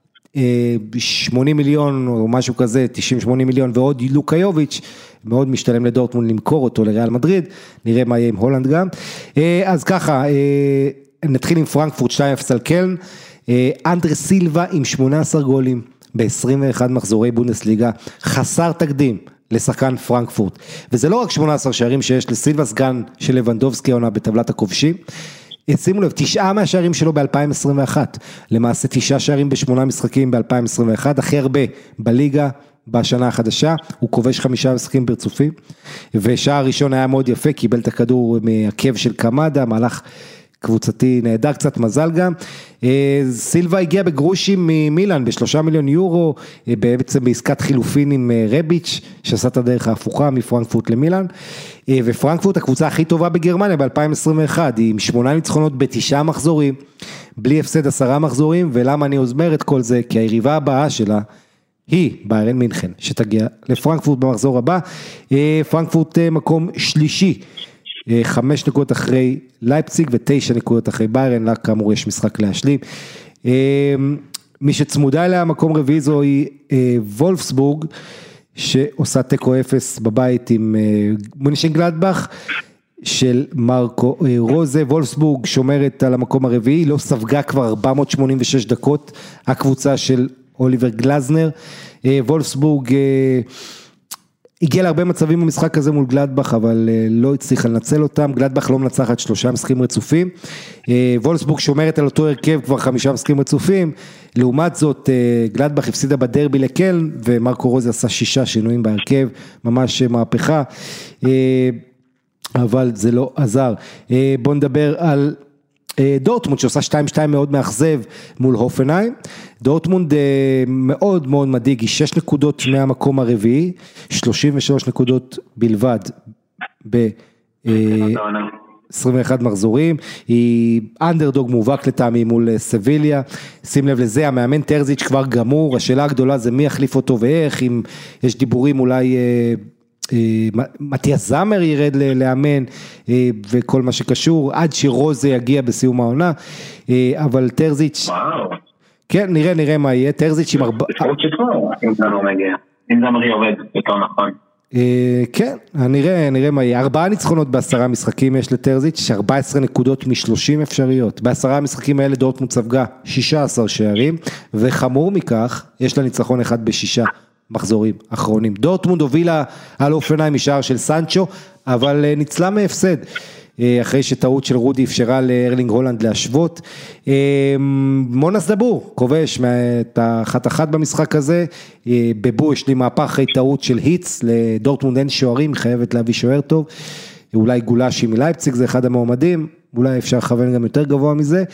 80 מיליון או משהו כזה, 90-80 מיליון ועוד לוקאיוביץ', מאוד משתלם לדורטמונד למכור אותו לריאל מדריד, נראה מה יהיה עם הולנד גם. אז ככה, נתחיל עם פרנקפורט 2-0 על קלן, אנדרה סילבה עם 18 גולים ב-21 מחזורי בונדסליגה, חסר תקדים לשחקן פרנקפורט, וזה לא רק 18 שערים שיש לסילבה, סגן של לבנדובסקי עונה בטבלת הכובשים, שימו לב, 9 מהשערים שלו ב-2021, למעשה 9 שערים ב8 משחקים ב-2021, הכי הרבה בליגה, בשנה החדשה, הוא כובש 5 משחקים ברצופים, ושער הראשון היה מאוד יפה, קיבל את הכדור מעקב של קמדה, מהלך קבוצתי נהדר, קצת מזל גם. סילבה הגיע בגרושים ממילאן ב3 מיליון יורו, בעצם בעסקת חילופין עם רביץ' שעשה את הדרך ההפוכה מפרנקפורט למילאן, ופרנקפורט הקבוצה הכי טובה בגרמניה ב-2021, היא עם 8 ניצחונות ב9 מחזורים, בלי הפסד 10 מחזורים, ולמה אני אומר את כל זה? כי היריבה הבאה שלה היא ביירן מינכן, שתגיע לפרנקפורט במחזור הבא, פרנקפורט מקום שלישי, 5 נקודות אחרי לייפציג ו9 נקודות אחרי ביירן, לה כאמור יש משחק להשלים. מי שצמודה אליה מקום רביעי זו היא וולפסבורג, שעושה תיקו 0 בבית עם מונישנגלדבך, של מרקו רוזה. וולפסבורג שומרת על המקום הרביעי, לא ספגה כבר 486 דקות, הקבוצה של אוליבר גלזנר. וולפסבורג הגיע להרבה מצבים במשחק הזה מול גלדבך, אבל לא הצליחה לנצל אותם. גלדבך לא מנצחת 3 משחקים רצופים, וולפסבורג שומרת על אותו הרכב כבר 5 משחקים רצופים, לעומת זאת גלדבך הפסידה בדרבי לקלן, ומרקו רוזה עשה 6 שינויים בהרכב, ממש מהפכה, אבל זה לא עזר. בוא נדבר על דורטמונד שעושה 2-2 מאוד מאכזב מול הופנהיים. דורטמונד מאוד מאוד מדאיג, היא 6 נקודות מהמקום הרביעי, 33 נקודות בלבד ב-21 מחזורים, היא אנדרדוג מובהק לטעמי מול סביליה. שים לב לזה, המאמן טרזיץ' כבר גמור, השאלה הגדולה זה מי יחליף אותו ואיך, אם יש דיבורים אולי מתיאס זמר ירד לאמן וכל מה שקשור, עד שרוזה יגיע בסיום העונה, אבל טרזיץ' כן, נראה מה יהיה. טרזיץ' עם 4 אם זמר יורד יותר נכון, כן, נראה מה יהיה. 4 ניצחונות ב10 משחקים יש לטרזיץ', 14 נקודות מ30 אפשריות, ב10 המשחקים האלה דורטמונד ספגה 16 שערים, וחמור מכך יש לה ניצחון אחד ב6 מחזורים אחרונים. דורטמונד הובילה על אופנהיים משער של סנצ'ו, אבל ניצלה מהפסד, אחרי שטעות של רודי אפשרה לארלינג הולנד להשוות. מונס דבור, כובש את ה1-1 במשחק הזה, בבו יש לי מהפך אחרי טעות של היץ, לדורטמונד אין שוערים, היא חייבת להביא שוער טוב, אולי גולשי מלייפציג, זה אחד המועמדים, אולי אפשר לכוון גם יותר גבוה מזה.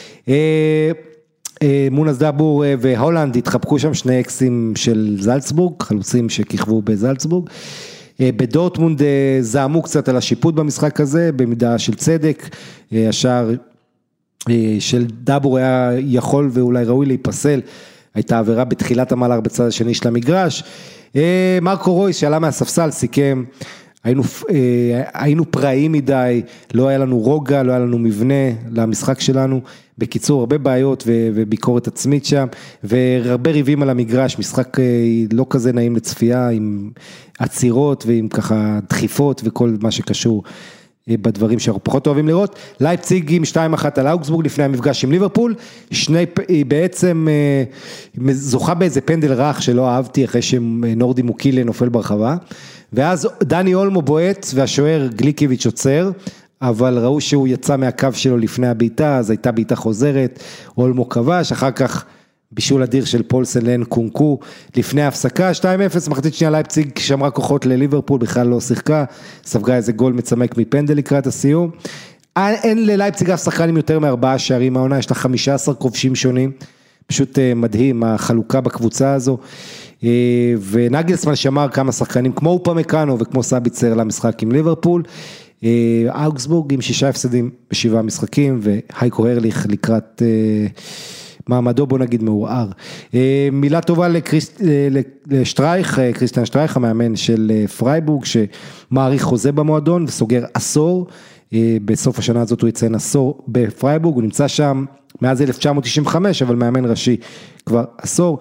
מונס דבור והולנד התחבקו שם, 2 אקסים של זלצבורג, חלוצים שכיכבו בזלצבורג. בדורטמונד זעמו קצת על השיפוט במשחק הזה, במידה של צדק, השער של דבור היה יכול ואולי ראוי להיפסל, הייתה עבירה בתחילת המהלך בצד השני של המגרש. מרקו רויס שעלה מהספסל סיכם, היינו פראיים מדי, לא היה לנו רוגע, לא היה לנו מבנה למשחק שלנו, בקיצור הרבה בעיות וביקורת עצמית שם, והרבה ריבים על המגרש, משחק לא כזה נעים לצפייה, עם עצירות ועם ככה דחיפות וכל מה שקשור בדברים שאנחנו פחות אוהבים לראות. לייפציג עם 2-1 על אוגסבורג לפני המפגש עם ליברפול, היא בעצם זוכה באיזה פנדל רך שלא אהבתי, אחרי שנורדי מוקילה נופל ברחבה, ואז דני אולמו בועט והשוער גליקביץ' עוצר, אבל ראו שהוא יצא מהקו שלו לפני הביתה, אז הייתה ביתה חוזרת, אולמו כבש, אחר כך בישול אדיר של פולסן לאן קונקו, לפני ההפסקה, 2-0, מחצית שנייה לייפציג שמרה כוחות לליברפול, בכלל לא שיחקה, ספגה איזה גול מצמק מפנדל לקראת הסיום. אין ללייפציג אף שחקן עם יותר מ4 שערים, העונה יש לה 15 כובשים שונים, פשוט מדהים החלוקה בקבוצה הזו, ונגלסמן שמר כמה שחקנים כמו אופמקאנו וכמו סאביצר למשחק עם ליברפול. אוגסבורג עם 6 הפסדים ב7 משחקים, והייקו הרליך לקראת מעמדו בוא נגיד מעורער. מילה טובה לשטרייך, קריסטיאן שטרייך, המאמן של פרייבורג, שמעריך חוזה במועדון וסוגר עשור, בסוף השנה הזאת הוא יציין עשור בפרייבורג, הוא נמצא שם מאז 1995, אבל מאמן ראשי כבר עשור.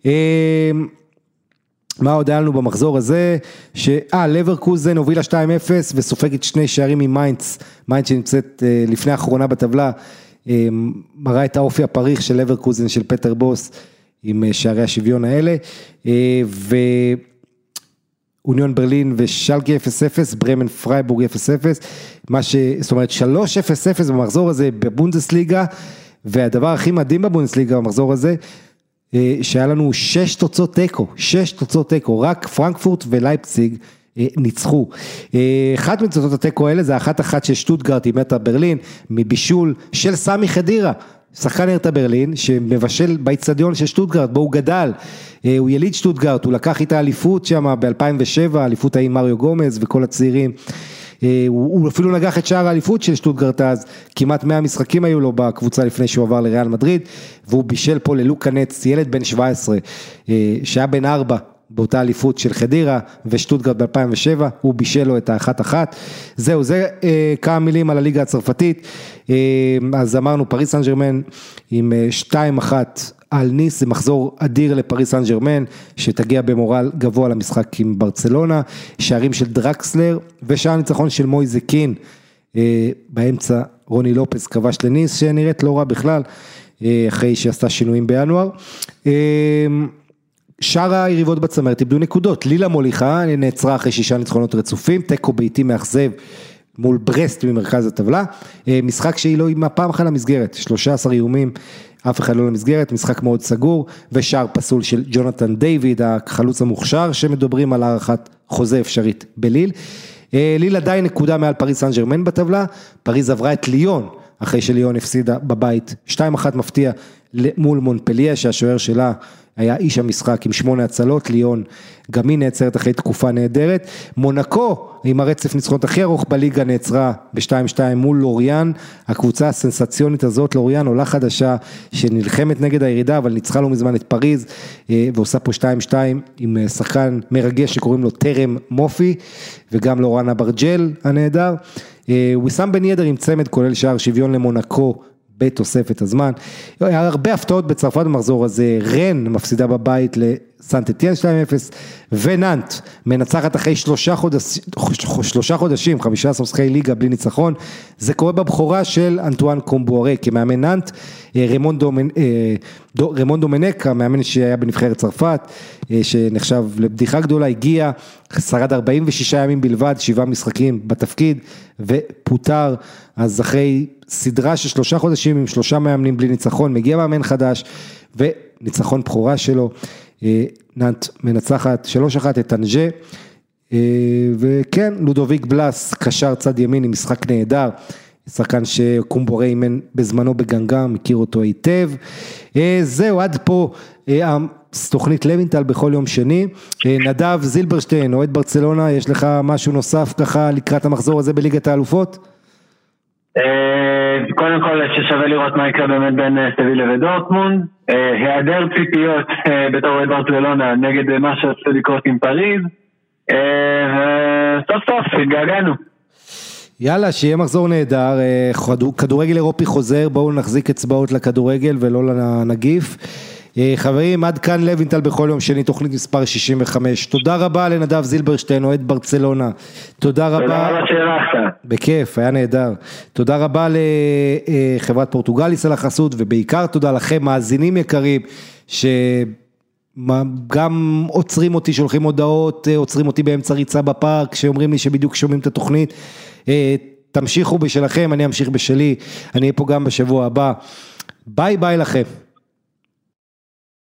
מה עוד היה לנו במחזור הזה, לברקוזן הובילה 2-0 וסופגת 2 שערים ממיינץ, מיינץ שנמצאת לפני האחרונה בטבלה, מראה את האופי הפריך של לברקוזן של פטר בוס, עם שערי השוויון האלה, ואוניון ברלין ושלקי 0-0, ברמן פרייבורג 0-0, זאת אומרת 3-0-0 במחזור הזה בבונדסליגה, והדבר הכי מדהים בבונדסליגה במחזור הזה, שהיה לנו 6 תוצאות תיקו, רק פרנקפורט ולייפציג ניצחו. אחת מתוצאות התיקו האלה זה 1-1 של שטוטגרט עם הרטה ברלין, מבישול של סמי חדירה, שחקן הרטה ברלין, שמבשל באצטדיון של שטוטגרט, בו הוא גדל, הוא יליד שטוטגרט, הוא לקח איתה אליפות שם ב-2007, אליפות עם מריו גומז וכל הצעירים, הוא אפילו נגח את שער האליפות של שטוטגרט אז, כמעט 100 משחקים היו לו בקבוצה לפני שהוא עבר לריאל מדריד, והוא בישל פה ללוקה נץ, ילד בן 17, שהיה בן 4, באותה אליפות של חדירה ושטוטגרט ב-2007, הוא בישל לו את ה-1-1, זהו, זה כמה מילים על הליגה הצרפתית, אז אמרנו פריס סן ז'רמן עם 2-1 על ניס, זה מחזור אדיר לפריס סן ז'רמן, שתגיע במורל גבוה למשחק עם ברצלונה, שערים של דרקסלר, ושער ניצחון של מויזה קין, באמצע רוני לופס כבש לניס, שנראית לא רע בכלל, אחרי שעשתה שינויים בינואר, שאר היריבות בצמרת איבדו נקודות, לילה מוליכה נעצרה אחרי 6 ניצחונות רצופים, תיקו ביתי מאכזב מול ברסט ממרכז הטבלה, משחק שהיא לא עם פעם אחת למסגרת, 13 איומים, אף אחד לא למסגרת, משחק מאוד סגור, ושער פסול של ג'ונתן דיוויד, החלוץ המוכשר, שמדברים על הערכת חוזה אפשרית בליל, ליל עדיין נקודה מעל פריס סן ז'רמן בטבלה, פריז עברה את ליון, אחרי שליון הפסידה בבית, 2-1 מפתיע מול מונפליה, שהשוער שלה היה איש המשחק עם 8 הצלות, ליון גם היא נעצרת אחרי תקופה נהדרת, מונקו עם הרצף ניצחונות הכי ארוך בליגה נעצרה ב-2-2 מול לוריאן, הקבוצה הסנסציונית הזאת, לוריאן עולה חדשה שנלחמת נגד הירידה, אבל ניצחה לא מזמן את פריז, ועושה פה 2-2 עם שחקן מרגש שקוראים לו טרם מופי, וגם לורן אברג'ל הנהדר, ויסם בן ידר עם צמד כולל שער שוויון למונקו, בתוספת הזמן, היה הרבה הפתעות בצרפת במחזור הזה, רן מפסידה בבית לסנט אתיין 2-0, וננט מנצחת אחרי 3 חודשים, 15 משחקי ליגה בלי ניצחון, זה קורה בבחורה של אנטואן קומבוארה כמאמן ננט, רמון דומנק, המאמן שהיה בנבחרת צרפת, שנחשב לבדיחה גדולה, הגיע, שרד 46 ימים בלבד, 7 משחקים בתפקיד, ופוטר, אז אחרי סדרה של 3 חודשים עם 3 מאמנים בלי ניצחון, מגיע מאמן חדש, וניצחון בחורה שלו, ננט מנצחת 3-1 את אנג'ה, וכן, לודוביק בלס, קשר צד ימין עם משחק נהדר, שחקן שקומבורה אימן בזמנו בגנגם, מכיר אותו היטב, זהו, עד פה תוכנית לוינטל בכל יום שני, נדב זילברשטיין, אוהד ברצלונה, יש לך משהו נוסף ככה לקראת המחזור הזה בליגת האלופות? קודם כל ששווה לראות מה יקרה באמת בין סבילה ודורטמונד, היעדר ציפיות בתור אוהד ברצלונה נגד מה שעשו לקרות עם פריז, וסוף סוף התגעגענו. יאללה, שיהיה מחזור נהדר, כדורגל אירופי חוזר, בואו נחזיק אצבעות לכדורגל ולא לנגיף. חברים, עד כאן לוינטל בכל יום שני, תוכנית מספר 65. תודה רבה לנדב זילברשטיין, אוהד ברצלונה. תודה רבה. תודה רבה שהלכת. בכיף, היה נהדר. תודה רבה לחברת פורטוגליס על החסות, ובעיקר תודה לכם, מאזינים יקרים, שגם עוצרים אותי, שולחים הודעות, עוצרים אותי באמצע ריצה בפארק, שאומרים לי שבדיוק שומעים את התוכנית. תמשיכו בשלכם, אני אמשיך בשלי, אני אהיה פה גם בשבוע הבא. ביי ביי לכם.